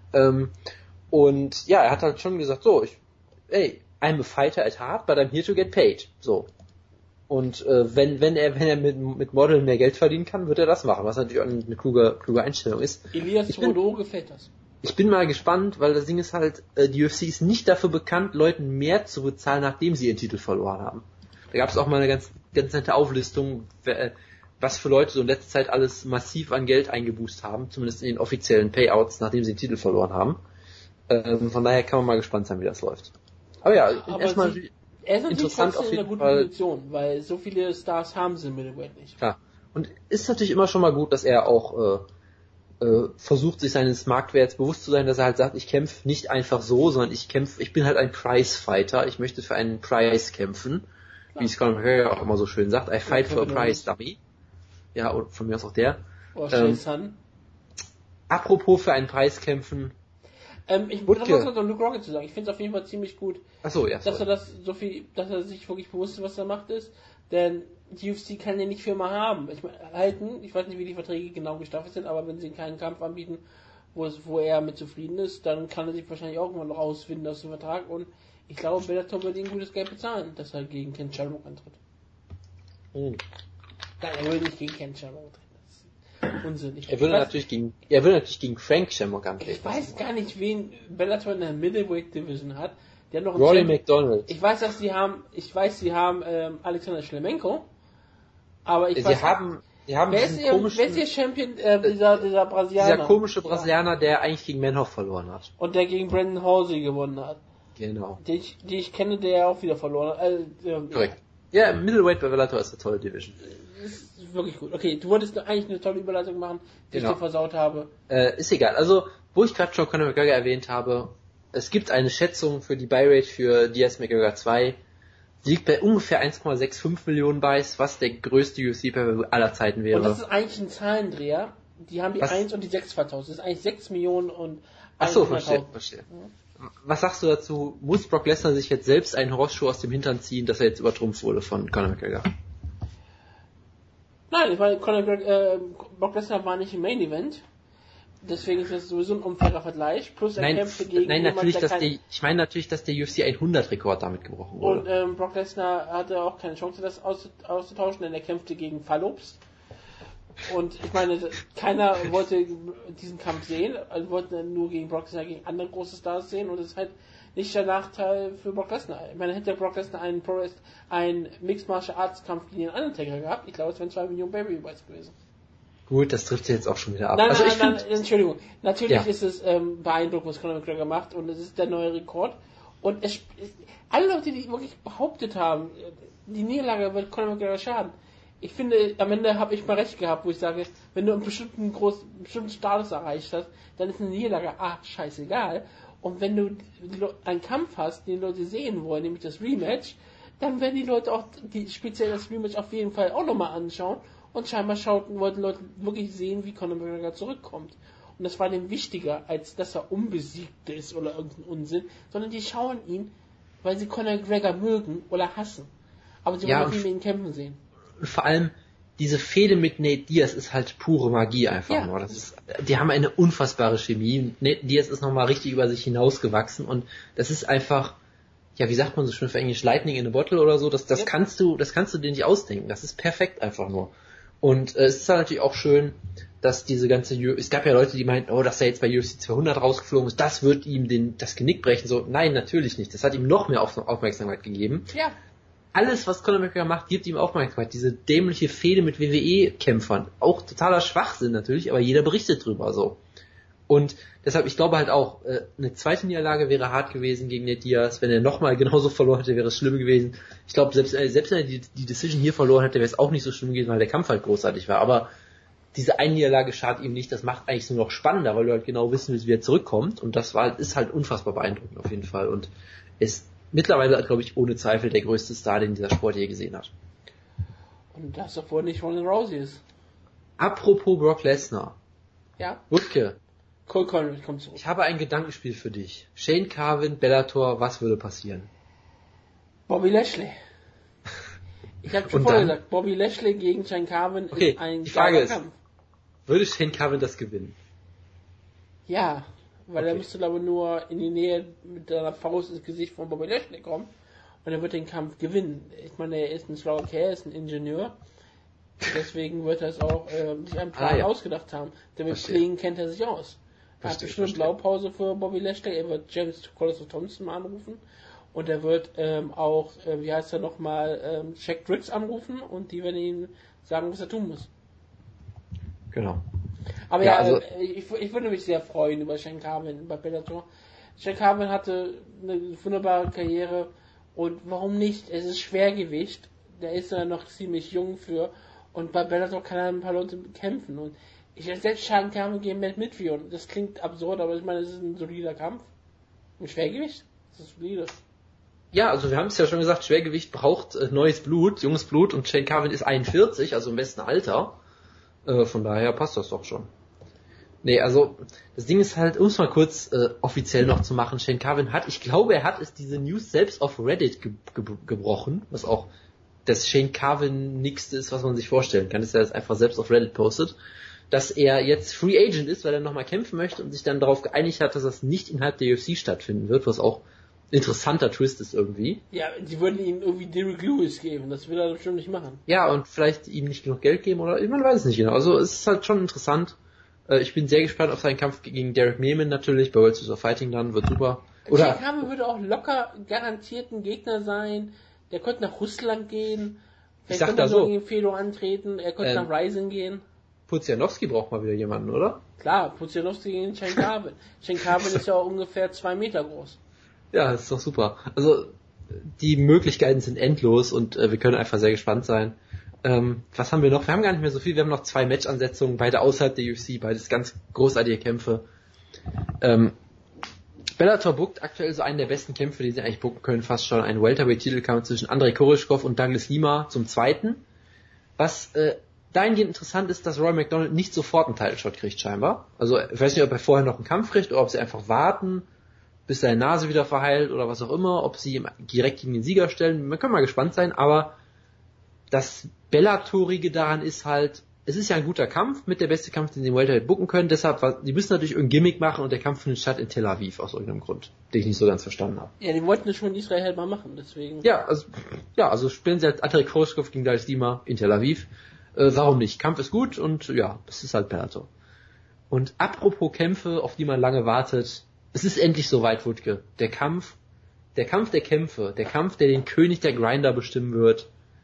Speaker 2: Und ja, er hat halt schon gesagt, so, I'm a fighter at heart, but I'm here to get paid. So. Und wenn er mit Modeln mehr Geld verdienen kann, wird er das machen, was natürlich auch eine kluge Einstellung ist.
Speaker 1: Elias Theodoro gefällt das.
Speaker 2: Ich bin mal gespannt, weil das Ding ist halt, die UFC ist nicht dafür bekannt, Leuten mehr zu bezahlen, nachdem sie ihren Titel verloren haben. Da gab es auch mal eine ganz nette Auflistung, was für Leute so in letzter Zeit alles massiv an Geld eingeboost haben, zumindest in den offiziellen Payouts, nachdem sie den Titel verloren haben. Von daher kann man mal gespannt sein, wie das läuft. Aber ja, erstmal
Speaker 1: er ist natürlich
Speaker 2: interessant
Speaker 1: trotzdem
Speaker 2: auf
Speaker 1: in einer
Speaker 2: jeden
Speaker 1: guten
Speaker 2: Fall.
Speaker 1: Position, weil so viele Stars haben sie im Middleweight nicht.
Speaker 2: Klar. Und ist natürlich immer schon mal gut, dass er auch versucht, sich seines Marktwerts bewusst zu sein, dass er halt sagt, ich kämpfe nicht einfach so, sondern ich bin halt ein Prize-Fighter, ich möchte für einen Prize kämpfen, wie es Conor McGregor auch immer so schön sagt, I fight for a prize, dummy. Ja, und von mir aus auch der. Apropos für einen Preis kämpfen.
Speaker 1: Ich muss noch zu Luke Rockhold zu sagen, ich finde es auf jeden Fall ziemlich gut,
Speaker 2: dass
Speaker 1: er sich wirklich bewusst ist, was er macht ist, denn die UFC kann ja nicht viel mal haben. Ich weiß nicht, wie die Verträge genau gestaffelt sind, aber wenn sie keinen Kampf anbieten, wo er mit zufrieden ist, dann kann er sich wahrscheinlich auch immer noch rausfinden aus dem Vertrag und ich glaube, Bellator würde ihm gutes Geld bezahlen, dass er gegen Ken Shamrock antritt. Nein, er würde nicht gegen Ken Shamrock antreten. Das ist Unsinn.
Speaker 2: Er würde natürlich gegen Frank Shamrock antreten.
Speaker 1: Ich weiß gar nicht, wen Bellator in der Middleweight Division hat. Der hat noch einen
Speaker 2: Rory McDonald.
Speaker 1: Ich weiß, sie haben Alexander Schlemenko, aber
Speaker 2: sie haben
Speaker 1: wer ist ihr Champion, dieser Brasilianer?
Speaker 2: Dieser komische Brasilianer, der eigentlich gegen Manhoff verloren hat.
Speaker 1: Und der gegen Brandon Halsey gewonnen hat.
Speaker 2: Genau.
Speaker 1: Die ich kenne, der auch wieder verloren hat.
Speaker 2: Korrekt. Ja, Middleweight bei Bellator ist eine tolle Division.
Speaker 1: Das ist wirklich gut. Okay, du wolltest eigentlich eine tolle Überleitung machen, die ich dir versaut habe.
Speaker 2: Ist egal. Also, wo ich gerade schon Conor McGregor erwähnt habe, es gibt eine Schätzung für die Buy-Rate für Diaz McGregor 2. Die liegt bei ungefähr 1,65 Millionen Buys, was der größte UFC-Pay aller Zeiten wäre.
Speaker 1: Und das ist eigentlich ein Zahlendreher. Die haben die 1 und die 6 vertauscht. Das ist eigentlich 6 Millionen und...
Speaker 2: Achso, verstehe. Was sagst du dazu? Muss Brock Lesnar sich jetzt selbst einen Horrorschuh aus dem Hintern ziehen, dass er jetzt übertrumpft wurde von Conor McGregor?
Speaker 1: Nein, weil Brock Lesnar war nicht im Main Event. Deswegen ist das sowieso ein unfairer Vergleich. Plus er kämpfte gegen
Speaker 2: ich meine natürlich, dass der UFC 100-Rekord damit gebrochen wurde.
Speaker 1: Und Brock Lesnar hatte auch keine Chance, das auszutauschen, denn er kämpfte gegen Fallobst. Und ich meine, keiner wollte diesen Kampf sehen, also wollten nur gegen Brock Lesnar gegen andere große Stars sehen, und das ist halt nicht der Nachteil für Brock Lesnar. Ich meine, hätte Brock Lesnar einen Mixed Martial Arts Kampf gegen den Undertaker gehabt, ich glaube, es wären 2 Millionen Baby-Buys gewesen.
Speaker 2: Gut, das trifft sich jetzt auch schon wieder ab.
Speaker 1: Nein, Entschuldigung. Natürlich ist es beeindruckend, was Conor McGregor macht, und es ist der neue Rekord. Und alle Leute, die wirklich behauptet haben, die Niederlage wird Conor McGregor schaden. Ich finde, am Ende habe ich mal recht gehabt, wo ich sage, wenn du einen bestimmten Status erreicht hast, dann ist eine Niederlage scheißegal. Und wenn du einen Kampf hast, den die Leute sehen wollen, nämlich das Rematch, dann werden die Leute auch speziell das Rematch auf jeden Fall auch nochmal anschauen. Und scheinbar wollten Leute wirklich sehen, wie Conor McGregor zurückkommt. Und das war dem wichtiger, als dass er unbesiegt ist oder irgendein Unsinn, sondern die schauen ihn, weil sie Conor McGregor mögen oder hassen. Aber sie wollen ihn mit ihm kämpfen sehen.
Speaker 2: Und vor allem, diese Fehde mit Nate Diaz ist halt pure Magie einfach nur. Die haben eine unfassbare Chemie. Nate Diaz ist nochmal richtig über sich hinausgewachsen, und das ist einfach, ja, wie sagt man so schön für Englisch, Lightning in a Bottle oder so, das kannst du dir nicht ausdenken. Das ist perfekt einfach nur. Und es ist halt natürlich auch schön, dass diese ganze es gab ja Leute, die meinten, dass er jetzt bei UFC 200 rausgeflogen ist, das wird ihm das Genick brechen. So, nein, natürlich nicht. Das hat ihm noch mehr Aufmerksamkeit gegeben.
Speaker 1: Ja.
Speaker 2: Alles, was Conor McGregor macht, gibt ihm Aufmerksamkeit. Diese dämliche Fehde mit WWE-Kämpfern. Auch totaler Schwachsinn natürlich, aber jeder berichtet drüber so. Und deshalb, ich glaube halt auch, eine zweite Niederlage wäre hart gewesen gegen Nate Diaz. Wenn er nochmal genauso verloren hätte, wäre es schlimm gewesen. Ich glaube, selbst wenn er die Decision hier verloren hätte, wäre es auch nicht so schlimm gewesen, weil der Kampf halt großartig war. Aber diese eine Niederlage schadet ihm nicht. Das macht eigentlich nur noch spannender, weil du halt genau wissen willst, wie er zurückkommt. Und das ist halt unfassbar beeindruckend auf jeden Fall. Und ist mittlerweile, glaube ich, ohne Zweifel der größte Star, den dieser Sport je gesehen hat.
Speaker 1: Und das, obwohl nicht Ronda Rousey ist.
Speaker 2: Apropos Brock Lesnar.
Speaker 1: Ja.
Speaker 2: Wutke.
Speaker 1: Cole Connery kommt zurück.
Speaker 2: Ich habe ein Gedankenspiel für dich. Shane Carwin, Bellator, was würde passieren?
Speaker 1: Bobby Lashley. Ich habe schon vorher gesagt, Bobby Lashley gegen Shane Carwin ist ein
Speaker 2: die Frage
Speaker 1: Kampf.
Speaker 2: Würde Shane Carwin das gewinnen?
Speaker 1: Ja, weil er müsste, glaube ich, nur in die Nähe mit seiner Faust ins Gesicht von Bobby Lashley kommen, und er wird den Kampf gewinnen. Ich meine, er ist ein schlauer Kerl, er ist ein Ingenieur. Deswegen wird er es auch sich einen Plan ausgedacht haben. Denn mit Pflegen kennt er sich aus. Er hat bestimmt eine Blaupause für Bobby Lashley. Er wird James Colossus Thompson mal anrufen. Und er wird auch, wie heißt er nochmal, Jack Briggs anrufen. Und die werden ihm sagen, was er tun muss.
Speaker 2: Genau.
Speaker 1: Aber ich würde mich sehr freuen über Shane Carwin bei Bellator. Shane Carwin hatte eine wunderbare Karriere. Und warum nicht? Es ist Schwergewicht. Der ist ja noch ziemlich jung für. Und bei Bellator kann er ein paar Leute kämpfen. Und ich hätte selbst Shane Carwin gegen Matt Midfield. Das klingt absurd, aber ich meine, es ist ein solider Kampf. Im Schwergewicht? Das ist solide.
Speaker 2: Ja, also wir haben es ja schon gesagt, Schwergewicht braucht neues Blut, junges Blut, und Shane Carwin ist 41, also im besten Alter. Von daher passt das doch schon. Nee, also das Ding ist halt, um es mal kurz offiziell noch zu machen, Shane Carwin ist diese News selbst auf Reddit gebrochen, was auch das Shane Carwin-nixte ist, was man sich vorstellen kann, dass er das einfach selbst auf Reddit postet, dass er jetzt Free Agent ist, weil er nochmal kämpfen möchte und sich dann darauf geeinigt hat, dass das nicht innerhalb der UFC stattfinden wird, was auch ein interessanter Twist ist irgendwie.
Speaker 1: Ja, die würden ihm irgendwie Derrick Lewis geben, das will er bestimmt nicht machen.
Speaker 2: Ja, und vielleicht ihm nicht genug Geld geben, oder man weiß es nicht genau. Also es ist halt schon interessant. Ich bin sehr gespannt auf seinen Kampf gegen Derek Meeman natürlich, bei World Series of Fighting dann, wird super.
Speaker 1: Oder Shane Carwin würde auch locker garantiert ein Gegner sein. Der könnte nach Russland gehen. Vielleicht könnte er so gegen Fedor antreten. Er könnte nach Rising gehen.
Speaker 2: Pudzianowski braucht mal wieder jemanden, oder?
Speaker 1: Klar, Pudzianowski gegen Shane Carwin. Shane Carwin ist ja auch ungefähr 2 Meter groß.
Speaker 2: Ja, das ist doch super. Also, die Möglichkeiten sind endlos und wir können einfach sehr gespannt sein. Was haben wir noch? Wir haben gar nicht mehr so viel. Wir haben noch 2 Match-Ansetzungen, beide außerhalb der UFC, beides ganz großartige Kämpfe. Bellator bookt aktuell so einen der besten Kämpfe, die sie eigentlich booken können, fast schon einen Welterweight-Titelkampf zwischen Andrei Koreshkov und Douglas Lima zum zweiten. Was dahingehend interessant ist, dass Roy McDonald nicht sofort einen Title-Shot kriegt scheinbar. Also ich weiß nicht, ob er vorher noch einen Kampf kriegt oder ob sie einfach warten, bis seine Nase wieder verheilt oder was auch immer, ob sie ihn direkt gegen den Sieger stellen. Man kann mal gespannt sein, aber das Bellatorige daran ist halt, es ist ja ein guter Kampf, mit der beste Kampf, den sie im Welterweight booken können, deshalb, die müssen natürlich irgendein Gimmick machen und der Kampf findet statt in Tel Aviv aus irgendeinem Grund, den ich nicht so ganz verstanden habe.
Speaker 1: Ja, die wollten das schon in Israel halt mal machen, deswegen.
Speaker 2: Also spielen sie halt Andrei Koreshkov gegen Douglas Lima in Tel Aviv. Warum nicht? Kampf ist gut und ja, es ist halt Bellator. Und apropos Kämpfe, auf die man lange wartet, es ist endlich soweit, Wutke. Der Kampf der Kämpfe, der Kampf, der den König der Grinder bestimmen wird.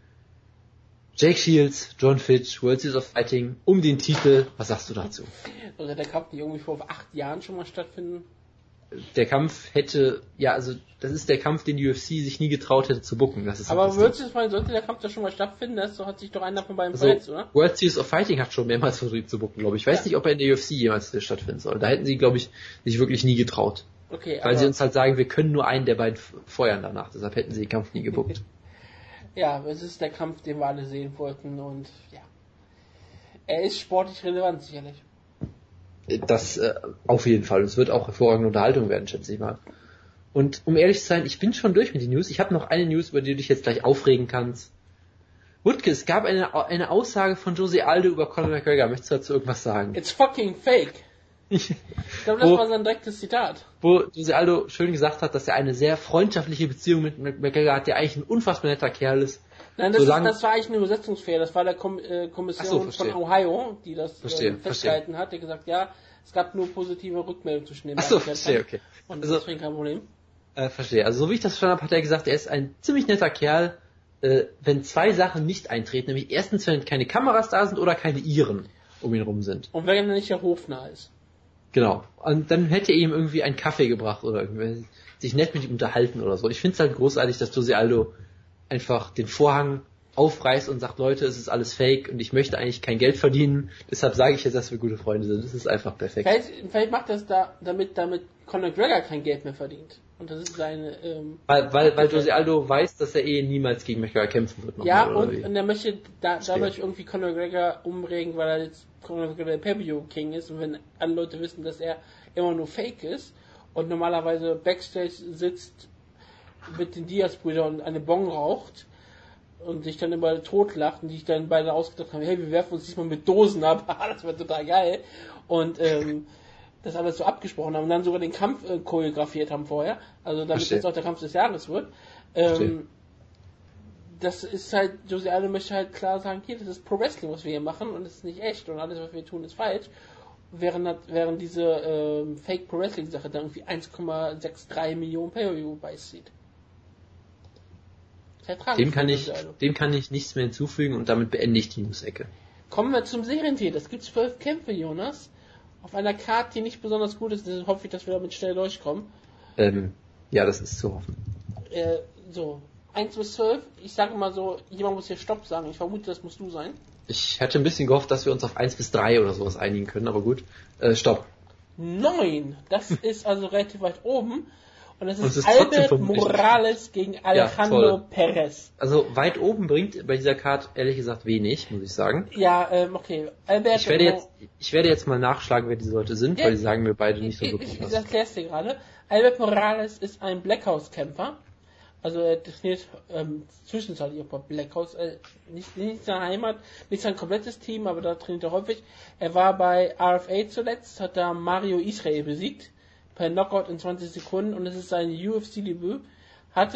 Speaker 2: Jake Shields, John Fitch, World Series of Fighting, um den Titel. Was sagst du dazu?
Speaker 1: Oder der Kampf, die irgendwie vor 8 Jahren schon mal stattfinden?
Speaker 2: Der Kampf das ist der Kampf, den die UFC sich nie getraut hätte zu booken. Das ist
Speaker 1: aber sollte der Kampf da schon mal stattfinden? Das hat sich doch einer von beiden verletzt, oder?
Speaker 2: World Series of Fighting hat schon mehrmals versucht zu booken, glaube ich. Ich weiß nicht, ob er in der UFC jemals stattfinden soll. Da hätten sie, glaube ich, sich wirklich nie getraut.
Speaker 1: Okay,
Speaker 2: weil sie uns halt sagen, wir können nur einen der beiden feuern danach. Deshalb hätten sie den Kampf nie gebuckt.
Speaker 1: Ja, es ist der Kampf, den wir alle sehen wollten und ja. Er ist sportlich relevant, sicherlich.
Speaker 2: Das auf jeden Fall. Es wird auch hervorragende Unterhaltung werden, schätze ich mal. Und um ehrlich zu sein, ich bin schon durch mit den News. Ich habe noch eine News, über die du dich jetzt gleich aufregen kannst. Wutke, es gab eine Aussage von Jose Aldo über Conor McGregor. Möchtest du dazu irgendwas sagen?
Speaker 1: It's fucking fake. Ich glaube, das war sein direktes Zitat.
Speaker 2: Wo Jose Aldo schön gesagt hat, dass er eine sehr freundschaftliche Beziehung mit McGregor hat, der eigentlich ein unfassbar netter Kerl ist.
Speaker 1: Nein, das war eigentlich ein Übersetzungsfehler. Das war der Kommission von Ohio, die das festgehalten hat. Der gesagt, ja, es gab nur positive Rückmeldungen zwischen den beiden.
Speaker 2: Verstehe, okay.
Speaker 1: Und deswegen kein Problem.
Speaker 2: Verstehe. Also so wie ich das verstanden habe, hat er gesagt, er ist ein ziemlich netter Kerl, wenn 2 Sachen nicht eintreten. Nämlich erstens, wenn keine Kameras da sind oder keine Iren um ihn rum sind.
Speaker 1: Und wenn er nicht der hofnah ist.
Speaker 2: Genau. Und dann hätte er ihm irgendwie einen Kaffee gebracht oder irgendwie sich nett mit ihm unterhalten oder so. Ich finde es halt großartig, dass Jose Aldo einfach den Vorhang aufreißt und sagt, Leute, es ist alles fake und ich möchte eigentlich kein Geld verdienen, deshalb sage ich jetzt, dass wir gute Freunde sind. Das ist einfach perfekt.
Speaker 1: Vielleicht macht das damit Conor McGregor kein Geld mehr verdient. Und das ist seine...
Speaker 2: weil Jose Aldo weiß, dass er niemals gegen McGregor kämpfen wird.
Speaker 1: Ja, und er möchte dadurch irgendwie Conor McGregor umregen, weil er jetzt Conor McGregor der Pay-Per-View-King ist und wenn alle Leute wissen, dass er immer nur fake ist und normalerweise Backstage sitzt mit den Diaz-Brüdern und eine Bong raucht und sich dann immer totlacht und die sich dann beide ausgedacht haben, hey, wir werfen uns diesmal mit Dosen ab, das wäre total geil. Und das alles so abgesprochen haben und dann sogar den Kampf choreografiert haben vorher, also damit jetzt auch der Kampf des Jahres wird. Das ist halt, Jose Aldo möchte halt klar sagen, hier, das ist Pro Wrestling, was wir hier machen und das ist nicht echt und alles, was wir tun, ist falsch. Während diese Fake Pro Wrestling Sache dann irgendwie 1,63 Millionen Pay-Per-View beizieht.
Speaker 2: Dem kann ich nichts mehr hinzufügen und damit beende ich die News-Ecke.
Speaker 1: Kommen wir zum Serientitel. Es gibt 12 Kämpfe, Jonas. Auf einer Karte, die nicht besonders gut ist, deshalb hoffe ich, dass wir damit schnell durchkommen.
Speaker 2: Ja, das ist zu hoffen.
Speaker 1: 1 bis 12. Ich sage mal so, jemand muss hier Stopp sagen. Ich vermute, das musst du sein.
Speaker 2: Ich hätte ein bisschen gehofft, dass wir uns auf 1 bis 3 oder sowas einigen können, aber gut. Stopp.
Speaker 1: 9. Das ist also relativ weit oben. Und das ist Albert Morales gegen Alejandro Perez.
Speaker 2: Also weit oben bringt bei dieser Karte ehrlich gesagt wenig, muss ich sagen.
Speaker 1: Ja, okay. Albert
Speaker 2: ich werde jetzt mal nachschlagen, wer diese Leute sind, weil die sagen mir beide nicht so wirklich was.
Speaker 1: Ich erklär's dir gerade. Albert Morales ist ein Blackhouse-Kämpfer. Also er trainiert zwischenzeitlich auch bei Blackhouse. Nicht seine Heimat, nicht sein komplettes Team, aber da trainiert er häufig. Er war bei RFA zuletzt, hat da Mario Israel besiegt. Per Knockout in 20 Sekunden und es ist sein UFC-Debüt. Hat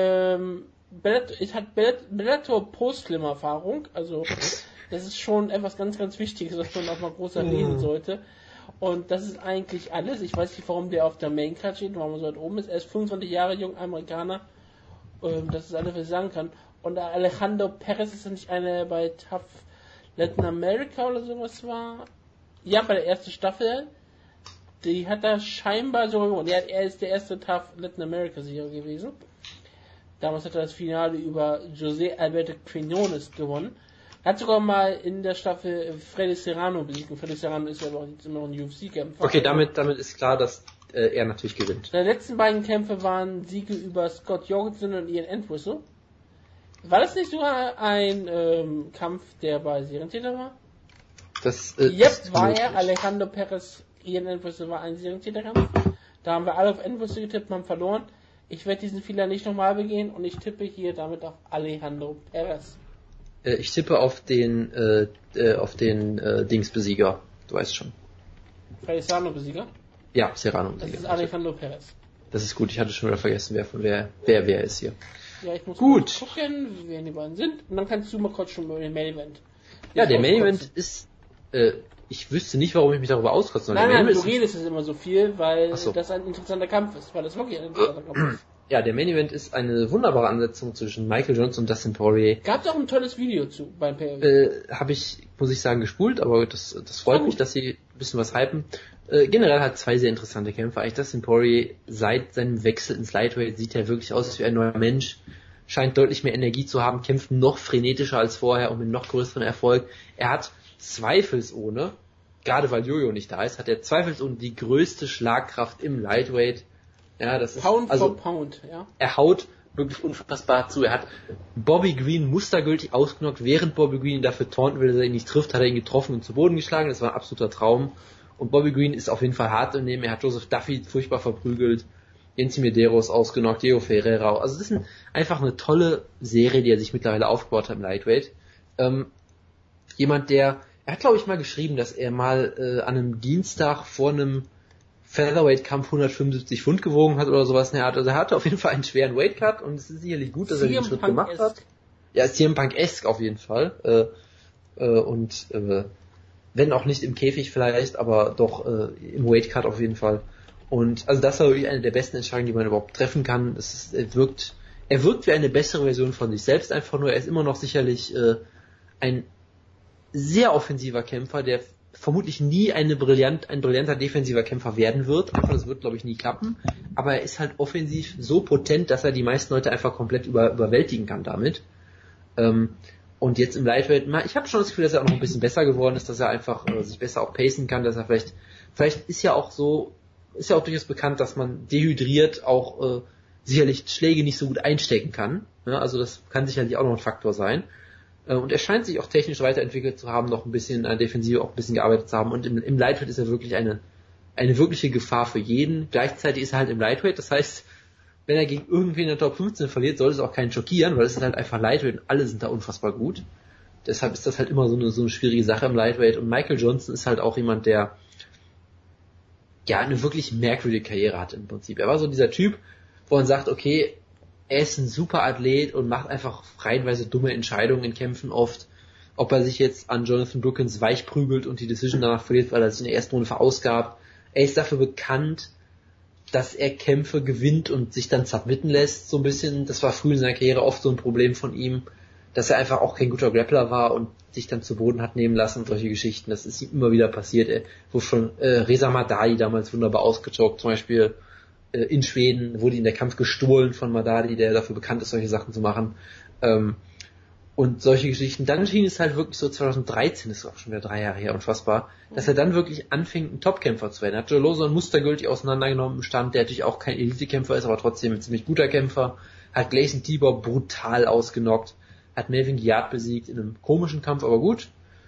Speaker 1: Bellator Post-Slim-Erfahrung, also das ist schon etwas ganz, ganz Wichtiges, was man auch mal groß erwähnen sollte. Und das ist eigentlich alles. Ich weiß nicht, warum der auf der Maincard steht, warum er so weit oben ist. Er ist 25 Jahre jung, Amerikaner. Das ist alles, was ich sagen kann. Und Alejandro Perez ist ja nicht einer bei Tough Latin America oder sowas war. Ja, bei der ersten Staffel. Die hat er scheinbar so gewonnen. Er ist der erste Tough Latin America Sieger gewesen. Damals hat er das Finale über José Alberto Quinones gewonnen. Er hat sogar mal in der Staffel Freddy Serrano besiegt. Und Freddy Serrano ist ja aber auch jetzt immer noch ein UFC-Kämpfer.
Speaker 2: Okay, damit ist klar, dass er natürlich gewinnt.
Speaker 1: Seine letzten beiden Kämpfe waren Siege über Scott Jorgensen und Ian Entwistle. War das nicht sogar ein Kampf, der bei Serientäter war? Jetzt war er. Alejandro Perez, Ian Entwistle war ein Serientäterkampf. Da haben wir alle auf Entwistle getippt und haben verloren. Ich werde diesen Fehler nicht nochmal begehen und ich tippe hier damit auf Alejandro Perez.
Speaker 2: Ich tippe auf den Dingsbesieger. Du weißt schon.
Speaker 1: Freddy Serrano-Besieger?
Speaker 2: Ja, Serrano-Besieger.
Speaker 1: Das ist Alejandro Perez.
Speaker 2: Das ist gut, ich hatte schon wieder vergessen, wer ist hier.
Speaker 1: Ja, ich muss
Speaker 2: gut
Speaker 1: gucken, wer die beiden sind. Und dann kannst du mal kurz schon über den Main Event.
Speaker 2: Ja, der Main Event ist, ich wüsste nicht, warum ich mich darüber auskotze.
Speaker 1: Nein, du redest es immer so viel, weil das ein interessanter Kampf ist, weil das wirklich ein interessanter Kampf ist.
Speaker 2: Ja, der Main Event ist eine wunderbare Ansetzung zwischen Michael Johnson und Dustin Poirier.
Speaker 1: Gab es auch ein tolles Video zu beim PW?
Speaker 2: Habe ich, muss ich sagen, gespult, aber das freut mich, dass sie ein bisschen was hypen. Generell hat zwei sehr interessante Kämpfe. Eigentlich Dustin Poirier seit seinem Wechsel ins Lightweight sieht er wirklich aus wie ein neuer Mensch. Scheint deutlich mehr Energie zu haben, kämpft noch frenetischer als vorher und mit noch größerem Erfolg. Er hat zweifelsohne, gerade weil Jojo nicht da ist, hat er zweifelsohne die größte Schlagkraft im Lightweight. Ja, das ist
Speaker 1: Pound for Pound, ja.
Speaker 2: Er haut wirklich unfassbar zu. Er hat Bobby Green mustergültig ausgenockt, während Bobby Green ihn dafür taunten will, dass er ihn nicht trifft, hat er ihn getroffen und zu Boden geschlagen. Das war ein absoluter Traum. Und Bobby Green ist auf jeden Fall hart im Nehmen. Er hat Joseph Duffy furchtbar verprügelt, Yancy Medeiros ausgenockt, Diego Ferreira. Also das ist einfach eine tolle Serie, die er sich mittlerweile aufgebaut hat im Lightweight. Er hat glaube ich mal geschrieben, dass er mal an einem Dienstag vor einem Featherweight-Kampf 175 Pfund gewogen hat oder sowas. Also er hatte auf jeden Fall einen schweren Weightcut und es ist sicherlich gut, dass er den Schritt gemacht hat. Ja, CM Punk-esque auf jeden Fall. Wenn auch nicht im Käfig vielleicht, aber doch im Weightcut auf jeden Fall. Und also das war wirklich eine der besten Entscheidungen, die man überhaupt treffen kann. Er wirkt wie eine bessere Version von sich selbst einfach nur. Er ist immer noch sicherlich ein sehr offensiver Kämpfer, der vermutlich nie ein brillanter defensiver Kämpfer werden wird. Einfach, das wird, glaube ich, nie klappen. Aber er ist halt offensiv so potent, dass er die meisten Leute einfach komplett überwältigen kann damit. Und jetzt im Lightweight, ich habe schon das Gefühl, dass er auch noch ein bisschen besser geworden ist, dass er einfach sich besser auch pacen kann, dass er vielleicht ist ja auch durchaus bekannt, dass man dehydriert auch sicherlich Schläge nicht so gut einstecken kann. Ja, also das kann sicherlich auch noch ein Faktor sein. Und er scheint sich auch technisch weiterentwickelt zu haben, noch ein bisschen an der Defensive auch ein bisschen gearbeitet zu haben. Und im Lightweight ist er wirklich eine wirkliche Gefahr für jeden. Gleichzeitig ist er halt im Lightweight, das heißt, wenn er gegen irgendwen in der Top 15 verliert, sollte es auch keinen schockieren, weil es ist halt einfach Lightweight und alle sind da unfassbar gut. Deshalb ist das halt immer so eine schwierige Sache im Lightweight. Und Michael Johnson ist halt auch jemand, der ja eine wirklich merkwürdige Karriere hat im Prinzip. Er war so dieser Typ, wo man sagt, okay, er ist ein super Athlet und macht einfach reihenweise dumme Entscheidungen in Kämpfen oft. Ob er sich jetzt an Jonathan Brookins weich prügelt und die Decision danach verliert, weil er sich in der ersten Runde verausgabt. Er ist dafür bekannt, dass er Kämpfe gewinnt und sich dann submitten lässt, so ein bisschen. Das war früh in seiner Karriere oft so ein Problem von ihm, dass er einfach auch kein guter Grappler war und sich dann zu Boden hat nehmen lassen und solche Geschichten. Das ist ihm immer wieder passiert. Wo schon Reza Madadi damals wunderbar ausgechoked, zum Beispiel in Schweden wurde ihm der Kampf gestohlen von Madadi, der dafür bekannt ist, solche Sachen zu machen. Und solche Geschichten. Dann schien es halt wirklich so 2013, ist auch schon wieder 3 Jahre her, unfassbar, dass er dann wirklich anfing, ein Topkämpfer zu werden. Er hat Joe Lawson mustergültig auseinandergenommen im Stand, der natürlich auch kein Elitekämpfer ist, aber trotzdem ein ziemlich guter Kämpfer. Hat Gleison Tibor brutal ausgenockt. Hat Melvin Guillard besiegt in einem komischen Kampf, aber gut.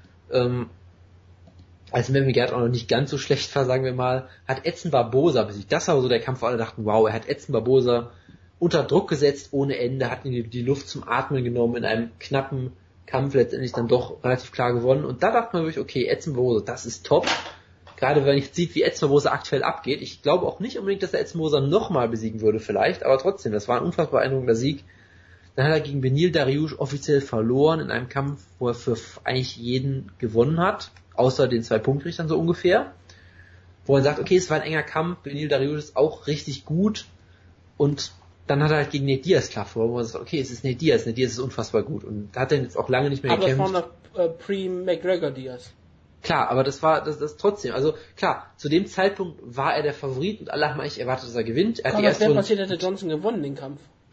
Speaker 2: Als Melvin Guillard auch noch nicht ganz so schlecht war, sagen wir mal, hat Edson Barboza besiegt. Das war so der Kampf, wo alle dachten, wow, er hat Edson Barboza unter Druck gesetzt ohne Ende, hat ihm die Luft zum Atmen genommen, in einem knappen Kampf letztendlich dann doch relativ klar gewonnen. Und da dachte man wirklich, okay, Edson Barboza, das ist top. Gerade wenn man nicht sieht, wie Edson Barboza aktuell abgeht. Ich glaube auch nicht unbedingt, dass er Edson Barboza nochmal besiegen würde vielleicht, aber trotzdem, das war ein unfassbar beeindruckender Sieg. Dann hat er gegen Beneil Dariush offiziell verloren in einem Kampf, wo er für eigentlich jeden gewonnen hat, außer den 2 Punktrichtern so ungefähr. Wo er sagt, okay, es war ein enger Kampf, Beneil Dariush ist auch richtig gut und dann hat er halt gegen Nate Diaz klar verloren, wo er sagt, okay, es ist Nate Diaz ist unfassbar gut und da hat er jetzt auch lange nicht mehr gekämpft.
Speaker 1: Aber das war noch pre-McGregor Diaz.
Speaker 2: Klar, aber das trotzdem, also klar, zu dem Zeitpunkt war er der Favorit und alle haben eigentlich erwartet, dass er gewinnt.
Speaker 1: Was wäre passiert, hätte Johnson gewonnen, den Kampf?
Speaker 2: Ja,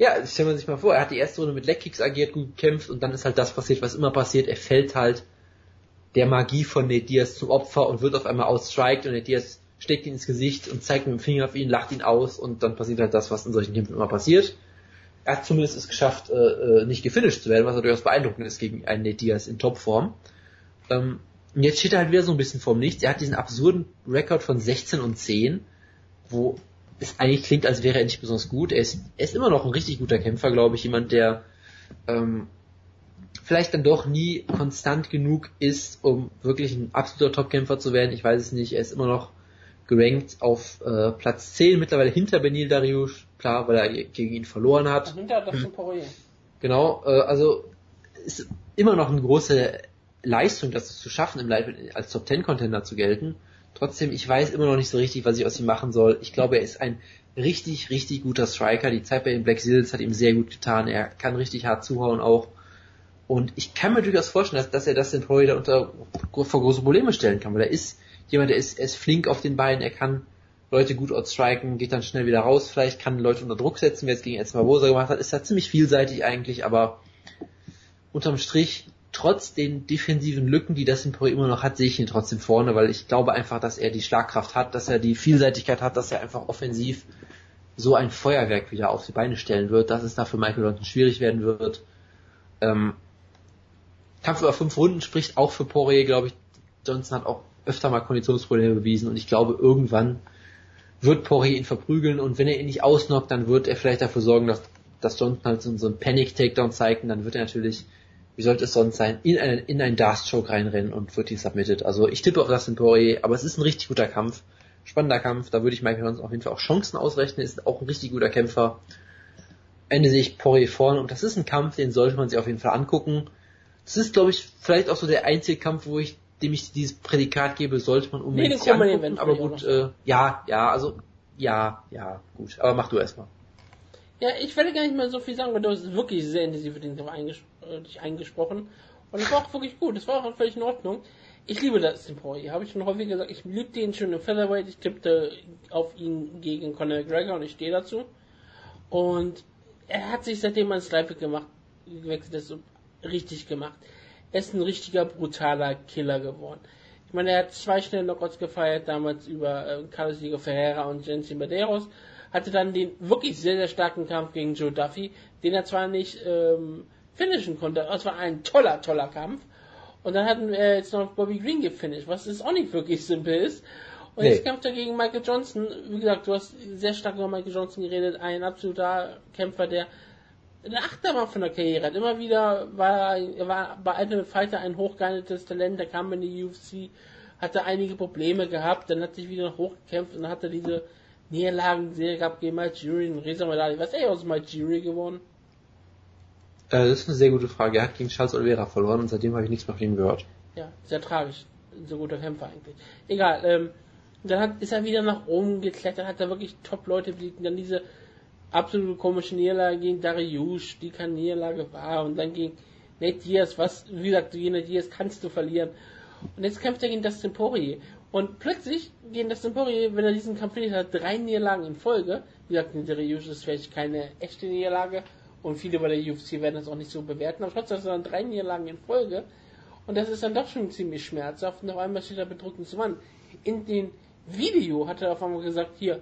Speaker 2: Ja, stellen wir sich mal vor, er hat die erste Runde mit Legkicks agiert, gut gekämpft und dann ist halt das passiert, was immer passiert. Er fällt halt der Magie von Nate Diaz zum Opfer und wird auf einmal outstriked und Nate Diaz steckt ihn ins Gesicht und zeigt mit dem Finger auf ihn, lacht ihn aus und dann passiert halt das, was in solchen Kämpfen immer passiert. Er hat zumindest es geschafft, nicht gefinisht zu werden, was durchaus beeindruckend ist gegen einen Nate Diaz in Topform. Und jetzt steht er halt wieder so ein bisschen vorm Nichts. Er hat diesen absurden Rekord von 16-10, wo es eigentlich klingt, als wäre er nicht besonders gut. Er ist immer noch ein richtig guter Kämpfer, glaube ich. Jemand, der vielleicht dann doch nie konstant genug ist, um wirklich ein absoluter Topkämpfer zu werden. Ich weiß es nicht. Er ist immer noch gerankt auf Platz 10, mittlerweile hinter Beneil Dariush, klar, weil er gegen ihn verloren hat.
Speaker 1: Hinter Dustin Poirier.
Speaker 2: Genau, also ist immer noch eine große Leistung, das zu schaffen, im Lightweight als Top-10-Contender zu gelten. Trotzdem, ich weiß immer noch nicht so richtig, was ich aus ihm machen soll. Ich glaube, er ist ein richtig, richtig guter Striker. Die Zeit bei den Black Seals hat ihm sehr gut getan. Er kann richtig hart zuhauen auch. Und ich kann mir durchaus vorstellen, dass er das den Poirier vor große Probleme stellen kann, weil er ist jemand, er ist flink auf den Beinen, er kann Leute gut outstriken, geht dann schnell wieder raus, vielleicht kann Leute unter Druck setzen, wie er es gegen Edson Barboza gemacht hat, ist halt ziemlich vielseitig eigentlich, aber unterm Strich, trotz den defensiven Lücken, die Dustin Poirier immer noch hat, sehe ich ihn trotzdem vorne, weil ich glaube einfach, dass er die Schlagkraft hat, dass er die Vielseitigkeit hat, dass er einfach offensiv so ein Feuerwerk wieder auf die Beine stellen wird, dass es da für Michael Johnson schwierig werden wird. Kampf über 5 Runden spricht auch für Poirier, glaube ich. Johnson hat auch öfter mal Konditionsprobleme bewiesen und ich glaube, irgendwann wird Poirier ihn verprügeln und wenn er ihn nicht ausnockt, dann wird er vielleicht dafür sorgen, dass Johnson halt so einen Panic-Takedown zeigt und dann wird er natürlich, wie sollte es sonst sein, in einen Darce-Choke reinrennen und wird ihn submitted. Also ich tippe auf Dustin Poirier, aber es ist ein richtig guter Kampf, spannender Kampf, da würde ich Michael Johnson auf jeden Fall auch Chancen ausrechnen, ist auch ein richtig guter Kämpfer. Ende sehe ich Poirier vorne und das ist ein Kampf, den sollte man sich auf jeden Fall angucken. Das ist, glaube ich, vielleicht auch so der einzige Kampf, dem ich dieses Prädikat gebe, sollte man unbedingt sich angucken, aber gut, gut, aber mach du erstmal.
Speaker 1: Ja, ich werde gar nicht mal so viel sagen, weil du hast wirklich sehr intensiv den Kampf dich eingesprochen und das war auch wirklich gut, das war auch völlig in Ordnung. Ich liebe Dustin Poirier, habe ich schon häufig gesagt, ich liebte ihn schon im Featherweight, ich tippte auf ihn gegen Conor McGregor und ich stehe dazu und er hat sich seitdem ans Lightweight gewechselt, das so richtig gemacht. Er ist ein richtiger, brutaler Killer geworden. Ich meine, er hat 2 schnelle Knockouts gefeiert, damals über Carlos Diego Ferreira und Jensi Medeiros. Hatte dann den wirklich sehr, sehr starken Kampf gegen Joe Duffy, den er zwar nicht finishen konnte, aber es war ein toller, toller Kampf. Und dann hatten wir jetzt noch Bobby Green gefinisht, was ist auch nicht wirklich simpel ist. Und jetzt kämpft er gegen Michael Johnson. Wie gesagt, du hast sehr stark über Michael Johnson geredet, ein absoluter Kämpfer, der eine Achterbahn von der Karriere hat. Immer wieder war bei Ultimate Fighter ein hochgeeignetes Talent, der kam in die UFC, hatte einige Probleme gehabt, dann hat sich wieder hochgekämpft und dann hat er diese Niederlagenserie gehabt gegen Mike Jury und Reza Madali. Was ist er aus Mike Jury geworden?
Speaker 2: Das ist eine sehr gute Frage. Er hat gegen Charles Oliveira verloren und seitdem habe ich nichts mehr von ihm gehört.
Speaker 1: Ja, sehr tragisch. Ein so guter Kämpfer eigentlich. Egal, dann ist er wieder nach oben geklettert, hat er wirklich Top-Leute besiegt und dann diese absolute komische Niederlage gegen Dariush, die keine Niederlage war, und dann gegen Nate Diaz, wie gesagt, gegen Nate Diaz kannst du verlieren. Und jetzt kämpft er gegen Dustin Poirier. Und plötzlich gegen Dustin Poirier, wenn er diesen Kampf findet, hat 3 Niederlagen in Folge. Wie gesagt, gegen Dariush ist vielleicht keine echte Niederlage und viele bei der UFC werden das auch nicht so bewerten, aber trotzdem ist er dann 3 Niederlagen in Folge. Und das ist dann doch schon ziemlich schmerzhaft und auf einmal steht er bedrückend zum Mann. In dem Video hat er auf einmal gesagt, hier,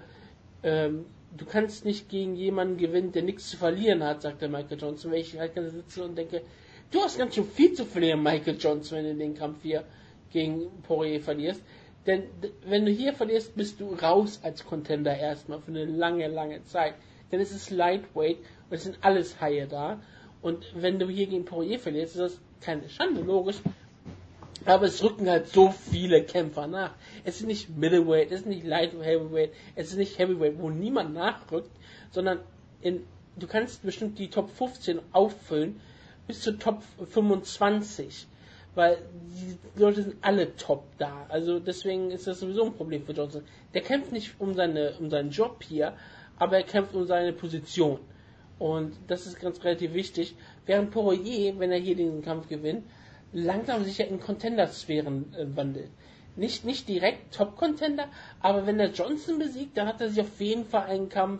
Speaker 1: du kannst nicht gegen jemanden gewinnen, der nichts zu verlieren hat, sagt der Michael Johnson, weil ich halt ganz sitze und denke, du hast ganz schön viel zu verlieren, Michael Johnson, wenn du den Kampf hier gegen Poirier verlierst. Denn wenn du hier verlierst, bist du raus als Contender erstmal für eine lange, lange Zeit. Denn es ist Lightweight und es sind alles Haie da. Und wenn du hier gegen Poirier verlierst, ist das keine Schande, logisch. Aber es rücken halt so viele Kämpfer nach. Es ist nicht Middleweight, es ist nicht Lightweight, Heavyweight, es ist nicht Heavyweight, wo niemand nachrückt, sondern du kannst bestimmt die Top 15 auffüllen bis zur Top 25. Weil die Leute sind alle top da. Also deswegen ist das sowieso ein Problem für Johnson. Der kämpft nicht um seinen Job hier, aber er kämpft um seine Position. Und das ist ganz relativ wichtig. Während Poirier, wenn er hier den Kampf gewinnt, langsam sich ja in Contender-Sphären wandelt. Nicht direkt Top-Contender, aber wenn er Johnson besiegt, dann hat er sich auf jeden Fall einen Kampf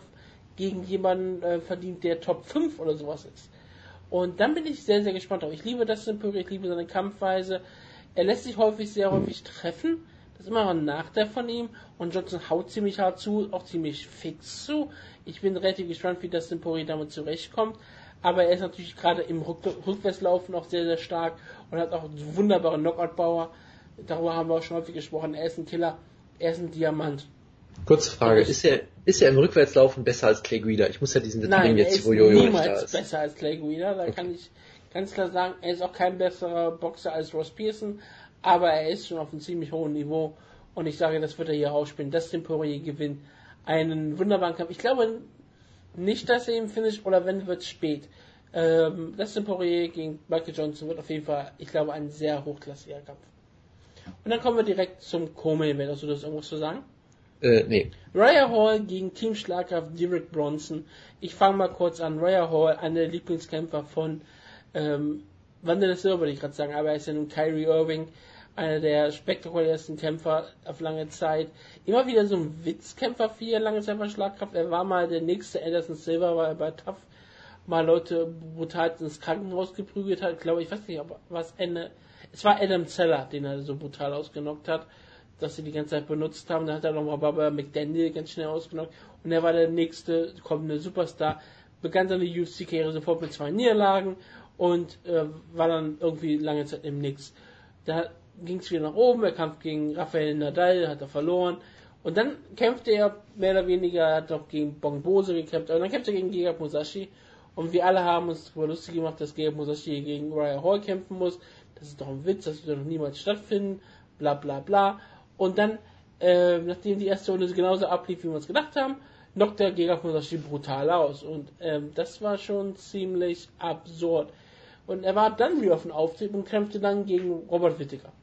Speaker 1: gegen jemanden verdient, der Top 5 oder sowas ist. Und dann bin ich sehr, sehr gespannt drauf. Ich liebe Dustin Poirier, ich liebe seine Kampfweise. Er lässt sich sehr häufig treffen. Das ist immer ein Nachteil von ihm. Und Johnson haut ziemlich hart zu, auch ziemlich fix zu. Ich bin relativ gespannt, wie Dustin Poirier damit zurechtkommt. Aber er ist natürlich gerade im Rückwärtslaufen auch sehr, sehr stark und hat auch einen wunderbaren Knockout-Power. Darüber haben wir auch schon häufig gesprochen. Er ist ein Killer, er ist ein Diamant.
Speaker 2: Kurze Frage, ist er im Rückwärtslaufen besser als Clay Guida? Ich muss ja diesen
Speaker 1: Nein,
Speaker 2: jetzt,
Speaker 1: wo Jojo nicht da ist. Niemals besser als Clay Guida, da kann ich ganz klar sagen, er ist auch kein besserer Boxer als Ross Pearson, aber er ist schon auf einem ziemlich hohen Niveau und ich sage, das wird er hier ausspielen. Dustin Poirier gewinnt einen wunderbaren Kampf. Ich glaube nicht, dass er im Finish, oder wenn, wird es spät. Dustin Poirier gegen Michael Johnson wird auf jeden Fall, ich glaube, ein sehr hochklassiger Kampf. Und dann kommen wir direkt zum Co-Main-Event. Hast du das irgendwas zu sagen?
Speaker 2: Nee.
Speaker 1: Raya Hall gegen Team Schlagkraft Derek Bronson. Ich fange mal kurz an. Raya Hall, einer der Lieblingskämpfer von Wanderlei Silva, würde ich gerade sagen, aber er ist ja nun Kyrie Irving, einer der spektakulärsten Kämpfer auf lange Zeit. Immer wieder so ein Witzkämpfer für lange Zeit bei Schlagkraft. Er war mal der nächste Anderson Silva, weil er bei TUF mal Leute brutal ins Krankenhaus geprügelt hat. Ich glaube, ich weiß nicht, ob es war Adam Zeller, den er so brutal ausgenockt hat, dass sie die ganze Zeit benutzt haben. Dann hat er nochmal Barbara McDaniel ganz schnell ausgenockt und er war der nächste kommende Superstar. Begann seine UFC-Karriere sofort mit 2 Niederlagen und war dann irgendwie lange Zeit im Nix. Da ging es wieder nach oben, er kämpft gegen Rafael Nadal, hat er verloren. Und dann kämpfte er mehr oder weniger, hat noch gegen Bong Bose gekämpft, aber dann kämpfte er gegen Gegard Musashi. Und wir alle haben uns darüber lustig gemacht, dass Gegard Musashi gegen Raya Hall kämpfen muss. Das ist doch ein Witz, das wird doch niemals stattfinden, bla bla bla. Und dann, nachdem die erste Runde genauso ablief, wie wir uns gedacht haben, knockt der Gegard Musashi brutal aus. Und das war schon ziemlich absurd. Und er war dann wieder auf dem Auftritt und kämpfte dann gegen Robert Whittaker.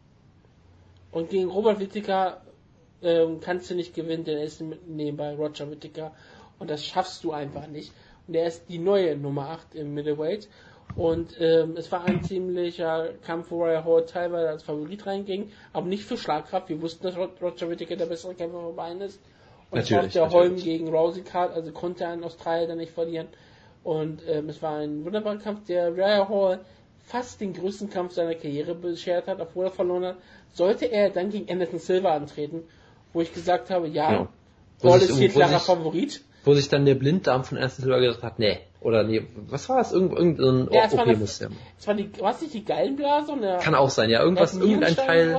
Speaker 1: Und gegen Robert Whittaker kannst du nicht gewinnen, denn er ist nebenbei Roger Whittaker. Und das schaffst du einfach nicht. Und er ist die neue Nummer 8 im Middleweight. Und es war ein ziemlicher Kampf, wo Raya Hall teilweise als Favorit reinging, aber nicht für Schlagkraft. Wir wussten, dass Roger Whittaker der bessere Kämpfer von beiden ist. Und es war auch der Holm gegen Rousey Card, also konnte er in Australien dann nicht verlieren. Und es war ein wunderbarer Kampf, der Raya Hall fast den größten Kampf seiner Karriere beschert hat, obwohl er verloren hat. Sollte er dann gegen Anderson Silva antreten, wo ich gesagt habe, ja. Hall ist hier klarer Favorit.
Speaker 2: Wo sich dann der Blinddarm von Anderson Silva gedacht hat, nee. Oder nee, was war das? Irgendein OP muss der.
Speaker 1: War es nicht die Gallenblase?
Speaker 2: Kann auch sein, ja. Irgendein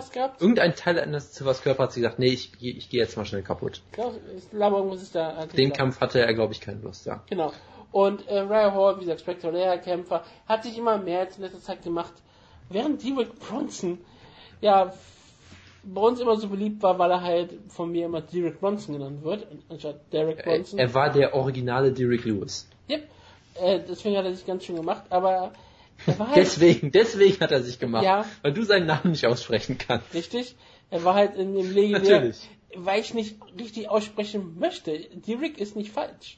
Speaker 2: Teil Anderson Silvas Körper hat sich gesagt, nee, ich gehe jetzt mal schnell kaputt.
Speaker 1: Ich glaube, irgendwas ist da.
Speaker 2: Den Kampf hatte er, glaube ich, keine Lust, ja.
Speaker 1: Genau. Und Raya Hall, wie gesagt, spektakulärer Kämpfer, hat sich immer mehr jetzt in letzter Zeit gemacht, während Derek Bronson ja bei uns immer so beliebt war, weil er halt von mir immer Derek Bronson genannt wird, anstatt Derek Bronson.
Speaker 2: Er war der originale Derek Lewis.
Speaker 1: Yep. Deswegen hat er sich ganz schön gemacht, aber er war
Speaker 2: halt deswegen hat er sich gemacht, ja, weil du seinen Namen nicht aussprechen kannst.
Speaker 1: Richtig. Er war halt in dem legendären, weil ich nicht richtig aussprechen möchte. Derek ist nicht falsch.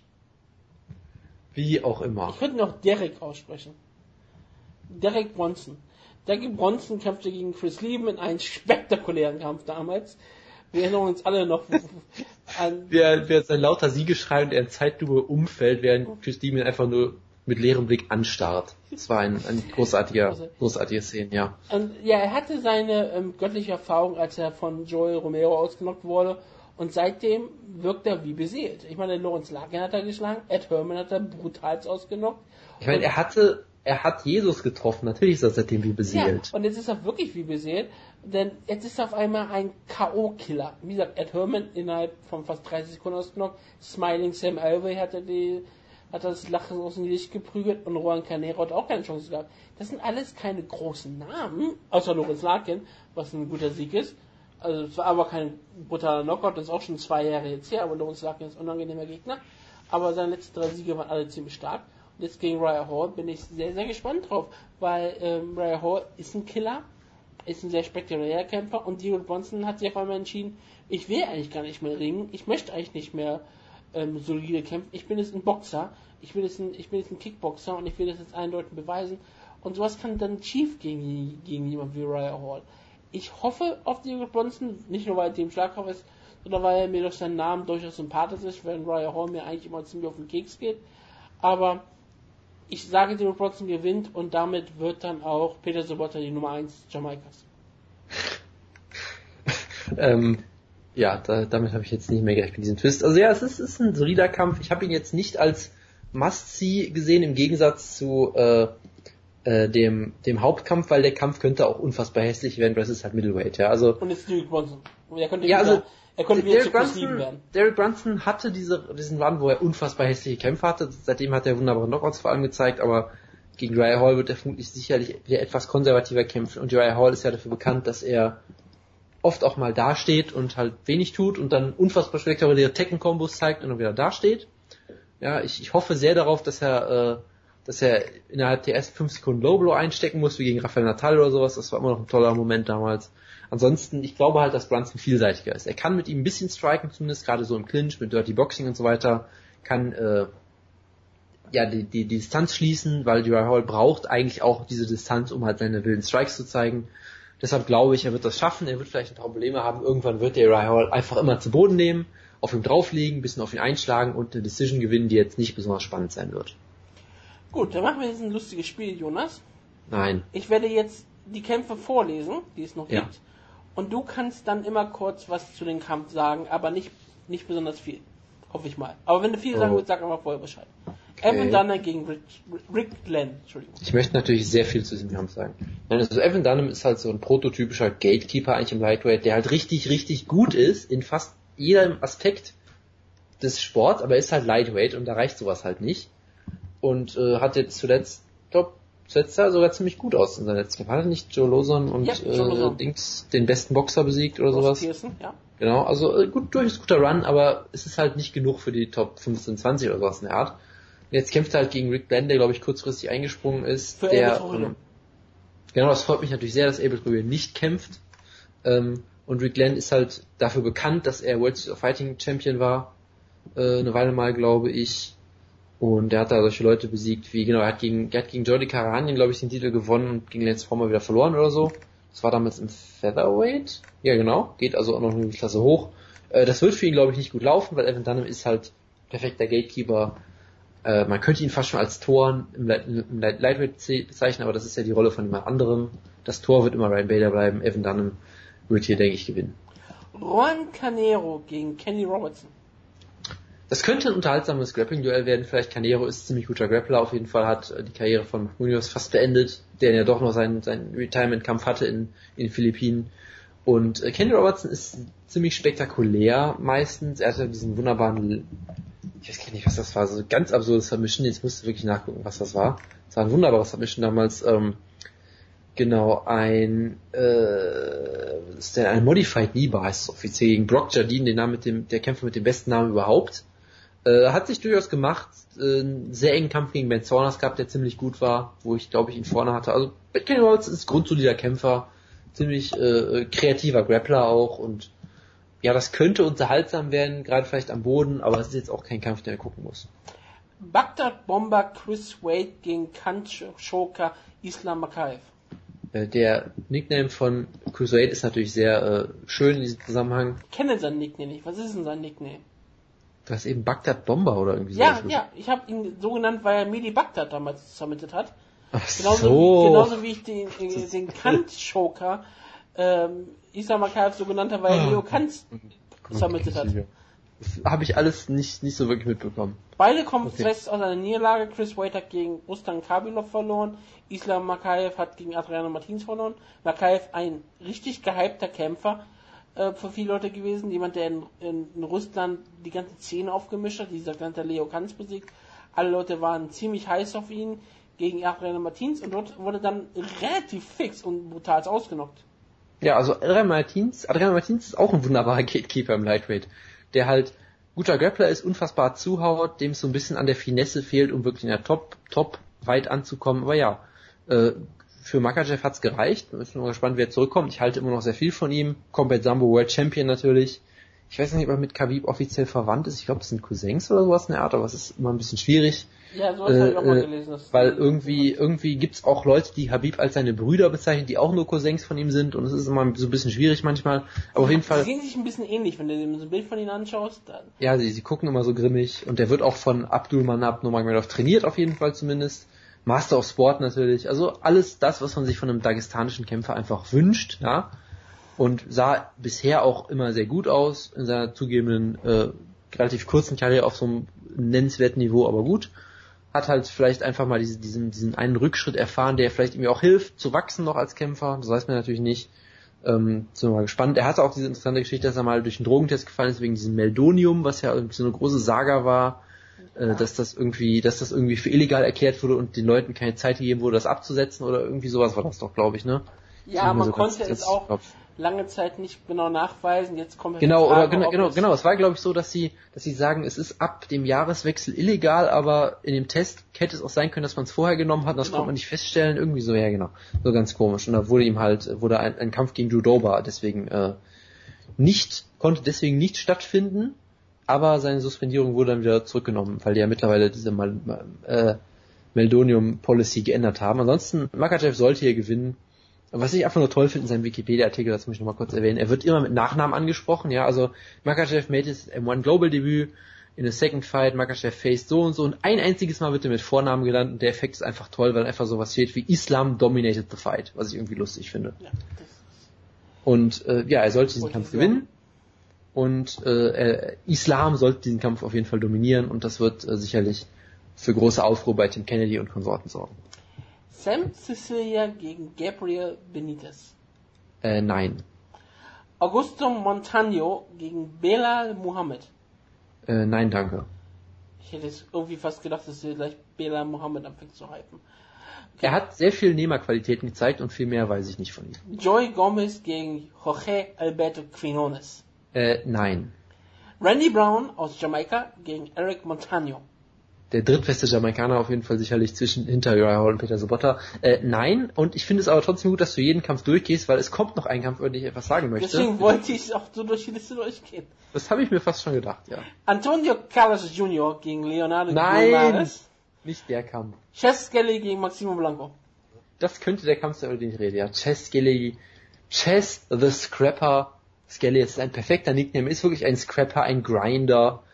Speaker 2: Wie auch immer.
Speaker 1: Ich könnte noch Derek aussprechen. Derek Bronson. Derek Bronson kämpfte gegen Chris Lieben in einem spektakulären Kampf damals. Wir erinnern uns alle noch an...
Speaker 2: Wer sein lauter Siegesschrei und er in Zeitlupe umfällt, während Chris Lieben einfach nur mit leerem Blick anstarrt. Das war ein großartige Szene, ja.
Speaker 1: Und ja, er hatte seine göttliche Erfahrung, als er von Joel Romero ausgenockt wurde. Und seitdem wirkt er wie beseelt. Ich meine, Lawrence Larkin hat er geschlagen, Ed Herman hat er brutal ausgenockt.
Speaker 2: Ich meine, er hat Jesus getroffen, natürlich ist er seitdem wie beseelt.
Speaker 1: Ja, und jetzt ist er wirklich wie beseelt, denn jetzt ist er auf einmal ein K.O.-Killer. Wie gesagt, Ed Herman innerhalb von fast 30 Sekunden ausgenockt, Smiling Sam Alvey hat das Lachen aus dem Licht geprügelt und Juan Canero hat auch keine Chance gehabt. Das sind alles keine großen Namen, außer Lawrence Larkin, was ein guter Sieg ist. Also es war aber kein brutaler Knockout, das ist auch schon 2 Jahre jetzt her, aber Lawrence Larkin ist ein unangenehmer Gegner. Aber seine letzten 3 Siege waren alle ziemlich stark. Und jetzt gegen Raya Hall bin ich sehr, sehr gespannt drauf, weil Raya Hall ist ein Killer, ist ein sehr spektakulärer Kämpfer und Derek Bronson hat sich auf einmal entschieden, ich will eigentlich gar nicht mehr ringen, ich möchte eigentlich nicht mehr solide kämpfen, ich bin jetzt ein Boxer, ich bin jetzt ein Kickboxer und ich will das jetzt eindeutig beweisen. Und sowas kann dann schief gegen jemanden wie Raya Hall. Ich hoffe auf Derek Bronson, nicht nur weil er dem Schlagkraft ist, sondern weil er mir durch seinen Namen durchaus sympathisch ist, während Uriah Hall mir eigentlich immer ziemlich auf den Keks geht. Aber ich sage, Derek Brunson gewinnt und damit wird dann auch Peter Sobotta die Nummer 1 Jamaikas.
Speaker 2: Damit habe ich jetzt nicht mehr gerechnet mit diesem Twist. Also ja, es ist ein solider Kampf. Ich habe ihn jetzt nicht als Must-See gesehen, im Gegensatz zu dem Hauptkampf, weil der Kampf könnte auch unfassbar hässlich werden, weil es ist halt Middleweight, ja. Also,
Speaker 1: und jetzt Derek Brunson. Er könnte
Speaker 2: wieder
Speaker 1: zu +7 werden.
Speaker 2: Derek Brunson hatte diesen Run, wo er unfassbar hässliche Kämpfe hatte. Seitdem hat er wunderbare Knockouts vor allem gezeigt, aber gegen Uriah Hall wird er vermutlich sicherlich wieder etwas konservativer kämpfen. Und Uriah Hall ist ja dafür bekannt, dass er oft auch mal dasteht und halt wenig tut und dann unfassbar spektakuläre Tekken-Kombos zeigt und dann wieder dasteht. Ja, ich hoffe sehr darauf, dass er innerhalb der ersten 5 Sekunden Low Blow einstecken muss, wie gegen Rafael Natal oder sowas. Das war immer noch ein toller Moment damals. Ansonsten, ich glaube halt, dass Brunson vielseitiger ist. Er kann mit ihm ein bisschen striken, zumindest gerade so im Clinch, mit Dirty Boxing und so weiter, kann die Distanz schließen, weil Uriah Hall braucht eigentlich auch diese Distanz, um halt seine wilden Strikes zu zeigen. Deshalb glaube ich, er wird das schaffen, er wird vielleicht ein paar Probleme haben. Irgendwann wird der Uriah Hall einfach immer zu Boden nehmen, auf ihm drauflegen, ein bisschen auf ihn einschlagen und eine Decision gewinnen, die jetzt nicht besonders spannend sein wird.
Speaker 1: Gut, dann machen wir jetzt ein lustiges Spiel, Jonas.
Speaker 2: Nein.
Speaker 1: Ich werde jetzt die Kämpfe vorlesen, die es noch gibt. Und du kannst dann immer kurz was zu dem Kampf sagen, aber nicht besonders viel. Hoffe ich mal. Aber wenn du viel sagen willst, sag einfach vorher Bescheid. Okay. Evan Dunham gegen Rick Glenn. Entschuldigung.
Speaker 2: Ich möchte natürlich sehr viel zu diesem Kampf sagen. Also Evan Dunham ist halt so ein prototypischer Gatekeeper eigentlich im Lightweight, der halt richtig, richtig gut ist in fast jedem Aspekt des Sports, aber ist halt Lightweight und da reicht sowas halt nicht. Und hat jetzt zuletzt, sah sogar ziemlich gut aus in seinem letzten Kampf. Hat er nicht Joe Lawson und den besten Boxer besiegt oder sowas?
Speaker 1: Pearson, ja.
Speaker 2: Genau, also durchaus guter Run, aber es ist halt nicht genug für die Top 15, 20 oder sowas in der Art. Und jetzt kämpft er halt gegen Rick Glenn, der glaube ich kurzfristig eingesprungen ist.
Speaker 1: Für
Speaker 2: genau, das freut mich natürlich sehr, dass Abel Toribio nicht kämpft. Und Rick Glenn ist halt dafür bekannt, dass er World Fighting Champion war. Eine Weile mal, glaube ich. Und er hat da solche Leute besiegt wie, er hat gegen Jordi Karahanyan, glaube ich, den Titel gewonnen und gegen Lance Former wieder verloren oder so. Das war damals im Featherweight. Ja, genau. Geht also auch noch eine Klasse hoch. Das wird für ihn, glaube ich, nicht gut laufen, weil Evan Dunham ist halt perfekter Gatekeeper. Man könnte ihn fast schon als Tor im Lightweight bezeichnen, aber das ist ja die Rolle von jemand anderem. Das Tor wird immer Ryan Bader bleiben. Evan Dunham wird hier, denke ich, gewinnen.
Speaker 1: Juan Canero gegen Kenny Robertson.
Speaker 2: Das könnte ein unterhaltsames Grappling-Duell werden. Vielleicht Canero ist ein ziemlich guter Grappler. Auf jeden Fall hat die Karriere von Munoz fast beendet, der ja doch noch seinen Retirement-Kampf hatte in den Philippinen. Und Kenny Robertson ist ziemlich spektakulär meistens. Er hatte diesen wunderbaren, ich weiß gar nicht, was das war, so ganz absurdes Submission. Jetzt musst du wirklich nachgucken, was das war. Es war ein wunderbares Submission damals. Ein Modified Niba heißt es offiziell, gegen Brock Jardine, der Kämpfer mit dem besten Namen überhaupt. Hat sich durchaus gemacht, einen sehr engen Kampf gegen Ben Saunders gehabt, der ziemlich gut war, wo ich glaube ich ihn vorne hatte. Also Kenny Robertson ist grundsolider Kämpfer, ziemlich kreativer Grappler auch und ja, das könnte unterhaltsam werden, gerade vielleicht am Boden, aber es ist jetzt auch kein Kampf, den er gucken muss.
Speaker 1: Baghdad Bomber Chris Wade gegen Kanchoka Islam Makaev.
Speaker 2: Der Nickname von Chris Wade ist natürlich sehr schön in diesem Zusammenhang.
Speaker 1: Ich kenne seinen Nickname nicht. Was ist denn sein Nickname?
Speaker 2: Du hast eben Baghdad Bomber oder irgendwie so.
Speaker 1: Ja, ich habe ihn so genannt, weil er Medi Baghdad damals submitted hat.
Speaker 2: Ach
Speaker 1: genauso wie ich den Kant-Joker Islam Makaev so genannt habe, weil er Leo Kant submitted hat.
Speaker 2: Das habe ich alles nicht so wirklich mitbekommen.
Speaker 1: Beide kommen fest aus einer Niederlage. Chris Wade hat gegen Rustam Khabilov verloren. Islam Makaev hat gegen Adriano Martins verloren. Makaev ein richtig gehypter Kämpfer für viele Leute gewesen. Jemand, der in Russland die ganze Szene aufgemischt hat. Dieser genannte Leo Kanz besiegt. Alle Leute waren ziemlich heiß auf ihn gegen Adriano Martins und dort wurde dann relativ fix und brutal ausgenockt.
Speaker 2: Ja, also Adriano Martins ist auch ein wunderbarer Gatekeeper im Lightweight, der halt guter Grappler ist, unfassbar zuhaut, dem es so ein bisschen an der Finesse fehlt, um wirklich in der Top weit anzukommen. Aber ja, für Makhachev hat's gereicht. Ich bin mal gespannt, wer zurückkommt. Ich halte immer noch sehr viel von ihm. Combat Sambo World Champion natürlich. Ich weiß nicht, ob er mit Khabib offiziell verwandt ist. Ich glaube, das sind Cousins oder sowas in der Art, aber es ist immer ein bisschen schwierig.
Speaker 1: Ja, sowas habe ich auch mal gelesen.
Speaker 2: Weil irgendwie gibt's auch Leute, die Khabib als seine Brüder bezeichnen, die auch nur Cousins von ihm sind, und es ist immer so ein bisschen schwierig manchmal. Aber auf jeden Fall.
Speaker 1: Sie sehen sich ein bisschen ähnlich, wenn du dir so ein Bild von ihnen anschaust. Dann.
Speaker 2: Ja, sie gucken immer so grimmig, und der wird auch von Abdulmanap Nurmagomedov trainiert, auf jeden Fall zumindest. Master of Sport natürlich. Also alles das, was man sich von einem dagestanischen Kämpfer einfach wünscht, ja. Und sah bisher auch immer sehr gut aus in seiner zugegebenen relativ kurzen Karriere auf so einem nennenswerten Niveau, aber gut. Hat halt vielleicht einfach mal diesen einen Rückschritt erfahren, der vielleicht ihm auch hilft, zu wachsen noch als Kämpfer. Das weiß man natürlich nicht. Sind wir mal gespannt. Er hatte auch diese interessante Geschichte, dass er mal durch einen Drogentest gefallen ist wegen diesem Meldonium, was ja irgendwie so eine große Saga war, dass das irgendwie für illegal erklärt wurde und den Leuten keine Zeit gegeben wurde, das abzusetzen, oder irgendwie sowas war das doch, glaube ich, ne?
Speaker 1: Ja, man konnte es auch lange Zeit nicht genau nachweisen, jetzt kommt
Speaker 2: genau, es war, glaube ich, so, dass sie sagen, es ist ab dem Jahreswechsel illegal, aber in dem Test hätte es auch sein können, dass man es vorher genommen hat, und das konnte man nicht feststellen, irgendwie so, ja genau, so ganz komisch, und da wurde ein Kampf gegen Judoba deswegen konnte deswegen nicht stattfinden, aber seine Suspendierung wurde dann wieder zurückgenommen, weil die ja mittlerweile diese Meldonium Policy geändert haben. Ansonsten, Makhachev sollte hier gewinnen. Was ich einfach nur toll finde in seinem Wikipedia-Artikel, das muss ich nochmal kurz erwähnen, er wird immer mit Nachnamen angesprochen, ja, also Makhachev made his M1 Global Debut in a second fight, Makhachev faced so und so, und ein einziges Mal wird er mit Vornamen genannt, und der Effekt ist einfach toll, weil einfach sowas steht wie Islam dominated the fight, was ich irgendwie lustig finde. Ja, und er sollte diesen Kampf gewinnen, und Islam sollte diesen Kampf auf jeden Fall dominieren, und das wird sicherlich für große Aufruhr bei Tim Kennedy und Konsorten sorgen.
Speaker 1: Sam Sicilia gegen Gabriel Benitez.
Speaker 2: Nein.
Speaker 1: Augusto Montano gegen Belal Muhammad.
Speaker 2: Nein, danke.
Speaker 1: Ich hätte jetzt irgendwie fast gedacht, dass wir gleich Belal Muhammad anfängt zu hypen.
Speaker 2: Okay. Er hat sehr viel Nehmerqualitäten gezeigt, und viel mehr weiß ich nicht von ihm.
Speaker 1: Joey Gomez gegen Jorge Alberto Quinones.
Speaker 2: Nein.
Speaker 1: Randy Brown aus Jamaika gegen Eric Montano.
Speaker 2: Der drittbeste Jamaikaner auf jeden Fall sicherlich hinter Uriah Hall und Peter Sobotta. Nein, und ich finde es aber trotzdem gut, dass du jeden Kampf durchgehst, weil es kommt noch ein Kampf, über den ich etwas sagen möchte.
Speaker 1: Deswegen wollte ich auch so durch die Liste durchgehen.
Speaker 2: Das habe ich mir fast schon gedacht, ja.
Speaker 1: Antonio Carlos Jr. gegen Leonardo
Speaker 2: Guimarães. Nicht der Kampf.
Speaker 1: Chess Skelly gegen Maximo Blanco.
Speaker 2: Das könnte der Kampf sein, über den ich rede, ja. Chess the Scrapper Skelly, das ist ein perfekter Nickname, ist wirklich ein Scrapper, ein Grinder,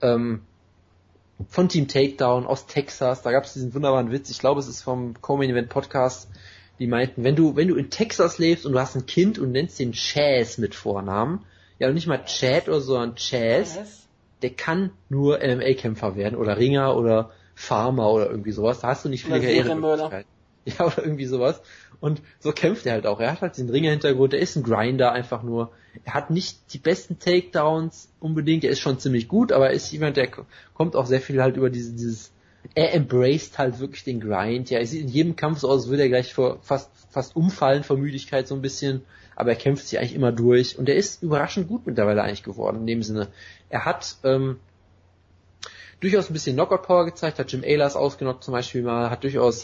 Speaker 2: von Team Takedown aus Texas. Da gab es diesen wunderbaren Witz, ich glaube, es ist vom Co-Main Event Podcast, die meinten, wenn du in Texas lebst und du hast ein Kind und nennst den Chaz mit Vornamen, ja, und nicht mal Chad oder so, sondern Chaz, der kann nur MMA-Kämpfer werden oder Ringer oder Farmer oder irgendwie sowas. Da hast du nicht viele Karrieremöglichkeiten. Ja, oder irgendwie sowas. Und so kämpft er halt auch. Er hat halt den Ringer-Hintergrund, er ist ein Grinder einfach nur. Er hat nicht die besten Takedowns unbedingt, er ist schon ziemlich gut, aber er ist jemand, der kommt auch sehr viel halt über er embraced halt wirklich den Grind. Ja, er sieht in jedem Kampf so aus, als würde er gleich fast umfallen vor Müdigkeit so ein bisschen, aber er kämpft sich eigentlich immer durch, und er ist überraschend gut mittlerweile eigentlich geworden, in dem Sinne. Er hat durchaus ein bisschen Knockout-Power gezeigt, hat Jim Ehlers ausgenockt zum Beispiel mal, hat durchaus...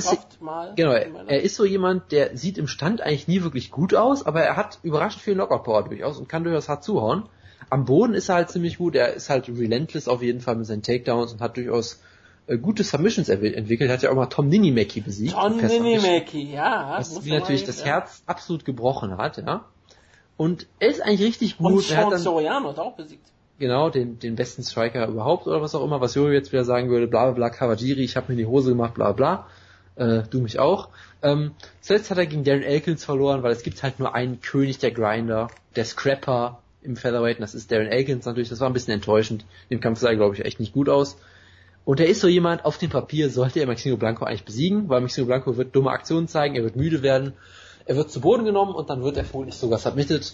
Speaker 2: er ist so jemand, der sieht im Stand eigentlich nie wirklich gut aus, aber er hat überraschend viel Knockout-Power durchaus und kann durchaus hart zuhauen. Am Boden ist er halt ziemlich gut, er ist halt relentless auf jeden Fall mit seinen Takedowns und hat durchaus gute Submissions entwickelt, hat ja auch mal Tom Ninimaki besiegt.
Speaker 1: Tom Ninimaki, ja.
Speaker 2: Was mir natürlich das Herz absolut gebrochen hat, ja. Und er ist eigentlich richtig gut.
Speaker 1: Und Sean Soriano hat auch besiegt.
Speaker 2: Genau, den besten Striker überhaupt oder was auch immer, was Jojo jetzt wieder sagen würde, bla bla bla, Kawajiri, ich habe mir in die Hose gemacht, bla bla, du mich auch. Zuletzt hat er gegen Darren Elkins verloren, weil es gibt halt nur einen König der Grinder, der Scrapper im Featherweight, und das ist Darren Elkins natürlich, das war ein bisschen enttäuschend, dem Kampf sah er, glaube ich, echt nicht gut aus. Und er ist so jemand, auf dem Papier sollte er Maximo Blanco eigentlich besiegen, weil Maximo Blanco wird dumme Aktionen zeigen, er wird müde werden, er wird zu Boden genommen und dann wird er vermutlich sogar submitted,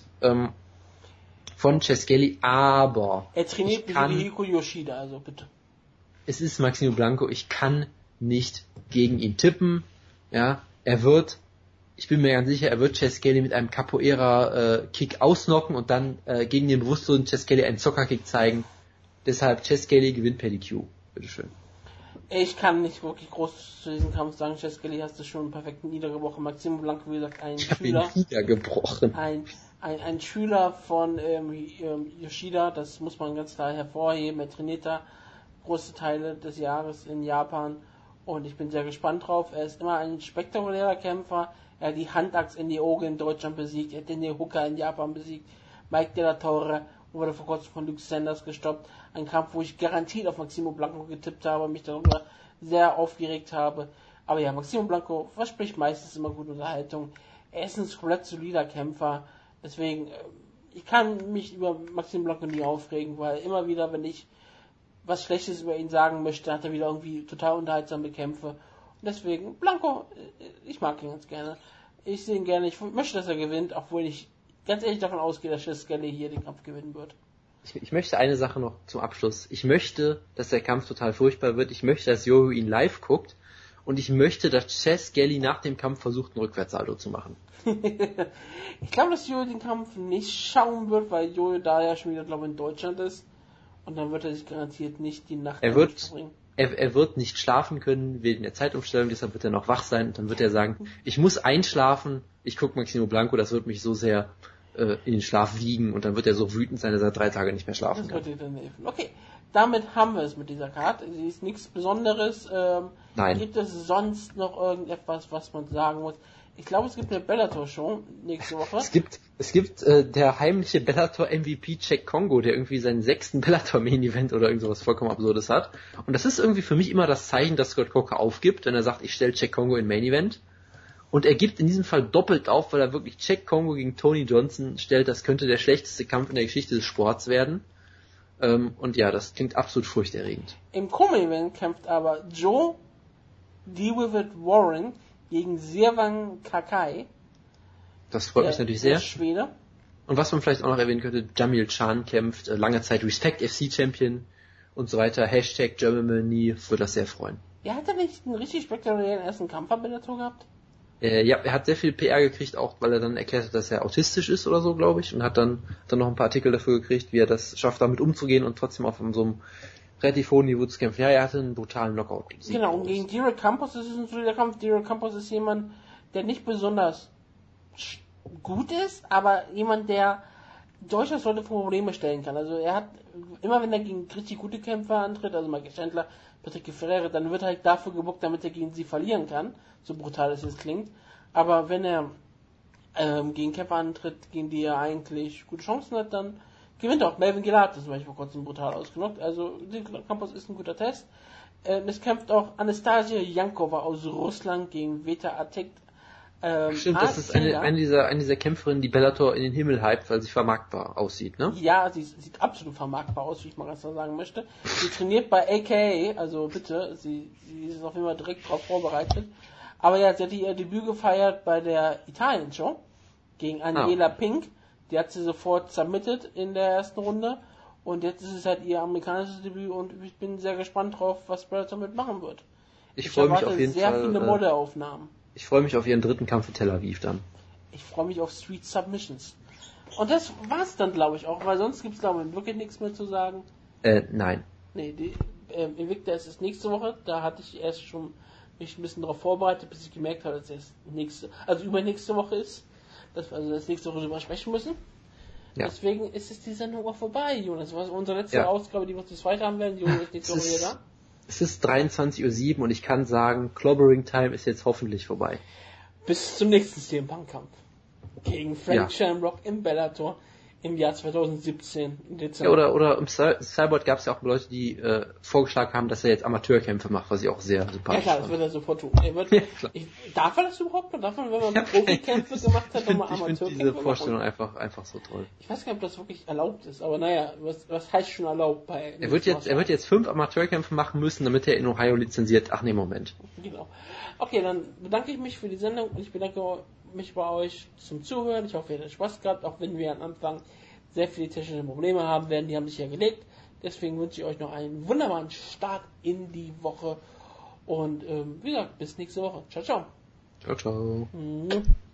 Speaker 2: von Chess Skelly, aber
Speaker 1: er trainiert mit Hiko Yoshida, also bitte.
Speaker 2: Es ist Maximo Blanco, ich kann nicht gegen ihn tippen, ja, ich bin mir ganz sicher, er wird Chess Skelly mit einem Capoeira-Kick ausnocken und dann gegen den bewusstlosen Chess Skelly einen Zocker-Kick zeigen. Deshalb Chess Skelly gewinnt per DQ. Bitteschön.
Speaker 1: Ich kann nicht wirklich groß zu diesem Kampf sagen. Chess Skelly hast du schon perfekt niedergebrochen. Maximo Blanco, wie gesagt, ein
Speaker 2: Schüler. Niedergebrochen.
Speaker 1: Ein ein Schüler von Yoshida, das muss man ganz klar hervorheben. Er trainiert da große Teile des Jahres in Japan und ich bin sehr gespannt drauf. Er ist immer ein spektakulärer Kämpfer. Er hat die Handachs in die Oge in Deutschland besiegt, er hat den Hooker in Japan besiegt, Mike de la Torre wurde vor kurzem von Luke Sanders gestoppt. Ein Kampf, wo ich garantiert auf Maximo Blanco getippt habe, mich darüber sehr aufgeregt habe. Aber ja, Maximo Blanco verspricht meistens immer gute Unterhaltung. Er ist ein komplett solider Kämpfer. Deswegen, ich kann mich über Maximo Blanco nie aufregen, weil immer wieder, wenn ich was Schlechtes über ihn sagen möchte, hat er wieder irgendwie total unterhaltsame Kämpfe. Und deswegen, Blanco, ich mag ihn ganz gerne. Ich sehe ihn gerne, ich möchte, dass er gewinnt, obwohl ich ganz ehrlich davon ausgehe, dass Chess Skelly hier den Kampf gewinnen wird.
Speaker 2: Ich möchte eine Sache noch zum Abschluss. Ich möchte, dass der Kampf total furchtbar wird. Ich möchte, dass Jojo ihn live guckt. Und ich möchte, dass Chess Skelly nach dem Kampf versucht, einen Rückwärtssalto zu machen.
Speaker 1: Ich glaube, dass Jojo den Kampf nicht schauen wird, weil Jojo da ja schon wieder, glaube ich, in Deutschland ist. Und dann wird er sich garantiert nicht die Nacht
Speaker 2: verbringen. Er wird nicht schlafen können wegen der Zeitumstellung, deshalb wird er noch wach sein. Und dann wird er sagen, ich muss einschlafen, ich gucke Maximo Blanco, das wird mich so sehr in den Schlaf wiegen. Und dann wird er so wütend sein, dass er 3 Tage nicht mehr schlafen kann.
Speaker 1: Das wird dir dann helfen. Okay, damit haben wir es mit dieser Karte. Sie ist nichts Besonderes.
Speaker 2: Nein.
Speaker 1: Gibt es sonst noch irgendetwas, was man sagen muss? Ich glaube, es gibt eine Bellator-Show nächste Woche.
Speaker 2: Es gibt der heimliche Bellator-MVP Jack Kongo, der irgendwie seinen 6. Bellator-Main-Event oder irgend sowas vollkommen Absurdes hat. Und das ist irgendwie für mich immer das Zeichen, dass Scott Coker aufgibt, wenn er sagt, ich stelle Jack Kongo in Main-Event. Und er gibt in diesem Fall doppelt auf, weil er wirklich Jack Kongo gegen Tony Johnson stellt. Das könnte der schlechteste Kampf in der Geschichte des Sports werden. Und ja, das klingt absolut furchterregend.
Speaker 1: Im Co-Main-Event kämpft aber Joe Dewitt Warren gegen Sirwan Kakai.
Speaker 2: Das freut mich natürlich sehr.
Speaker 1: Schwede.
Speaker 2: Und was man vielleicht auch noch erwähnen könnte, Jamil Chan kämpft, lange Zeit Respect FC Champion und so weiter. Hashtag Germany, würde das sehr freuen.
Speaker 1: Ja, hat er nicht einen richtig spektakulären ersten Kampf am Bellator gehabt?
Speaker 2: Ja, er hat sehr viel PR gekriegt, auch weil er dann erklärt hat, dass er autistisch ist oder so, glaube ich, und hat dann noch ein paar Artikel dafür gekriegt, wie er das schafft, damit umzugehen und trotzdem auf so einem relativ hohen Niveau zu kämpfen. Ja, er hatte einen brutalen Knockout.
Speaker 1: Genau, und gegen Derek Campos ist es ein solider Kampf. Derek Campos ist jemand, der nicht besonders gut ist, aber jemand, der durchaus Leute vor Probleme stellen kann. Also er hat, immer wenn er gegen richtig gute Kämpfer antritt, also Michael Chandler, Patrick Ferreira, dann wird er halt dafür gebuckt, damit er gegen sie verlieren kann. So brutal es jetzt klingt. Aber wenn er gegen Kämpfer antritt, gegen die er eigentlich gute Chancen hat, dann gewinnt er auch. Melvin Gillard hat zum Beispiel vor kurzem brutal ausgenockt. Also Campos ist ein guter Test. Es kämpft auch Anastasia Yankova aus Russland gegen Veta Atek.
Speaker 2: Stimmt, das ist eine dieser Kämpferinnen, die Bellator in den Himmel hypt, weil sie vermarktbar aussieht, ne?
Speaker 1: Ja, sie sieht absolut vermarktbar aus, wie ich mal ganz klar sagen möchte. Sie trainiert bei AKA, also bitte, sie ist auf jeden Fall direkt darauf vorbereitet. Aber ja, sie hat ihr Debüt gefeiert bei der Italien-Show gegen Aniela Pink. Die hat sie sofort submitted in der ersten Runde. Und jetzt ist es halt ihr amerikanisches Debüt und ich bin sehr gespannt drauf, was Bellator mitmachen wird.
Speaker 2: Ich freue mich auf jeden Fall.
Speaker 1: Sehr viele Modelaufnahmen.
Speaker 2: Ich freue mich auf ihren 3. Kampf in Tel Aviv dann.
Speaker 1: Ich freue mich auf Street Submissions. Und das war's dann, glaube ich, auch, weil sonst gibt's, glaube ich, wirklich nichts mehr zu sagen.
Speaker 2: Nein.
Speaker 1: Nee, Invicta ist es nächste Woche. Da hatte ich erst schon mich ein bisschen darauf vorbereitet, bis ich gemerkt habe, dass es übernächste Woche ist. Dass wir also das nächste Woche drüber sprechen müssen. Ja. Deswegen ist es die Sendung auch vorbei, Jonas. Das war unsere letzte Ausgabe, die wir zu zweit haben werden. Jonas ist nächste Woche wieder da.
Speaker 2: Es ist 23:07 Uhr und ich kann sagen, Clobbering Time ist jetzt hoffentlich vorbei.
Speaker 1: Bis zum nächsten CM Punk Kampf. Gegen Frank Shamrock im Bellator im Jahr 2017 im Dezember.
Speaker 2: Ja, oder im Cyborg gab es ja auch Leute, die vorgeschlagen haben, dass er jetzt Amateurkämpfe macht, was ich auch sehr sympathisch
Speaker 1: finde. Ja klar, das wird er sofort tun. Darf er das überhaupt noch? Darf man, wenn man Profikämpfe gemacht hat, nochmal Amateurkämpfe machen?
Speaker 2: Ich finde diese Vorstellung einfach so toll.
Speaker 1: Ich weiß gar nicht, ob das wirklich erlaubt ist, aber naja, was heißt schon erlaubt bei...
Speaker 2: Er wird jetzt 5 Amateurkämpfe machen müssen, damit er in Ohio lizenziert... Ach nee, Moment.
Speaker 1: Genau. Okay, dann bedanke ich mich für die Sendung und ich bedanke mich bei euch zum Zuhören. Ich hoffe, ihr hattet Spaß gehabt, auch wenn wir am Anfang sehr viele technische Probleme haben werden. Die haben sich ja gelegt. Deswegen wünsche ich euch noch einen wunderbaren Start in die Woche. Und wie gesagt, bis nächste Woche. Ciao, ciao.
Speaker 2: Ciao, ciao.